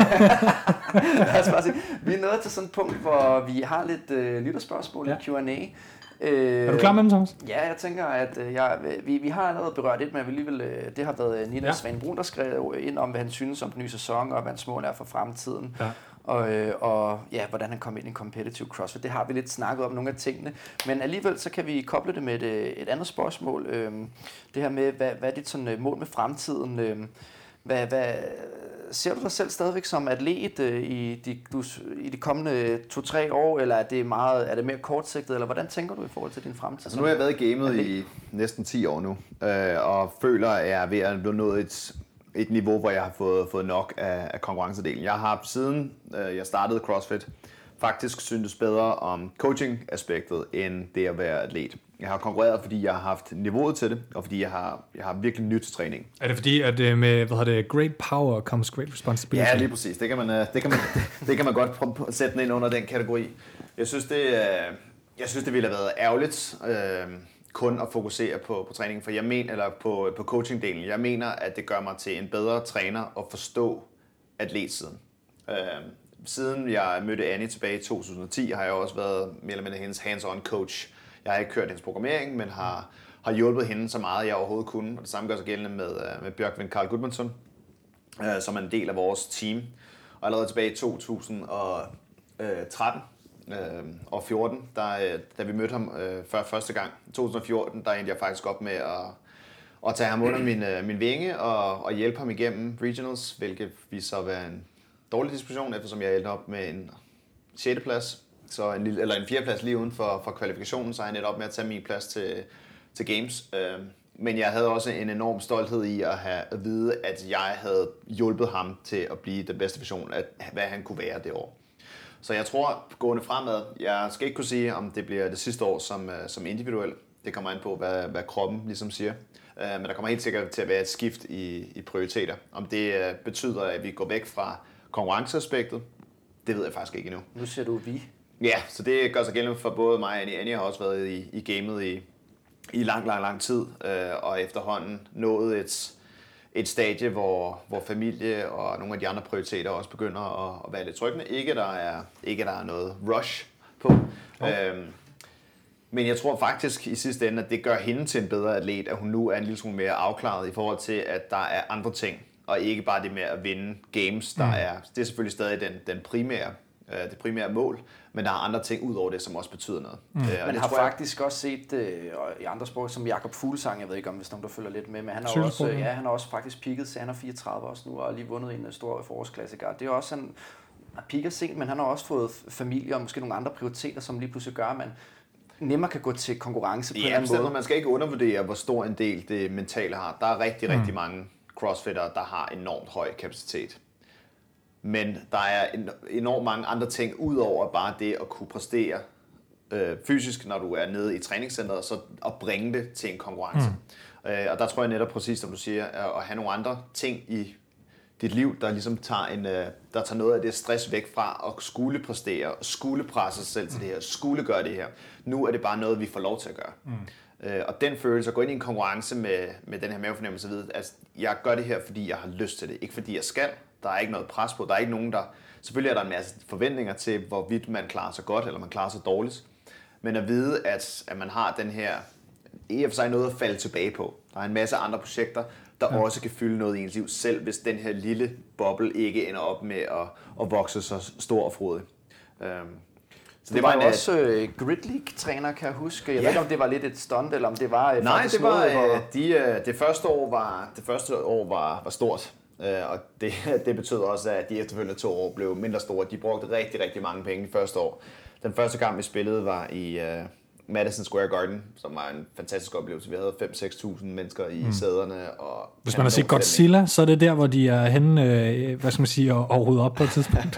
Vi er nået til sådan et punkt, hvor vi har lidt lytterspørgsmål i Q&A. Er du klar med dem, Thomas? Ja, jeg tænker, at vi har allerede berørt et, men alligevel, det har været Nina Svanebrun, der skrev ind om, hvad han synes om den nye sæson, og hvad hans mål er for fremtiden. Ja. Og hvordan han kom ind i competitive CrossFit. Det har vi lidt snakket om, nogle af tingene. Men alligevel, så kan vi koble det med et andet spørgsmål. Det her med, hvad er dit sådan, mål med fremtiden? Hvad ser du dig selv stadigvæk som atlet i de kommende 2-3 år, eller er det mere kortsigtet, eller hvordan tænker du i forhold til din fremtid? Altså, nu har jeg været i gamet i næsten 10 år nu, og føler, at jeg er ved at nå et niveau, hvor jeg har fået nok af konkurrencedelen. Jeg har siden jeg startede CrossFit faktisk syntes bedre om coaching-aspektet, end det at være atlet. Jeg har konkurreret, fordi jeg har haft niveauet til det, og fordi jeg har virkelig nyt træning. Er det fordi, at med great power comes great responsibility? Ja, lige præcis. Det kan man godt sætte den ind under den kategori. Jeg synes, det ville have været ærgerligt kun at fokusere på træningen, for jeg mener, eller på coaching-delen. Jeg mener, at det gør mig til en bedre træner at forstå atletsiden. Siden jeg mødte Annie tilbage i 2010, har jeg også været mere eller mindre hendes hands-on coach. Jeg har ikke kørt hendes programmering, men har hjulpet hende så meget, jeg overhovedet kunne. Og det samme gør sig gældende med Bjørkvind Karl Gudmundsson, som er en del af vores team. Og allerede tilbage i 2013 og 14, da vi mødte ham første gang, 2014, der endte jeg faktisk op med at tage ham under min vinge og hjælpe ham igennem Regionals, hvilket viste sig at være en dårlig diskussion, eftersom jeg endte op med en 6. plads. Så en 4. plads lige uden for kvalifikationen, så har jeg netop med at tage min plads til Games. Men jeg havde også en enorm stolthed i at vide, at jeg havde hjulpet ham til at blive den bedste version af, hvad han kunne være det år. Så jeg tror, gående fremad, jeg skal ikke kunne sige, om det bliver det sidste år som individuel. Det kommer an på, hvad kroppen ligesom siger. Men der kommer helt sikkert til at være et skift i prioriteter. Om det betyder, at vi går væk fra konkurrenceaspektet, det ved jeg faktisk ikke endnu. Nu ser du vi. Ja, så det gør sig gældende for både mig og Annie. Annie har også været i gamet i lang tid, og efterhånden nået et stadie, hvor familie og nogle af de andre prioriteter også begynder at være lidt tryggende. Ikke der er noget rush på. Okay. Men jeg tror faktisk i sidste ende, at det gør hende til en bedre atlet, at hun nu er en lille smule mere afklaret i forhold til, at der er andre ting og ikke bare det med at vinde games, der det er selvfølgelig stadig det primære mål, men der er andre ting ud over det, som også betyder noget. Man har faktisk også set i andre sport, som Jakob Fuglsang, jeg ved ikke om hvis nogen der følger lidt med, men han har også, han har også faktisk peaked, så han er 34 også nu, og lige vundet en stor forårsklassiker. Det er også han peaker sent, men han har også fået familie og måske nogle andre prioriteter, som lige pludselig gør, at man nemmere kan gå til konkurrence på en anden måde. Man skal ikke undervurdere, hvor stor en del det mentale har. Der er rigtig mange crossfittere, der har enormt høj kapacitet. Men der er enormt mange andre ting, udover bare det at kunne præstere fysisk, når du er nede i træningscenteret, så at bringe det til en konkurrence. Og der tror jeg netop præcis, som du siger, at have nogle andre ting i dit liv, der ligesom tager noget af det stress væk fra at skulle præstere, og skulle presse sig selv til det her, skulle gøre det her. Nu er det bare noget, vi får lov til at gøre. Og den følelse at gå ind i en konkurrence med den her mavefornemmelse at vide, at jeg gør det her, fordi jeg har lyst til det, ikke fordi jeg skal. Der er ikke noget pres på, der er ikke nogen, der... Selvfølgelig er der en masse forventninger til, hvorvidt man klarer sig godt, eller man klarer sig dårligt. Men at vide, at man har den her... I og for sig noget at falde tilbage på. Der er en masse andre projekter, der også kan fylde noget i ens liv, selv hvis den her lille boble ikke ender op med at vokse så stor og frodig. Så det var også Grid League-træner, kan jeg huske. Jeg ved ikke, om det var lidt et stunt, eller om det var... Nej, det var... Det første år var stort. Og det betød også, at de efterfølgende 2 år blev mindre store. De brugte rigtig mange penge de første år. Den første kamp, vi spillede, var i Madison Square Garden, som var en fantastisk oplevelse. Vi havde 5-6.000 mennesker i sæderne. Og hvis man har set Godzilla, så er det der, hvor de er henne, hvad skal man sige, og rydde op på et tidspunkt.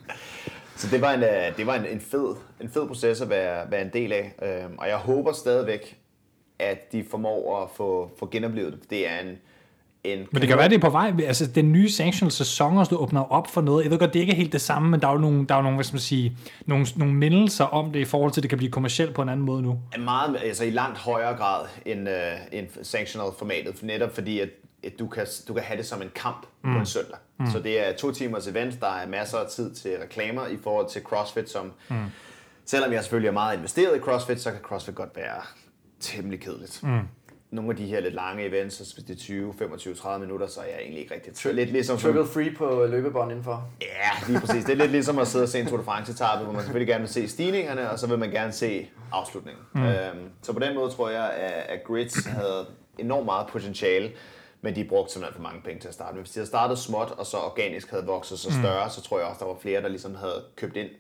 Så det var en fed proces at være en del af. Og jeg håber stadigvæk, at de formår at få genoplevet det. Det er men det kan være, det er på vej. Altså, den nye sanctional sæson også åbner op for noget. Jeg ved godt, det ikke er helt det samme, men der er jo nogle hvad skal man sige, nogle mindelser om det i forhold til, at det kan blive kommercielt på en anden måde nu. Meget, altså i langt højere grad end sanctional-formatet, netop fordi, at du kan have det som en kamp på en søndag. Så det er 2 timers event, der er masser af tid til reklamer i forhold til CrossFit, som selvom jeg selvfølgelig er meget investeret i CrossFit, så kan CrossFit godt være temmelig kedeligt. Nogle af de her lidt lange events, så hvis det er 20, 25, 30 minutter, så er jeg egentlig ikke rigtig lidt ligesom triple free på løbebånd indenfor. Ja, lige præcis. Det er lidt ligesom at sidde og se en Tour de France-etape, hvor man selvfølgelig gerne vil se stigningerne, og så vil man gerne se afslutningen. Så på den måde tror jeg, at Grids havde enormt meget potentiale, men de brugte simpelthen for mange penge til at starte. Men hvis de havde startet småt, og så organisk havde vokset så større, så tror jeg også, der var flere, der ligesom havde købt ind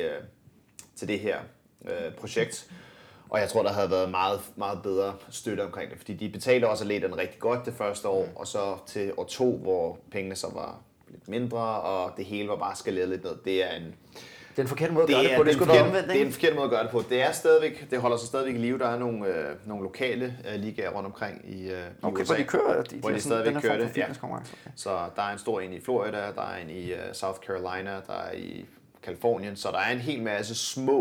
til det her projekt. Og jeg tror, der havde været meget bedre støtte omkring det, fordi de betalte også atleterne rigtig godt det første år, og så til år 2, hvor pengene så var lidt mindre, og det hele var bare skaleret lidt ned. Det er en forkert måde at gøre det på. Det er en forkert måde at gøre det på. Det holder sig stadigvæk i live. Der er nogle lokale ligaer rundt omkring i USA. Hvor de kører hvor de stadigvæk kører det. Ja. Så der er en stor en i Florida, der er en i South Carolina, der er i Kalifornien, så der er en hel masse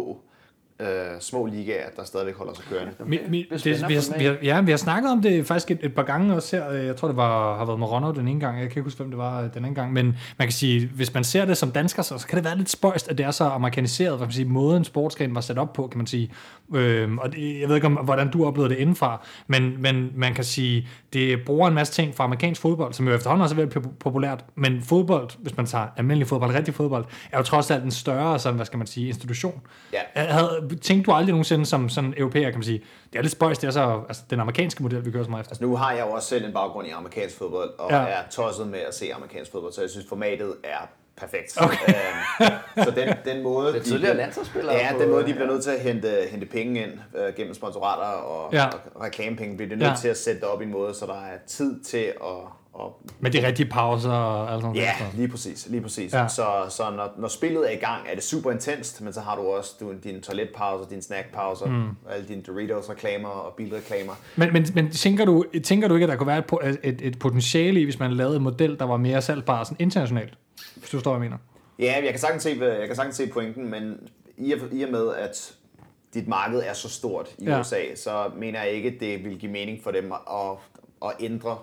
små ligaer, der stadigvæk holder sig kørende. Vi har snakket om det faktisk et par gange også her. Jeg tror, har været med Ronno den ene gang. Jeg kan ikke huske, hvem det var den anden gang. Men man kan sige, hvis man ser det som dansker, så kan det være lidt spøjst, at det er så amerikaniseret. Hvad man sige, måden sportsgren var sat op på, kan man sige. Og jeg ved ikke, hvordan du oplevede det indenfra. Men man kan sige, det bruger en masse ting fra amerikansk fodbold, som jo efterhånden også er veldig populært. Men fodbold, hvis man tager almindelig fodbold, rigtig fodbold, er jo trods alt en større, sådan, hvad skal man sige, institution. Ja. Tænkte du aldrig nogensinde som sådan europæer, kan man sige, det er lidt spøjst, det er så den amerikanske model, vi kører så meget efter. Altså nu har jeg jo også selv en baggrund i amerikansk fodbold, og er tosset med at se amerikansk fodbold, så jeg synes, formatet er perfekt. Okay. Så den måde... Det er tidligere landsholdsspillere. Ja, den måde, de bliver nødt til at hente penge ind gennem sponsorater og reklamepenge, bliver det nødt til at sætte det op i en måde, så der er tid til at... Med de rigtige pauser og alt sådan noget. Ja, lige præcis. Ja. Så når spillet er i gang, er det super intenst, men så har du også dine toiletpauser, dine snackpauser, alle dine Doritos-reklamer og bilreklamer. Men tænker du ikke, at der kunne være et potentiale i, hvis man lavede en model, der var mere salgbar sådan internationalt? Hvis du forstår, hvad jeg mener. Ja, jeg kan sagtens se pointen, men i og med, at dit marked er så stort i USA, så mener jeg ikke, at det vil give mening for dem at ændre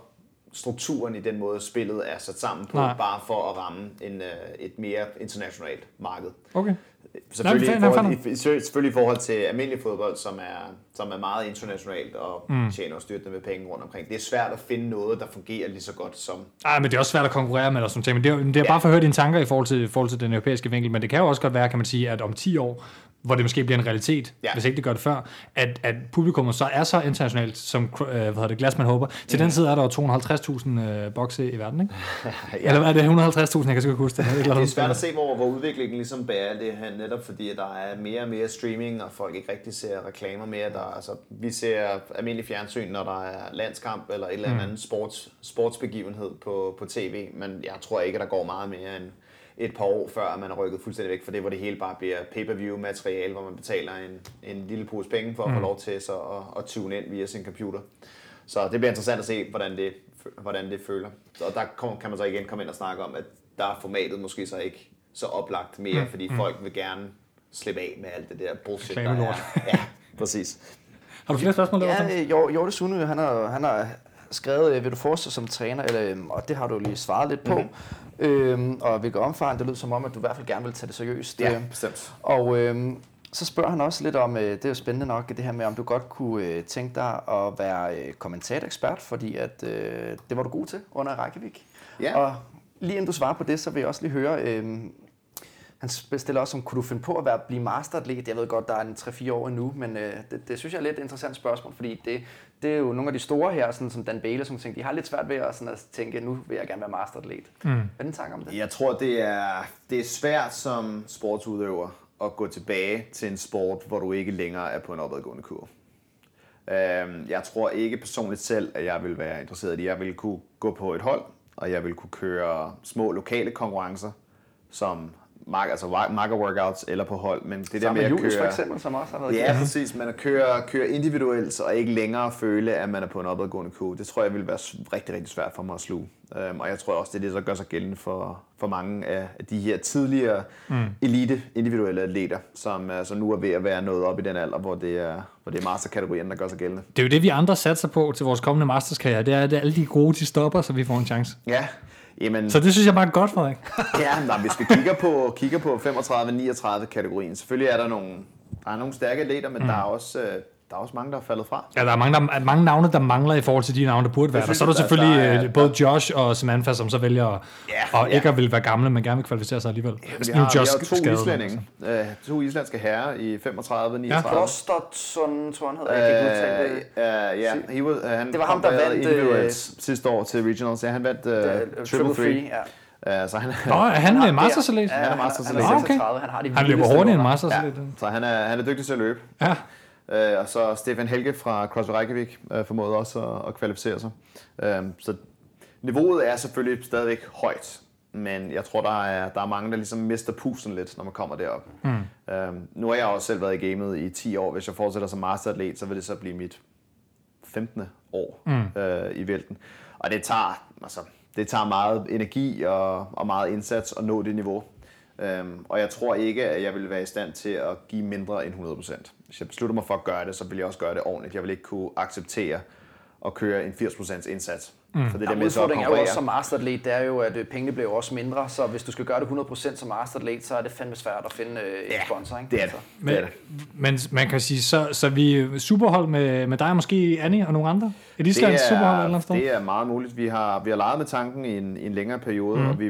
strukturen i den måde, spillet er sat sammen på, bare for at ramme et mere internationalt marked. Okay. Selvfølgelig i forhold til almindelig fodbold, som er meget internationalt og tjener styrtende med penge rundt omkring. Det er svært at finde noget, der fungerer lige så godt som... Men det er også svært at konkurrere med og sådan ting. Men det er bare for at høre dine tanker i forhold til den europæiske vinkel. Men det kan jo også godt være, kan man sige, at om 10 år, hvor det måske bliver en realitet, hvis ikke det gør det før, at publikummet så er så internationalt, som Glassman håber. Til den side er der jo 250.000 bokse i verden, ikke? Eller er det 150.000, jeg kan sgu ikke huske det. Det er svært at se, hvor udviklingen ligesom bærer det her, netop fordi der er mere og mere streaming, og folk ikke rigtig ser reklamer mere. Vi ser almindelig fjernsyn, når der er landskamp eller et eller andet sportsbegivenhed på tv, men jeg tror ikke, at der går meget mere end et par år før, man er rykket fuldstændig væk fra det, hvor det hele bare bliver pay-per-view materiale, hvor man betaler en lille pose penge for at få lov til så at tune ind via sin computer. Så det bliver interessant at se, hvordan det føler. Og der kan man så igen komme ind og snakke om, at der er formatet måske så ikke så oplagt mere, fordi folk vil gerne slippe af med alt det der bullshit, der er. Ja, præcis. Har du flere spørgsmål? Ja, Jordi Sunde, han har skrevet, vil du fortsætte som træner, og det har du lige svaret lidt på. Og hvilket omfang, det lyder som om, at du i hvert fald gerne vil tage det seriøst. Ja, bestemt. Og så spørger han også lidt om, det er jo spændende nok, det her med, om du godt kunne tænke dig at være kommentatekspert, fordi at det var du god til under Reykjavik. Ja. Og lige inden du svarer på det, så vil jeg også lige høre, han stiller også om, kunne du finde på at blive masteratlet? Jeg ved godt, der er en 3-4 år endnu, men det synes jeg er lidt et interessant spørgsmål, fordi det er jo nogle af de store her, sådan som Dan Bailey, som tænker, de har lidt svært ved at tænke, nu vil jeg gerne være masteratlet. Hvad er din tanke om det? Jeg tror, det er svært som sportsudøver at gå tilbage til en sport, hvor du ikke længere er på en opadgående kurve. Jeg tror ikke personligt selv, at jeg vil være interesseret i det. Jeg vil kunne gå på et hold, og jeg vil kunne køre små lokale konkurrencer, som marker workouts eller på hold, men det der med at køre... for eksempel, som også har været præcis, men at køre individuelt og ikke længere føle, at man er på en opadgående kurve, det tror jeg vil være rigtig, rigtig svært for mig at sluge. Og jeg tror også, det er det, der gør sig gældende for mange af de her tidligere elite individuelle atleter, som nu er ved at være nået op i den alder, hvor det er masterkategorien, der gør sig gældende. Det er jo det, vi andre satser på til vores kommende masterskarriere, det er, at alle de gode, de stopper, så vi får en chance. Ja. Jamen, så det synes jeg bare er godt, Frederik. Hvis vi kigger på 35-39 kategorien, selvfølgelig er der nogle stærke atleter, men der er også mange, der er faldet fra. Ja, der er mange navne, der mangler i forhold til de navne, der burde være. Og så er der selvfølgelig både Josh og Samantha, som så vælger ikke at vil være gamle, men gerne vil kvalificere sig alligevel. Vi har to islandske herrer i 35-39. Klosterson, tror han hedder. Det var ham, der vandt sidste år til Regionals. Ja, han vandt Triple Three. Så han er mastersatlet. Han er mastersatlet. Han løber hurtigt en mastersatlet. Så han er dygtig til at løbe. Ja. Og så Stefan Helge fra CrossFit Reykjavik formåede også at kvalificere sig. Så niveauet er selvfølgelig stadigvæk højt, men jeg tror, der er mange, der ligesom mister pusten lidt, når man kommer derop. Nu har jeg også selv været i gamet i 10 år. Hvis jeg fortsætter som masteratlet, så vil det så blive mit 15. år i vælten. Og det tager meget energi og meget indsats at nå det niveau. Og jeg tror ikke, at jeg vil være i stand til at give mindre end 100%. Hvis jeg beslutter mig for at gøre det, så vil jeg også gøre det ordentligt. Jeg vil ikke kunne acceptere at køre en 80% indsats. For det der med udfordringen er jo også som masteratlet, det er jo, at pengene bliver også mindre, så hvis du skal gøre det 100% som masteratlet, så er det fandme svært at finde en sponsor. Ikke? Det er det. Men man kan sige, så vi er superhold med dig og måske Annie og nogle andre? Et islandsk superhold eller andet sted? Det er meget muligt. Vi har leget med tanken i en længere periode, og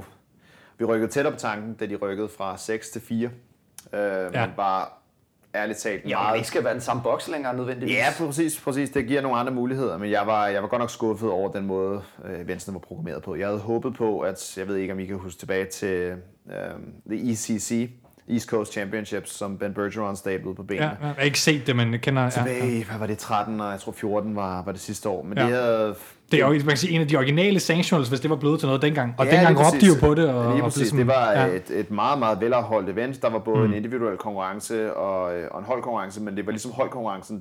vi rykkede tættere på tanken, da de rykkede fra 6 til 4. Men bare ærligt talt meget... Ja, det ikke skal være den samme boks længere nødvendigvis. Ja, præcis. Det giver nogle andre muligheder, men jeg var godt nok skuffet over den måde, eventene var programmeret på. Jeg havde håbet på, at... Jeg ved ikke, om I kan huske tilbage til The ECC, East Coast Championships, som Ben Bergeron stablede på benene. Ja, jeg har ikke set det, men kender... Tilbage, hvad var det, 13, og jeg tror 14 var det sidste år. Men det havde... Det er jo, man kan sige, en af de originale sanctionals, hvis det var blevet til noget dengang. Og dengang råbte de jo på det. Og det var et meget, meget velafholdt event. Der var både en individuel konkurrence og en holdkonkurrence, men det var ligesom holdkonkurrencen,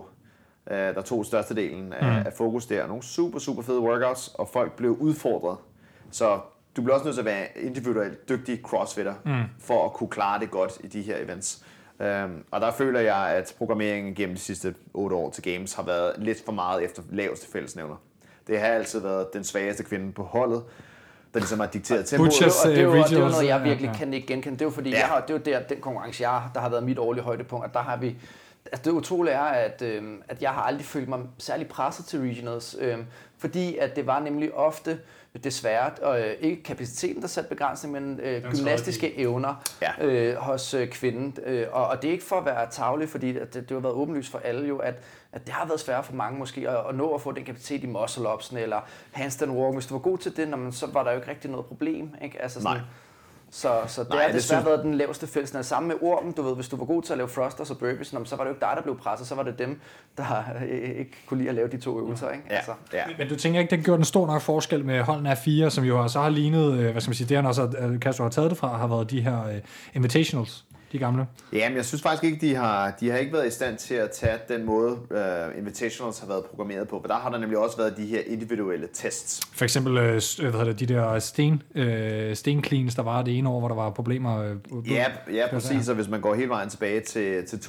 der tog størstedelen af fokus der. Nogle super, super fede workouts, og folk blev udfordret. Så du bliver også nødt til at være individuelt dygtig crossfitter, for at kunne klare det godt i de her events. Og der føler jeg, at programmeringen gennem de sidste 8 år til Games har været lidt for meget efter laveste fællesnævner. Det har altid været den svageste kvinde på holdet, der ligesom har dikteret tempoet. Butchers, Og det er jo regionals, noget, jeg virkelig kan ikke genkende. Det er jo fordi, Ja. det er jo den konkurrence, der har været mit årlige højdepunkt, og der har vi... Altså det utrolige er, at jeg har aldrig følt mig særlig presset til regionals, fordi at det var nemlig ofte desværre ikke kapaciteten, der satte begrænsning, men gymnastiske evner hos kvinden. Og det er ikke for at være tarvelig, fordi det har været åbenlyst for alle jo, at det har været svært for mange måske at nå at få den kapacitet i muscle-ups'en eller handstand walk. Hvis du var god til det, så var der jo ikke rigtig noget problem. Ikke? Altså sådan, så det har desværre været den laveste fællesnævner. Sammen med ormen, du ved, hvis du var god til at lave thrusters og burpees, så var det jo ikke dig, der blev presset, så var det dem, der ikke kunne lide at lave de 2 øvelser. Ikke? Ja. Altså. Ja. Men du tænker ikke, den gjorde en stor nok forskel med holdene af 4, som jo så har lignet, hvad skal man sige, det han også, Castro har taget det fra, har været de her invitationals, de gamle. Ja, men jeg synes faktisk ikke, de har ikke været i stand til at tage den måde, invitationals har været programmeret på, for der har der nemlig også været de her individuelle tests. For eksempel, de der stencleans, der var det ene år, hvor der var problemer. Ja, præcis, og hvis man går hele vejen tilbage til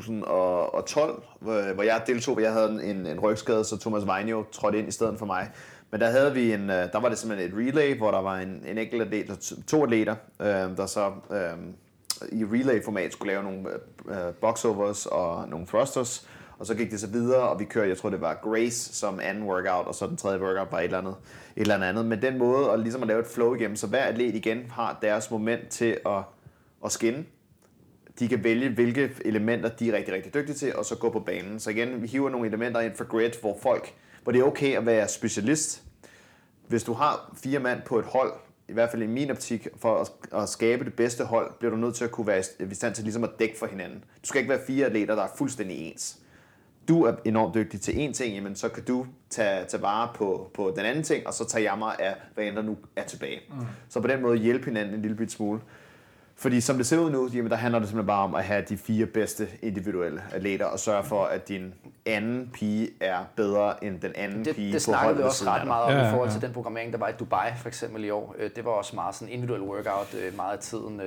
2012, hvor jeg deltog, hvor jeg havde en rygskade, så Thomas Vejnjo trådte ind i stedet for mig. Men der havde vi der var det simpelthen et relay, hvor der var en enkelt atlet, 2 atleter, der så i relay-format skulle lave nogle boxovers og nogle thrusters, og så gik det så videre, og vi kørte, jeg tror det var Grace som anden workout, og så den tredje workout var et eller andet. Men den måde at ligesom at lave et flow igennem, så hver atlet igen har deres moment til at skinne. De kan vælge, hvilke elementer de er rigtig, rigtig dygtige til, og så gå på banen. Så igen, vi hiver nogle elementer ind for grid, hvor det er okay at være specialist. Hvis du har 4 mand på et hold, i hvert fald i min optik, for at skabe det bedste hold, bliver du nødt til at kunne være i stand til ligesom at dække for hinanden. Du skal ikke være 4 atleter, der er fuldstændig ens. Du er enormt dygtig til en ting, jamen så kan du tage vare på den anden ting, og så tager jeg mig af, hvad end der nu er tilbage. Så på den måde hjælpe hinanden en lille bit smule. Fordi som det ser ud nu, jamen der handler det simpelthen bare om at have de 4 bedste individuelle atleter, og sørge for, at din anden pige er bedre end den anden pige på holdet. Det snakkede vi også ret meget om i forhold til den programmering, der var i Dubai for eksempel i år. Det var også meget sådan individuel workout meget af tiden.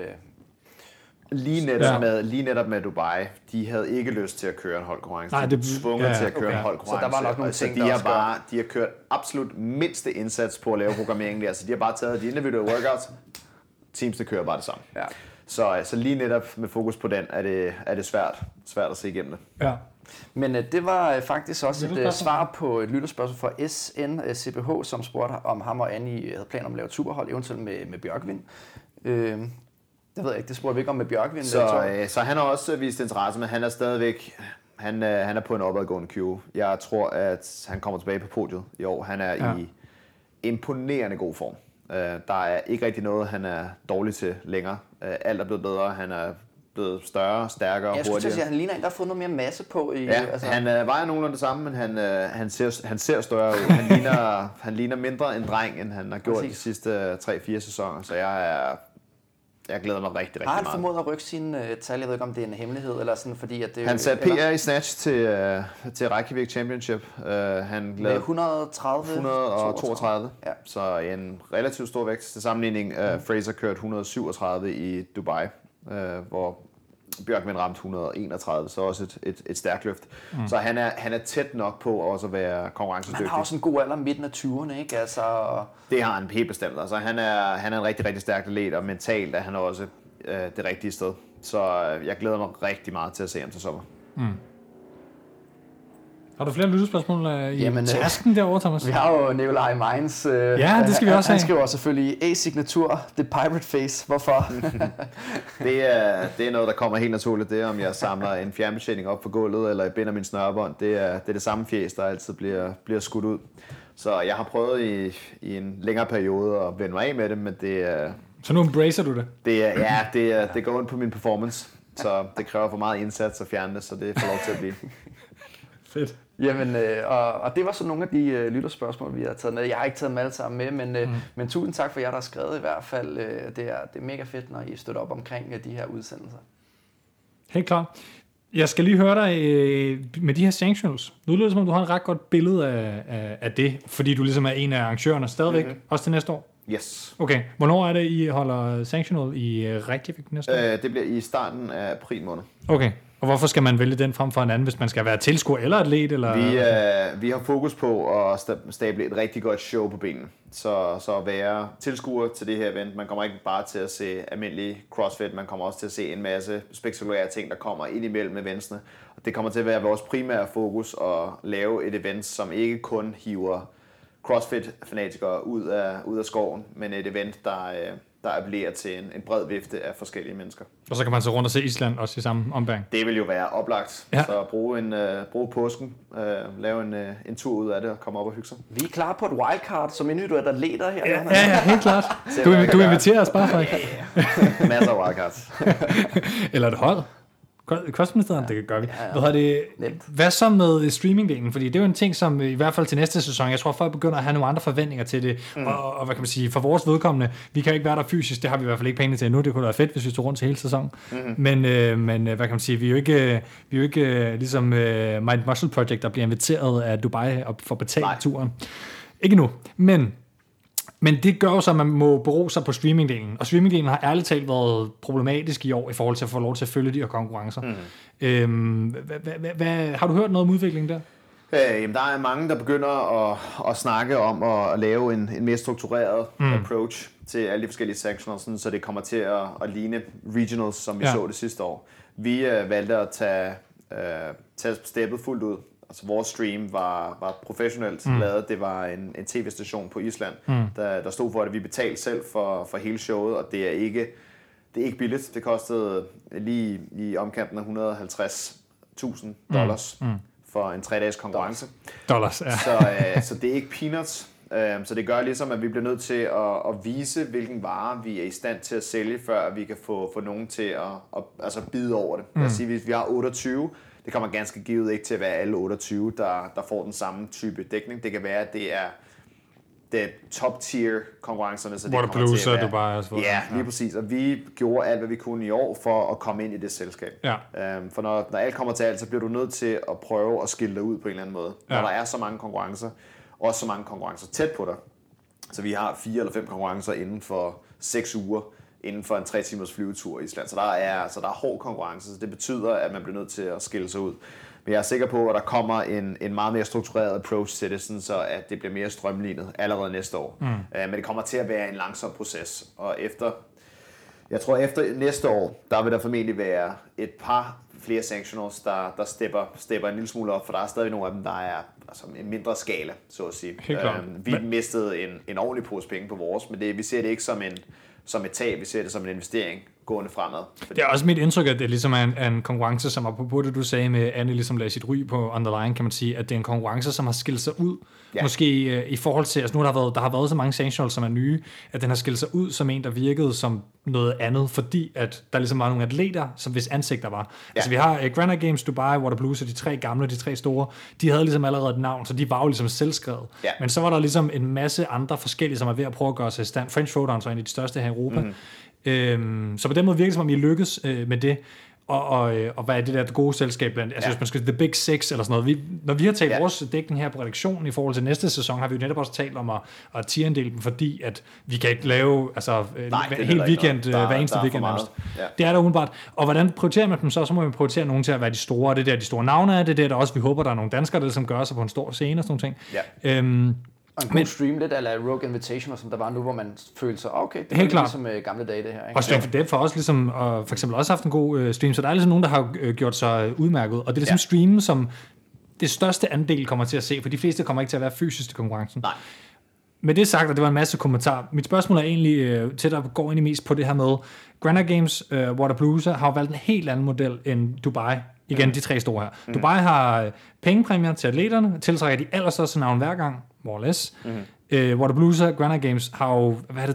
Lige netop med Dubai, de havde ikke lyst til at køre en holdkonkurrence. De var tvunget til at køre en holdkonkurrence. Så der var nok nogle ting, de har kørt absolut mindste indsats på at lave programmeringen der. Så de har bare taget de individuelle workouts. Teamsene kører bare det samme. Ja. Så lige netop med fokus på den, er det svært at se igennem det. Ja. Men det var faktisk også et svar på et lytterspørgsmål fra SNCBH, som spurgte om ham og Annie havde planer om at lave et superhold, eventuelt med Bjørkvind. Det ved jeg ikke, det spurgte vi ikke om med Bjørkvind. Så han har også vist interesse, men han er stadigvæk... Han er på en opadgående curve. Jeg tror, at han kommer tilbage på podiet i år. Han er i imponerende god form. Der er ikke rigtig noget, han er dårlig til længere. Alt er blevet bedre. Han er blevet større, stærkere, hurtigere. Jeg skulle til at sige, at han ligner en, der har fået noget mere masse på. Han vejer nogenlunde det samme, men han ser større ud. Han ligner mindre en dreng, end han har gjort de sidste 3-4 sæsoner. Så jeg glæder mig rigtig meget. Har han formået at rykke sine tal? Jeg ved ikke, om det er en hemmelighed, eller sådan, fordi at det... Han satte PR i snatch til Reykjavik Championship. Han lavede 132. Ja. Så en relativt stor vækst. Til sammenligning, Fraser kørte 137 i Dubai, hvor Bjørkvind ramte 131, så også et stærkt løft. Så han er tæt nok på også at være konkurrencedygtig. Han har også en god alder midten af 20'erne, ikke? Altså... Det har han helt bestemt. Altså, han er en rigtig, rigtig stærk atlet, og mentalt er han også det rigtige sted. Så jeg glæder mig rigtig meget til at se ham til sommer. Har du flere lyttespørgsmål i tasken derovre, Thomas? Vi har jo Nikolaj Meins. Ja, det skal vi også have. Han skriver selvfølgelig A-signatur, The Pirate Face. Hvorfor? det er noget, der kommer helt naturligt. Det er, om jeg samler en fjernbetjening op på gulvet, eller jeg binder min snørebånd. Det er det samme fjes, der altid bliver skudt ud. Så jeg har prøvet i en længere periode at vende mig af med det, men det er... Så nu embracer du det? Det går ondt på min performance. Så det kræver for meget indsats at fjerne det, så det får lov til at blive. Fedt. Jamen, og det var så nogle af de lytterspørgsmål, vi har taget med. Jeg har ikke taget dem alle sammen med, men tusind tak for jer, der har skrevet i hvert fald. Det er mega fedt, når I støtter op omkring de her udsendelser. Helt klart. Jeg skal lige høre dig med de her sanctionals. Nu lyder det som om, du har et ret godt billede af det, fordi du ligesom er en af arrangørerne stadigvæk, også til næste år. Yes. Okay. Hvornår er det, I holder sanctional i Reykjavik næste år? Det bliver i starten af april måned. Okay. Og hvorfor skal man vælge den frem for en anden, hvis man skal være tilskuer eller atlet? Eller? Vi har fokus på at stable et rigtig godt show på benene. Så at være tilskuer til det her event, man kommer ikke bare til at se almindelig CrossFit, man kommer også til at se en masse spektakulære ting, der kommer ind imellem eventsene. Og det kommer til at være vores primære fokus at lave et event, som ikke kun hiver CrossFit-fanatikere ud af skoven, men et event, der appellerer til en bred vifte af forskellige mennesker. Og så kan man så rundt og se Island også i samme ombæring. Det vil jo være oplagt. Ja. Så bruge påsken, lave en tur ud af det og komme op og hygge sig. Vi er klar på et wildcard som individuelle atleter her. Ja, helt klart. Du inviterer os bare, Frederik. Masser af wildcards. Eller et hold. Kostministeren, det gør vi. Ja. Hvad så med streamingdelen? Fordi det er jo en ting, som i hvert fald til næste sæson, jeg tror folk begynder at have nogle andre forventninger til det. Og hvad kan man sige, for vores vedkommende, vi kan jo ikke være der fysisk, det har vi i hvert fald ikke penge til endnu, det kunne være fedt, hvis vi stod rundt til hele sæsonen. Men hvad kan man sige, vi er jo ikke ligesom Mind Muscle Project, der bliver inviteret af Dubai og får betalt turen. Ikke nu, men det gør jo så, at man må bero sig på streamingdelen. Og streamingdelen har ærligt talt været problematisk i år i forhold til at få lov til at følge de her konkurrencer. Har du hørt noget om udviklingen der? Jamen, der er mange, der begynder at snakke om at lave en mere struktureret approach til alle de forskellige sections, sådan, så det kommer til at ligne regionals, som vi så det sidste år. Vi valgte at tage steppet fuldt ud. Altså vores stream var professionelt lavet. Det var en tv-station på Island, der stod for det. Vi betalte selv for hele showet, og det er ikke billigt. Det kostede lige i omkanten af $150,000 for en 3-dages konkurrence. Dollars, ja. Så det er ikke peanuts. Så det gør ligesom, at vi bliver nødt til at vise, hvilken vare vi er i stand til at sælge, før vi kan få nogen til at bide over det. Lad os sige, hvis vi har 28, det kommer ganske givet ikke til at være alle 28, der får den samme type dækning. Det kan være, at det er top tier konkurrencerne, så det kommer til at være... Dubai også. Ja, lige præcis. Og vi gjorde alt, hvad vi kunne i år for at komme ind i det selskab. Ja. For når alt kommer til alt, så bliver du nødt til at prøve at skille dig ud på en eller anden måde. Ja. Når der er så mange konkurrencer, også så mange konkurrencer tæt på dig. Så vi har 4 eller 5 konkurrencer inden for 6 uger, inden for en 3 timers flyvetur i Island. Så der er hård konkurrence, så det betyder, at man bliver nødt til at skille sig ud. Men jeg er sikker på, at der kommer en meget mere struktureret approach til det, sådan så at det bliver mere strømlignet allerede næste år. Men det kommer til at være en langsom proces. Og efter næste år, der vil der formentlig være et par flere sanctionals, der stepper en lille smule op, for der er stadig nogle af dem, der er altså en mindre skala, så at sige. Vi mistede en ordentlig pose penge på vores, men vi ser det ikke som et tab, vi ser det som en investering gående fremad. Det er også mit indtryk, at det ligesom er en konkurrence, som apropos det, du sagde med Anne, ligesom lagde sit ry på on the line, kan man sige, at det er en konkurrence, som har skilt sig ud. Ja. Måske i forhold til, altså nu der har været så mange sanctionals, som er nye, at den har skilt sig ud som en, der virkede som noget andet, fordi at der ligesom var nogle atleter, som hvis ansigter var. Ja. Altså vi har Granite Games, Dubai, Wodapalooza, de 3 gamle, de 3 store, de havde ligesom allerede et navn, så de var jo ligesom selvskrevet. Ja. Men så var der ligesom en masse andre forskellige, som er ved at prøve at gøre sig i stand. French Throwdown er en af de største her i Europa. Så på den måde virker det som om I lykkes med det. Og hvad er det der gode selskab blandt? Altså hvis man skal The Big Six eller sådan noget. Når vi har talt vores dækning her på redaktionen i forhold til næste sæson, har vi jo netop også talt om at tier-inddele dem, fordi at vi kan ikke lave helt weekend, hver eneste weekend nærmest. Ja. Det er der umiddelbart. Og hvordan prioriterer man dem så? Så må man prioritere nogen til at være de store. Det er der de store navne er. Det er der også, vi håber, der er nogle danskere, der som gør sig på en stor scene og sådan nogle ting. Ja. Og en god stream lidt, eller Rogue Invitational, som der var nu, hvor man følte sig, okay, det er ligesom gamle dage det her. Ikke? Og Stream for Depth har også ligesom, for eksempel også haft en god stream, så der er ligesom nogen, der har gjort sig udmærket. Og det er ligesom streamen, som det største andel kommer til at se, for de fleste kommer ikke til at være fysisk til konkurrencen. Nej. Med det sagt, og det var en masse kommentarer, mit spørgsmål er egentlig til, der går egentlig mest på det her med, Granite Games, Wodapalooza har jo valgt en helt anden model end Dubai. Igen, de 3 store her. Dubai har pengepræmier til atleterne, tiltrækker de allerstørste navn hver gang, more or less. Wodapalooza, Granite Games har jo,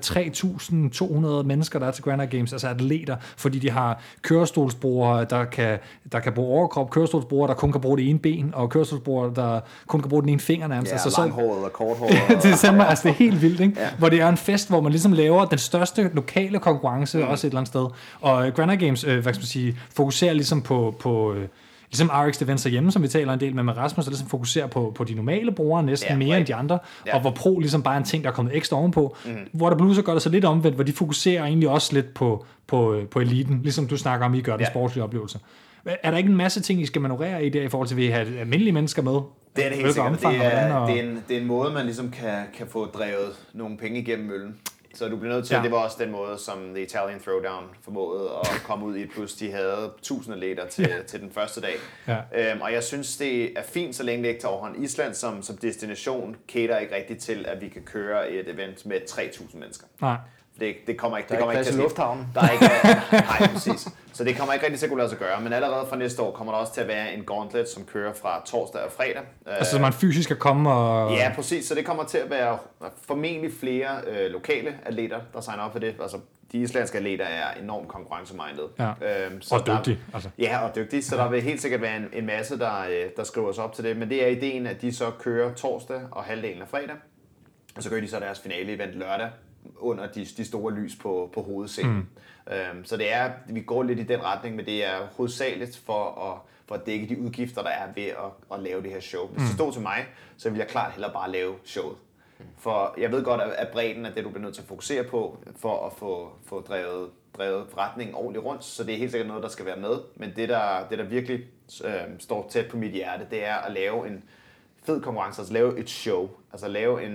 3.200 mennesker, der er til Granite Games, altså atleter, fordi de har kørestolsbrugere, der kan bruge overkrop, kørestolsbrugere, der kun kan bruge det ene ben, og kørestolsbrugere, der kun kan bruge den ene finger nærmest. Ja, altså, langhåret og korthåret. Det er simpelthen, altså det er helt vildt, ikke? Ja. Hvor det er en fest, hvor man ligesom laver den største lokale konkurrence, også et eller andet sted. Og Granite Games, hvad skal man sige, fokuserer ligesom på ligesom RX Events hjemme, som vi taler en del med Rasmus, der ligesom fokuserer på de normale brugere næsten mere end de andre, og hvor Pro ligesom bare er en ting, der er kommet ekstra ovenpå. Wodapalooza gør det så lidt omvendt, hvor de fokuserer egentlig også lidt på eliten, ligesom du snakker om, I gør den sportslige oplevelse. Er der ikke en masse ting, I skal manøvrere i der, i forhold til, at vi har almindelige mennesker med? Det er det helt sikkert. Det er en måde, man ligesom kan få drevet nogle penge igennem møllen. Så du bliver nødt til, det var også den måde, som The Italian Throwdown formåede at komme ud i et plus. De havde 1000 atleter til den første dag. Ja. Og jeg synes, det er fint, så længe det ikke tager overhånd. Island som destination cater ikke rigtigt til, at vi kan køre et event med 3000 mennesker. Nej. Det kommer ikke til lufthavnen. Der er ikke, nej, præcis. Så det kommer ikke rigtig til at kunne lade sig gøre. Men allerede fra næste år kommer der også til at være en gauntlet, som kører fra torsdag og fredag. Altså så man fysisk kan komme og... Ja, præcis. Så det kommer til at være formentlig flere lokale atleter, der signer op for det. Altså de islandske atleter er enormt konkurrencemindet. Ja. Og dygtige. Altså. Ja, og dygtige. Så der vil helt sikkert være en masse, der skriver sig op til det. Men det er ideen, at de så kører torsdag og halvdelen af fredag. Og så gør de så deres finale-event lørdag under de store lys på hovedscenen. Så det er, vi går lidt i den retning, men det er hovedsageligt for at dække de udgifter, der er ved at lave det her show. Hvis det stod til mig, så ville jeg klart hellere bare lave showet. For jeg ved godt, at bredden er det, du bliver nødt til at fokusere på, for at få drevet forretningen ordentligt rundt. Så det er helt sikkert noget, der skal være med. Men det der virkelig står tæt på mit hjerte, det er at lave en fed konkurrence, altså lave et show. Altså lave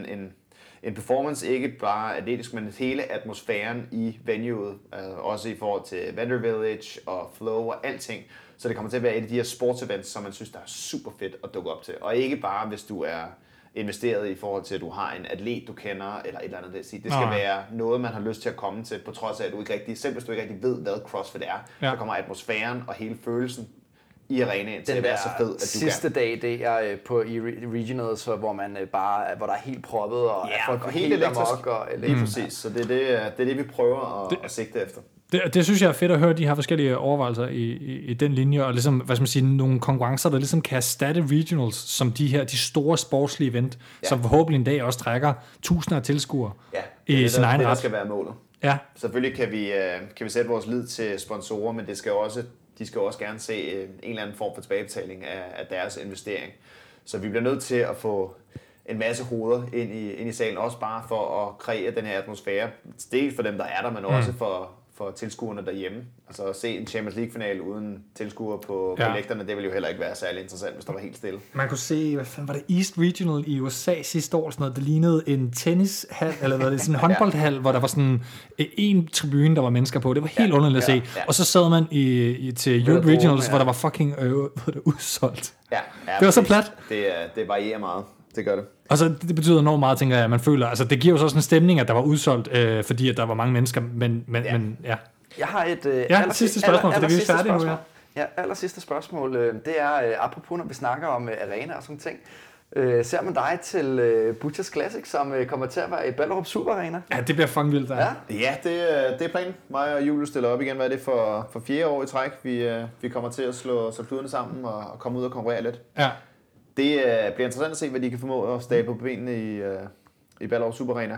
en performance, ikke bare atletisk, men hele atmosfæren i venuet, også i forhold til Vendor Village og Flow og alting. Så det kommer til at være et af de her sportsevents, som man synes, der er super fedt at dukke op til. Og ikke bare, hvis du er investeret i forhold til, at du har en atlet, du kender, eller et eller andet. Det skal være noget, man har lyst til at komme til, på trods af, at du ikke rigtig, selv hvis du ikke rigtig ved, hvad CrossFit er, så kommer atmosfæren og hele følelsen i arenaen til at være så fed, at du sidste dag, det er i regionals, hvor der er helt proppet, og folk og helt elektrisk. Lige præcis, så det er det, vi prøver at sigte efter. Det synes jeg er fedt at høre, de har forskellige overvejelser i den linje, og ligesom, hvad skal man sige, nogle konkurrencer, der ligesom kan erstatte regionals, som de store sportslige event, som forhåbentlig en dag også trækker tusinder af tilskuere i sin egen ret. Det skal være målet. Ja. Selvfølgelig kan vi sætte vores lid til sponsorer, men det skal også de skal også gerne se en eller anden form for tilbagebetaling af deres investering. Så vi bliver nødt til at få en masse hoveder ind i salen, også bare for at kreere den her atmosfære. Dels for dem, der er der, men også for tilskuerne derhjemme. Altså at se en Champions League-finale uden tilskuere på lægterne, det ville jo heller ikke være særlig interessant, hvis der var helt stille. Man kunne se, hvad fanden var det, East Regional i USA sidste år, sådan noget, det lignede en tennishal, eller hvad det, sådan en håndboldhal, hvor der var sådan en tribune, der var mennesker på. Det var helt underligt at se. Ja. Og så sad man til Europe Regionals, hvor der var fucking udsolgt. Ja, det var så plat. Det varierer meget. Det gør det. Og så det betyder enormt meget, tænker jeg, at man føler, altså det giver jo så sådan en stemning, at der var udsolgt, fordi at der var mange mennesker, men ja. Jeg har et sidste spørgsmål, for det er vi færdige nu. Ja, allersidste spørgsmål, det er, apropos når vi snakker om arena og sådan ting, ser man dig til Butchers Classic, som kommer til at være i Ballerup Super Arena? Ja, det bliver fucking vildt. Ja, det er planen. Mig og Julius stiller op igen. Hvad er det for 4. år i træk? Vi kommer til at slå kluderne sammen og komme ud og konkurrere lidt. Ja. Det bliver interessant at se, hvad de kan formå at stable på benene i Ballerup Super Arena.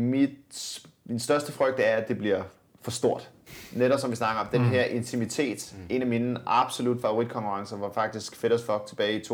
Min største frygt er, at det bliver for stort. Netop som vi snakker om, den her intimitet. En af mine absolut favoritkonkurrencer var faktisk Fed as Fuck tilbage i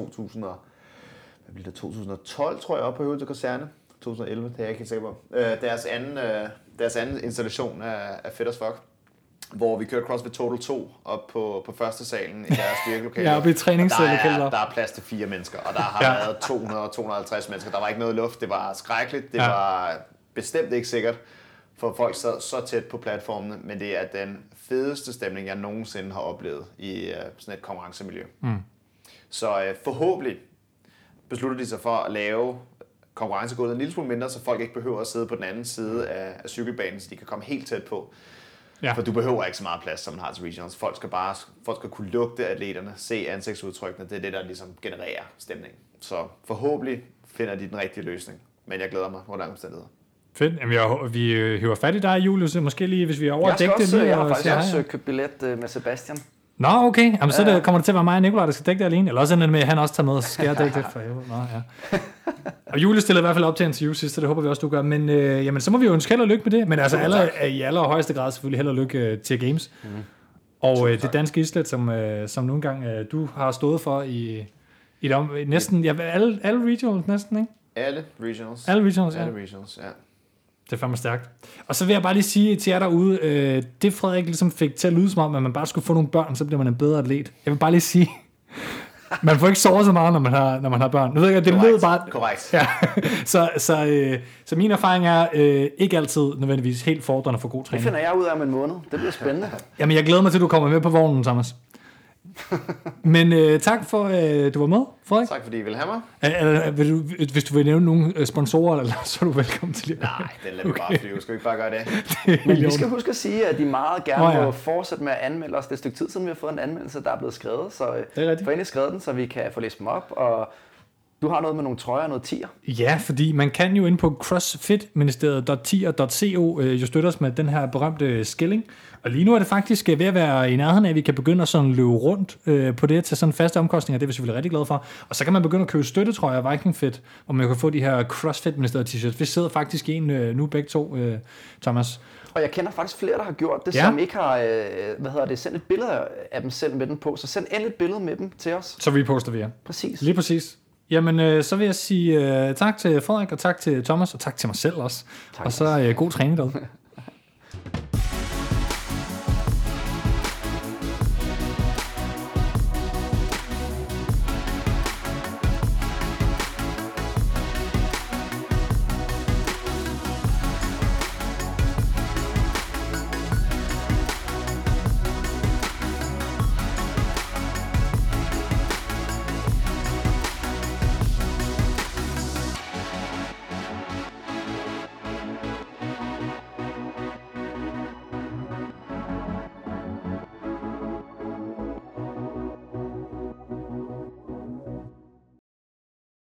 2012, tror jeg, op på Høvelse Kaserne. 2011, det er jeg ikke helt sikker på. Deres anden installation af Fed as Fuck, hvor vi kørte CrossFit Total 2 op på første salen i deres styrkelokale. Ja, oppe i træningslokalet. Der er plads til 4 mennesker, og der har været 200-250 mennesker. Der var ikke noget luft, det var skrækkeligt, det var bestemt ikke sikkert, for folk sad så tæt på platformene, men det er den fedeste stemning, jeg nogensinde har oplevet i sådan et konkurrencemiljø. Så forhåbentlig beslutter de sig for at lave konkurrencegulvet en lille smule mindre, så folk ikke behøver at sidde på den anden side af cykelbanen, så de kan komme helt tæt på. Ja. For du behøver ikke så meget plads, som man har til regionals. Folk skal kunne lugte atleterne, se ansigtsudtrykkene. Det er det, der ligesom genererer stemningen. Så forhåbentlig finder de den rigtige løsning. Men jeg glæder mig under omstændigheder. Fedt. Jamen, vi hiver fat i dig, Julius. Måske lige, hvis vi er overdækket det. Jeg har faktisk også købt billet med Sebastian. Nå, okay. Jamen, så kommer det til at være mig og Nikolaj, der skal dække det alene. Eller også ender det med, at han også tager med, så skal jeg dække det for helvede. Nå, ja. Og Julius stillede i hvert fald op til interview sidst, så det håber vi også, du gør. Men jamen, så må vi jo ønske held og lykke med det. Men altså i allerhøjeste grad selvfølgelig held og lykke til Games. Og det danske islet, som nogle gange du har stået for i næsten alle regionals næsten, ikke? Alle regionals, ja. Alle regionals, ja. Det er fandme stærkt. Og så vil jeg bare lige sige til jer derude, det Frederik ligesom fik til at lyde som om, at man bare skulle få nogle børn, så bliver man en bedre atlet. Jeg vil bare lige sige, man får ikke sove så meget, når man har børn. Nu ved jeg, det lyder bare... Korrekt. Ja. Så min erfaring er ikke altid nødvendigvis helt fordrende for god træning. Det finder jeg ud af om en måned. Det bliver spændende. Jamen, jeg glæder mig til, at du kommer med på vognen, Thomas. Men tak for, du var med, Frederik. Tak fordi I ville have mig. Hvis du vil nævne nogle sponsorer, eller, så er du velkommen til det. Nej, den lader vi bare flyve. Skal vi ikke bare gøre det? Men vi skal huske at sige, at de meget gerne må fortsætte med at anmelde os. Det er et stykke tid siden, vi har fået en anmeldelse, der er blevet skrevet. Så få endelig skrevet den, så vi kan få læst dem op. Og du har noget med nogle trøjer og noget tier. Ja, fordi man kan jo ind på crossfitministeriet.tier.co jo støtte os med den her berømte skilling. Og lige nu er det faktisk ved at være i nærheden af, at vi kan begynde at sådan løbe rundt på det til sådan faste omkostninger. Det er vi selvfølgelig rigtig glade for. Og så kan man begynde at købe støttetrøjer af Viking Fit, og man kan få de her CrossFit-ministeriet t-shirts. Vi sidder faktisk i en nu begge to, Thomas. Og jeg kender faktisk flere, der har gjort det, som ikke har sendt et billede af dem selv med den på. Så send endelig et billede med dem til os. Så reposter vi jer. Præcis. Lige præcis. Jamen, så vil jeg sige tak til Frederik, og tak til Thomas, og tak til mig selv også. Tak. Og så god træning derude.